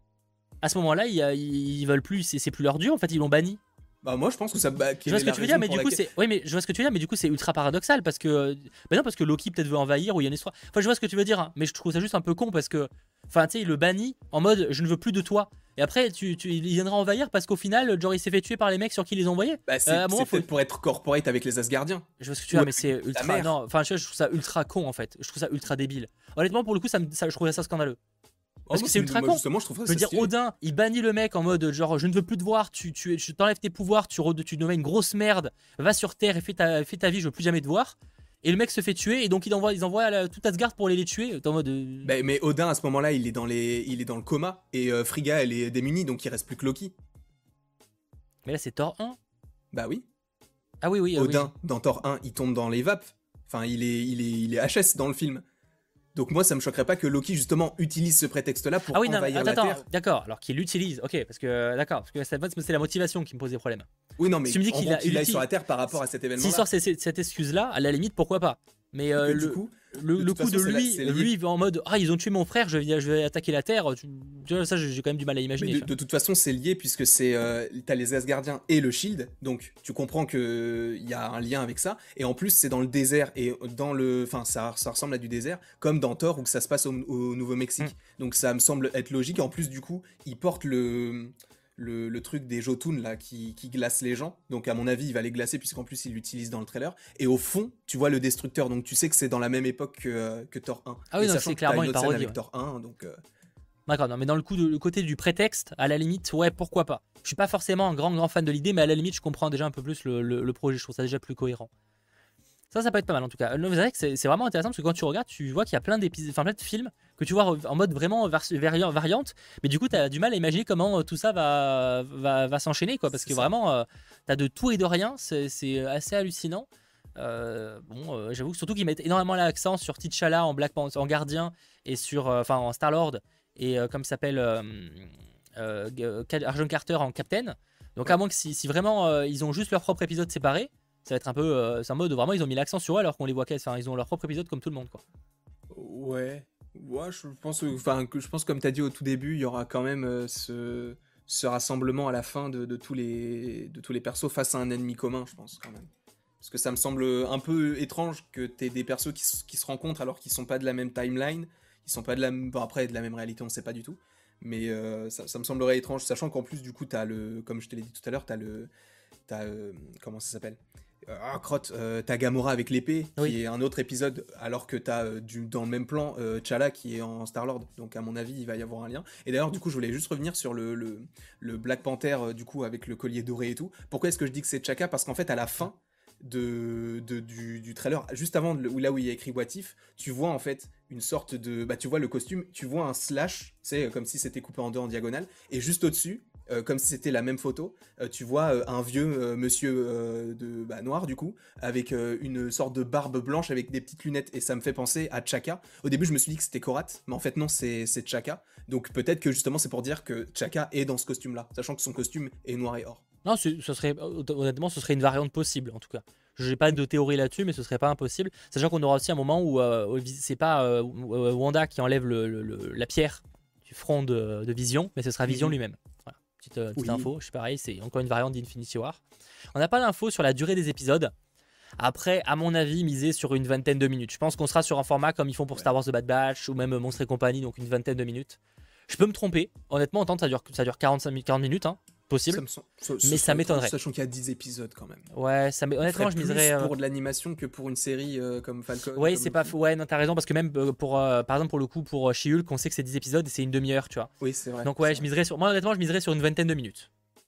À ce moment-là, ils, ils veulent plus, c'est, c'est plus leur dieu, en fait, ils l'ont banni. Bah moi je pense que ça bah, je vois ce que tu veux dire mais du coup laquelle... c'est oui mais je vois ce que tu veux dire mais du coup c'est ultra paradoxal parce que bah non parce que Loki peut-être veut envahir ou il y a une histoire. Enfin je vois ce que tu veux dire hein, mais je trouve ça juste un peu con parce que enfin tu sais il le bannit en mode je ne veux plus de toi et après tu, tu il viendra envahir parce qu'au final genre il s'est fait tuer par les mecs sur qui ils les ont envoyés. Bah c'est, euh, c'est faut... peut-être pour être corporate avec les Asgardiens. Je vois ce que tu veux dire mais c'est ultra non enfin je trouve ça ultra con en fait je trouve ça ultra débile. Honnêtement pour le coup ça, me, ça je trouve ça scandaleux. Parce oh, que c'est ultra con. Justement, je trouve ça. Je veux dire, stylé. Odin, il bannit le mec en mode genre je ne veux plus te voir, tu, tu, je t'enlève tes pouvoirs, tu, re, tu deviens une grosse merde, va sur Terre et fais ta, fais ta vie, je veux plus jamais te voir. Et le mec se fait tuer et donc il envoie, ils envoient la, tout Asgard pour aller les tuer. En mode. Euh... Bah, mais Odin à ce moment-là, il est dans les, il est dans le coma et euh, Frigga elle est démunie donc il reste plus que Loki. Mais là c'est Thor un. Bah oui. Ah oui oui. Odin oui. dans Thor un, il tombe dans les vapes. Enfin il est, il est, il est H S dans le film. Donc moi ça me choquerait pas que Loki justement utilise ce prétexte-là pour ah oui, envahir non, la attends, Terre. D'accord, alors qu'il l'utilise, ok, parce que d'accord, parce que c'est la motivation qui me pose des problèmes. Oui non mais si tu me dis qu'il a, il aille sur la Terre par rapport à cet événement-là. S'il sort cette, cette excuse-là, à la limite pourquoi pas. Mais euh, le, coup, le, le coup de lui, la, lui il va en mode ah ils ont tué mon frère, je vais, je vais attaquer la Terre. Tu, tu vois, ça j'ai quand même du mal à imaginer. De, de toute façon c'est lié puisque c'est euh, t'as les Asgardiens et le Shield, donc tu comprends que il y a un lien avec ça. Et en plus c'est dans le désert et dans le, enfin ça, ça ressemble à du désert comme dans Thor où ça se passe au, au Nouveau-Mexique. Mm. Donc ça me semble être logique. En plus du coup ils portent le Le, le truc des Jotun là qui, qui glace les gens, donc à mon avis il va les glacer puisqu'en plus il l'utilise dans le trailer et au fond tu vois le destructeur donc tu sais que c'est dans la même époque que, euh, que Thor un. Ah oui non, c'est clairement une, une parodie avec ouais. Thor un donc euh... d'accord non mais dans le, coup de, le côté du prétexte à la limite ouais pourquoi pas, je suis pas forcément un grand grand fan de l'idée mais à la limite je comprends déjà un peu plus le, le, le projet, je trouve ça déjà plus cohérent. Ça, ça peut être pas mal en tout cas. Vous savez que c'est, c'est vraiment intéressant parce que quand tu regardes, tu vois qu'il y a plein d'épisodes, enfin plein de films que tu vois en mode vraiment vari- variante, mais du coup, tu as du mal à imaginer comment tout ça va, va, va s'enchaîner quoi. Parce c'est que ça. Vraiment, euh, tu as de tout et de rien, c'est, c'est assez hallucinant. Euh, bon, euh, j'avoue que surtout qu'ils mettent énormément l'accent sur T'Challa en Black Panther, en Gardien et sur, enfin euh, en Star-Lord et euh, comme il s'appelle euh, euh, Agent Carter en Captain. Donc à moins que si, si vraiment euh, ils ont juste leur propre épisode séparé. Ça va être un peu, euh, c'est un mode vraiment ils ont mis l'accent sur eux alors qu'on les voit, enfin ils ont leur propre épisode comme tout le monde quoi. Ouais, ouais, je pense, enfin que je pense comme t'as dit au tout début, il y aura quand même euh, ce, ce rassemblement à la fin de, de tous les, de tous les persos face à un ennemi commun, je pense quand même. Parce que ça me semble un peu étrange que t'aies des persos qui, qui se rencontrent alors qu'ils sont pas de la même timeline, ils sont pas de la, bon après de la même réalité, on sait pas du tout, mais euh, ça, ça me semblerait étrange, sachant qu'en plus du coup t'as le, comme je te l'ai dit tout à l'heure, t'as le, t'as euh, comment ça s'appelle? Ah, crotte, euh, t'as Gamora avec l'épée, qui oui. est un autre épisode, alors que t'as euh, du, dans le même plan euh, T'Challa qui est en Star-Lord. Donc, à mon avis, il va y avoir un lien. Et d'ailleurs, du coup, je voulais juste revenir sur le, le, le Black Panther, euh, du coup, avec le collier doré et tout. Pourquoi est-ce que je dis que c'est T'Chaka? Parce qu'en fait, à la fin de, de, du, du trailer, juste avant, de, là où il y a écrit What If, tu vois en fait une sorte de. Bah, tu vois le costume, tu vois un slash, c'est comme si c'était coupé en deux en diagonale, et juste au-dessus. Euh, comme si c'était la même photo, euh, tu vois euh, un vieux euh, monsieur euh, de, bah, noir du coup, avec euh, une sorte de barbe blanche avec des petites lunettes, et ça me fait penser à T'Chaka. Au début je me suis dit que c'était Korat, mais en fait non, c'est, c'est T'Chaka. Donc peut-être que justement c'est pour dire que T'Chaka est dans ce costume là, sachant que son costume est noir et or. Non, ce serait, honnêtement ce serait une variante possible en tout cas. Je n'ai pas de théorie là-dessus, mais ce serait pas impossible. Sachant qu'on aura aussi un moment où euh, c'est pas euh, Wanda qui enlève le, le, le, la pierre du front de, de Vision, mais ce sera Vision mm-hmm. lui-même. Voilà. Petite, euh, petite oui. info, je sais pareil, c'est encore une variante d'Infinity War. On n'a pas d'infos sur la durée des épisodes. Après, à mon avis, miser sur une vingtaine de minutes. Je pense qu'on sera sur un format comme ils font pour ouais. Star Wars The Bad Batch ou même Monstres et compagnie, donc une vingtaine de minutes. Je peux me tromper. Honnêtement, en temps, ça dure, ça dure quarante-cinq, quarante minutes, hein, possible. Ça me sens, ça, mais ça, ça m'étonnerait. Sachant qu'il y a dix épisodes quand même. Ouais, ça honnêtement, je miserais. Plus pour de l'animation que pour une série euh, comme Falcon. Ouais, c'est pas fou. Ouais, non, t'as raison, parce que même pour, euh, par exemple, pour le coup, pour She-Hulk, on sait que c'est dix épisodes et c'est une demi-heure, tu vois. Oui, c'est vrai. Donc, ouais, je vrai. miserais sur. Moi, honnêtement, je miserais sur une vingtaine de minutes.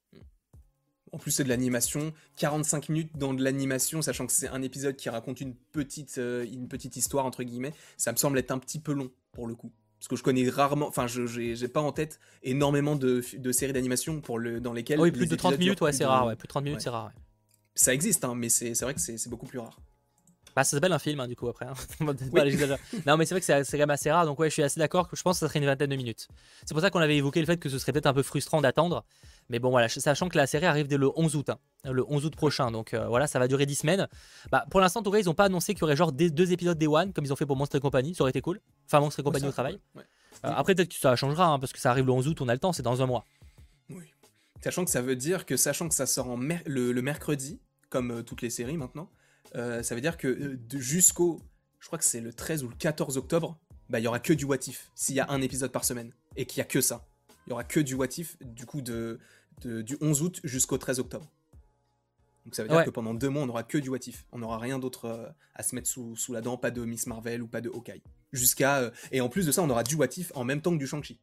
En plus, c'est de l'animation. quarante-cinq minutes dans de l'animation, sachant que c'est un épisode qui raconte une petite, euh, une petite histoire, entre guillemets. Ça me semble être un petit peu long, pour le coup. Parce que je connais rarement, enfin, je j'ai, j'ai pas en tête énormément de, de séries d'animation pour le, dans lesquelles. Oh oui, plus de trente minutes, ouais, c'est de... rare, ouais. Plus de trente minutes, ouais. c'est rare. Ouais. Ça existe, hein, mais c'est, c'est vrai que c'est, c'est beaucoup plus rare. Bah, ça s'appelle un film, hein, du coup, après. Hein. Oui. Voilà, j'exagère. Non, mais c'est vrai que c'est c'est quand même assez rare, donc ouais, je suis assez d'accord que je pense que ça serait une vingtaine de minutes. C'est pour ça qu'on avait évoqué le fait que ce serait peut-être un peu frustrant d'attendre. Mais bon, voilà, sachant que la série arrive dès le onze août, hein, le onze août prochain, donc euh, voilà, ça va durer dix semaines. Bah, pour l'instant, en tout cas, ils n'ont pas annoncé qu'il y aurait genre des, deux épisodes Day One, comme ils ont fait pour Monster Company, ça aurait été cool. Enfin, Monster Ouais, Company ça, au travail. ouais. Ouais. Euh, après, peut-être que ça changera, hein, parce que ça arrive le onze août, on a le temps, c'est dans un mois. Oui. Sachant que ça veut dire que, sachant que ça sort en mer- le, le mercredi, comme euh, toutes les séries maintenant, euh, ça veut dire que euh, de- jusqu'au, je crois que c'est le treize ou le quatorze octobre, bah il y aura que du What If, s'il y a un épisode par semaine, et qu'il y a que ça. Il y aura que du What If, du coup, de, de- du onze août jusqu'au treize octobre. Donc ça veut dire Ouais. que pendant deux mois, on n'aura que du What If. On n'aura rien d'autre euh, à se mettre sous, sous la dent, pas de Miss Marvel ou pas de Hawkeye. Jusqu'à... euh, et en plus de ça, on aura du What If en même temps que du Shang-Chi.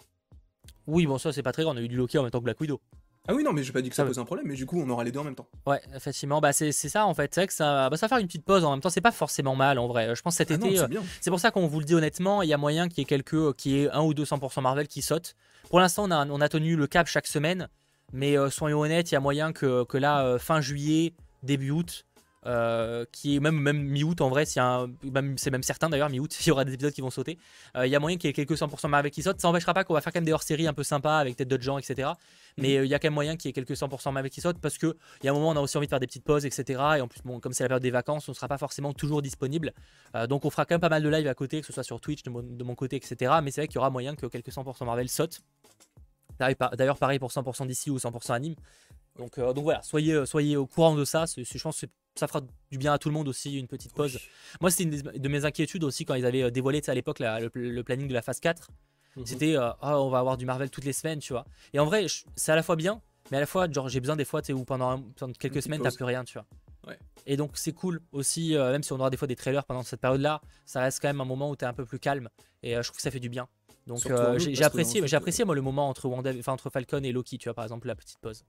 Oui, bon, ça, c'est pas très grave, on a eu du Loki en même temps que Black Widow. Ah oui, non, mais j'ai pas dit que ça Ah ouais. pose un problème, mais du coup, on aura les deux en même temps. Ouais, effectivement, bah c'est c'est ça en fait. C'est vrai que ça, bah, ça va faire une petite pause en même temps. C'est pas forcément mal en vrai. Je pense cet Ah non, été, euh, c'est bien. c'est pour ça qu'on vous le dit honnêtement, il y a moyen qu'il y ait quelques, qu'il y ait un ou deux cent pour cent Marvel qui sautent. Pour l'instant, on a, on a tenu le cap chaque semaine, mais euh, soyons honnêtes, il y a moyen que, que là, euh, fin juillet, début août, euh, qui est même, même mi-août en vrai, s'il y a un- même- c'est même certain d'ailleurs, mi-août, il y aura des épisodes qui vont sauter. Euh, Il y a moyen qu'il y ait quelques cent pour cent Marvel qui sautent. Ça n'empêchera pas qu'on va faire quand même des hors-séries un peu sympas avec peut-être d'autres gens, et cetera. Mais euh, il y a quand même moyen qu'il y ait quelques cent pour cent Marvel qui sautent parce qu'il y a un moment, on a aussi envie de faire des petites pauses, et cetera. Et en plus, bon, comme c'est la période des vacances, on ne sera pas forcément toujours disponible. Euh, donc on fera quand même pas mal de live à côté, que ce soit sur Twitch de mon, de mon côté, et cetera. Mais c'est vrai qu'il y aura moyen que quelques cent pour cent Marvel sautent. D'ailleurs, pareil pour cent pour cent D C ou cent pour cent anime. Donc, euh, donc voilà, soyez, euh, soyez au courant de ça. C'est- Je pense que ça fera du bien à tout le monde aussi, une petite pause. Oui. Moi, c'était une des- de mes inquiétudes aussi quand ils avaient euh, dévoilé tu sais, à l'époque la- le, le planning de la phase quatre. Mhm. C'était euh, ah, on va avoir du Marvel toutes les semaines, tu vois. Et en vrai, je- c'est à la fois bien, mais à la fois, genre, j'ai besoin des fois, tu sais, où pendant, un- pendant quelques petite semaines, t'as pause. plus rien, tu vois. Ouais. Et donc, c'est cool aussi, euh, même si on aura des fois des trailers pendant cette période-là, ça reste quand même un moment où t'es un peu plus calme. Et euh, je trouve que ça fait du bien. Donc, Surtout en euh, août, j'ai parce j'ai que, apprécié, en fait, j'ai apprécié moi le moment entre, Wanda, enfin, entre Falcon et Loki, tu vois, par exemple, la petite pause.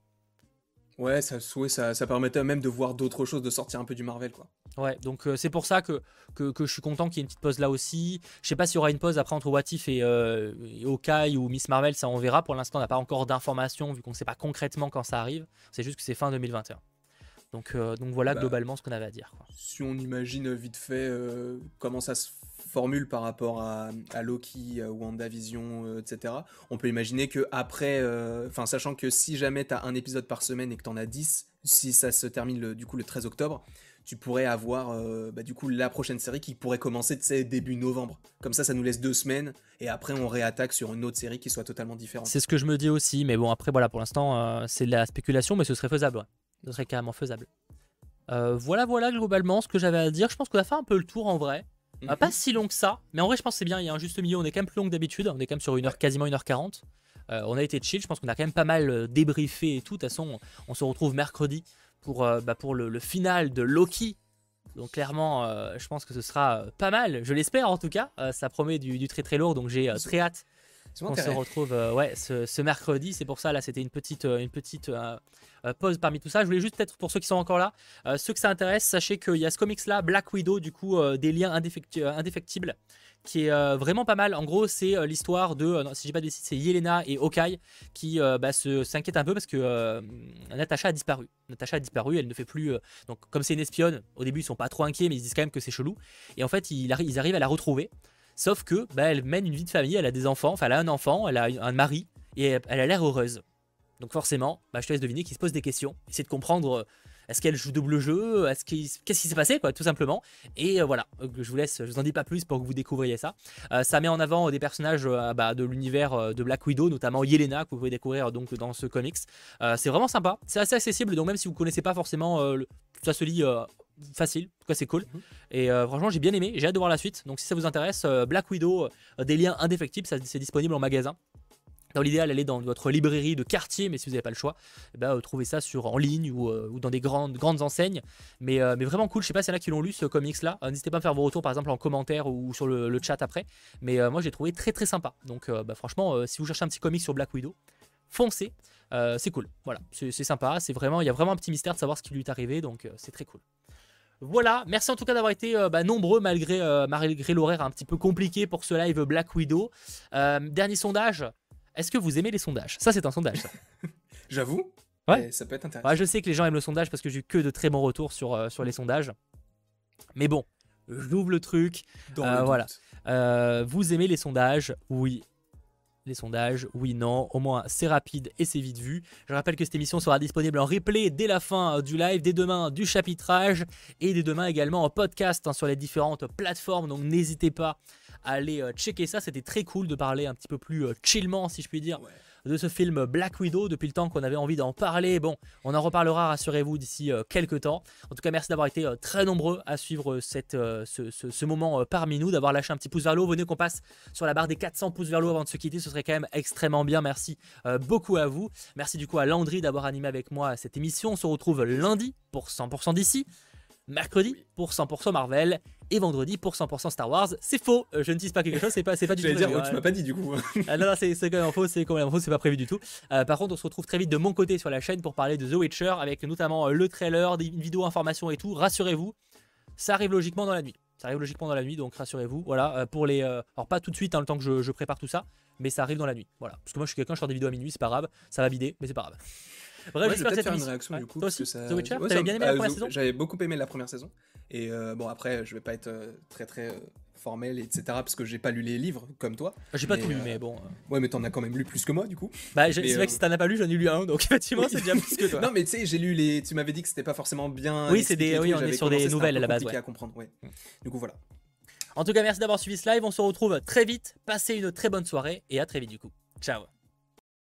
Ouais, ça, ouais, ça, ça permettait même de voir d'autres choses, de sortir un peu du Marvel, quoi. Ouais, donc euh, c'est pour ça que, que, que je suis content qu'il y ait une petite pause là aussi. Je sais pas s'il y aura une pause après entre What If et, euh, et Hawkeye ou Miss Marvel, ça on verra. Pour l'instant, on n'a pas encore d'informations vu qu'on ne sait pas concrètement quand ça arrive. C'est juste que c'est fin deux mille vingt et un. Donc, euh, donc voilà Bah, globalement ce qu'on avait à dire, quoi. Si on imagine vite fait euh, comment ça se formule par rapport à, à Loki, à WandaVision, euh, et cetera, on peut imaginer que après, euh, enfin sachant que si jamais t'as un épisode par semaine et que t'en as dix, si ça se termine le, du coup le treize octobre, tu pourrais avoir euh, bah, du coup la prochaine série qui pourrait commencer tu sais, début novembre. Comme ça, ça nous laisse deux semaines et après on réattaque sur une autre série qui soit totalement différente. C'est ce que je me dis aussi, mais bon après voilà, pour l'instant euh, c'est de la spéculation, mais ce serait faisable, ouais. Ce serait carrément faisable. Euh, voilà voilà globalement ce que j'avais à dire. Je pense qu'on a fait un peu le tour en vrai. Euh, Mhm. pas si long que ça, mais en vrai je pense que c'est bien, il y a un juste milieu, on est quand même plus long que d'habitude, on est quand même sur une heure, quasiment une heure quarante. Euh, on a été chill, je pense qu'on a quand même pas mal euh, débriefé et tout. De toute façon, on, on se retrouve mercredi pour, euh, bah, pour le, le final de Loki. Donc clairement, euh, je pense que ce sera euh, pas mal, je l'espère en tout cas. Euh, ça promet du, du très très lourd, donc j'ai euh, très hâte C'est qu'on se intérêt. retrouve euh, ouais, ce, ce mercredi. C'est pour ça, là, c'était une petite, euh, une petite euh, euh, pause parmi tout ça. Je voulais juste peut-être, pour ceux qui sont encore là, euh, ceux que ça intéresse, sachez qu'il y a ce comics-là, Black Widow, du coup, euh, des liens indéfecti- euh, indéfectibles, qui est euh, vraiment pas mal. En gros, c'est euh, l'histoire de, euh, non, si j'ai pas de bêtises, c'est Yelena et Hawkeye qui euh, bah, se, s'inquiètent un peu parce que euh, Natasha a disparu. Natasha a disparu, elle ne fait plus... euh, donc, comme c'est une espionne, au début, ils sont pas trop inquiets, mais ils disent quand même que c'est chelou. Et en fait, ils, arri- ils arrivent à la retrouver. Sauf que bah, elle mène une vie de famille, elle a des enfants, enfin elle a un enfant, elle a un mari, et elle, elle a l'air heureuse. Donc forcément, bah, je te laisse deviner qu'il se pose des questions, essayer de comprendre euh, est-ce qu'elle joue double jeu, est-ce qu'il- qu'est-ce qui s'est passé, quoi, tout simplement. Et euh, voilà, euh, je vous laisse, je vous en dis pas plus pour que vous découvriez ça. Euh, ça met en avant euh, des personnages euh, bah, de l'univers euh, de Black Widow, notamment Yelena, que vous pouvez découvrir euh, donc dans ce comics. Euh, c'est vraiment sympa, c'est assez accessible, donc même si vous connaissez pas forcément, euh, le- ça se lit euh, facile, en tout cas c'est cool. Mhm. Et euh, franchement, j'ai bien aimé, j'ai hâte de voir la suite. Donc si ça vous intéresse, euh, Black Widow, euh, des liens indéfectibles, ça, c'est disponible en magasin. Dans l'idéal, allez dans votre librairie de quartier, mais si vous n'avez pas le choix, eh ben, euh, trouvez ça sur, en ligne ou, euh, ou dans des grandes, grandes enseignes. Mais, euh, mais vraiment cool, je sais pas s'il y en a qui l'ont lu ce comics-là. Euh, N'hésitez pas à me faire vos retours par exemple en commentaire ou sur le, le chat après. Mais euh, moi j'ai trouvé très très sympa. Donc euh, bah, franchement, euh, si vous cherchez un petit comic sur Black Widow, foncez. Euh, c'est cool, voilà, c'est c'est sympa. C'est vraiment, il y a vraiment un petit mystère de savoir ce qui lui est arrivé, donc euh, c'est très cool. Voilà, merci en tout cas d'avoir été euh, bah, nombreux malgré, euh, malgré l'horaire un petit peu compliqué pour ce live Black Widow. Euh, dernier sondage, est-ce que vous aimez les sondages? Ça c'est un sondage ça. J'avoue, Ouais. et ça peut être intéressant. Ouais, je sais que les gens aiment le sondage parce que j'ai eu que de très bons retours sur, euh, sur les sondages. Mais bon, j'ouvre le truc. Dans Euh, le voilà. doute. Euh, vous aimez les sondages? Oui. Les sondages, oui, non. Au moins, c'est rapide et c'est vite vu. Je rappelle que cette émission sera disponible en replay dès la fin euh, du live, dès demain du chapitrage et dès demain également en podcast hein, sur les différentes plateformes. Donc n'hésitez pas à aller euh, checker ça. C'était très cool de parler un petit peu plus euh, chillement, si je puis dire, Ouais. de ce film Black Widow depuis le temps qu'on avait envie d'en parler. Bon, on en reparlera, rassurez-vous, d'ici euh, quelques temps. En tout cas, merci d'avoir été euh, très nombreux à suivre cette, euh, ce, ce, ce moment euh, parmi nous, d'avoir lâché un petit pouce vers le haut. Venez qu'on passe sur la barre des quatre cents pouces vers le haut avant de se quitter, ce serait quand même extrêmement bien. Merci euh, beaucoup à vous. Merci du coup à Landry d'avoir animé avec moi cette émission. On se retrouve lundi pour cent pour cent d'ici, mercredi Oui. pour cent pour cent Marvel et vendredi pour cent pour cent Star Wars. C'est faux, euh, je ne tease pas quelque chose, c'est pas, c'est pas du tout. J'allais dire, prévu, ouais, tu hein. m'as pas dit du coup. Ah non, non, c'est c'est quand même faux, c'est quand même faux, c'est pas prévu du tout. Euh, par contre, on se retrouve très vite de mon côté sur la chaîne pour parler de The Witcher avec notamment euh, le trailer, des une vidéo information et tout. Rassurez-vous, ça arrive logiquement dans la nuit. Ça arrive logiquement dans la nuit, donc rassurez-vous. Voilà, euh, pour les. Euh, alors, pas tout de suite, hein, le temps que je, je prépare tout ça, mais ça arrive dans la nuit. Voilà, parce que moi je suis quelqu'un, je sors des vidéos à minuit, c'est pas grave, ça va bider, mais c'est pas grave. Bref, Ouais, je vais j'espère que peut-être cette faire une émission- réaction Ouais. du coup. Toi parce aussi, que ça... The Witcher, ouais, t'avais ça- bien aimé bah, la première The- saison? J'avais beaucoup aimé la première saison. Et euh, bon, après, je vais pas être euh, très très euh, formel, et cetera. Parce que j'ai pas lu les livres comme toi. J'ai pas mais, tout lu, euh, mais bon. euh. Ouais, mais t'en as quand même lu plus que moi du coup. Bah, j'ai- mais, c'est vrai euh, que si t'en as pas lu, j'en ai lu un, donc effectivement, Oui. c'est déjà plus que toi. Non, mais tu sais, j'ai lu les. Tu m'avais dit que c'était pas forcément bien. Oui, c'est des- expliqué et oui, tout, et on est j'avais sur des commencé, c'était un nouvelles peu à la base, compliqué ouais. à comprendre, ouais. Du coup, voilà. En tout cas, merci d'avoir suivi ce live. On se retrouve très vite. Passez une très bonne soirée et à très vite du coup. Ciao.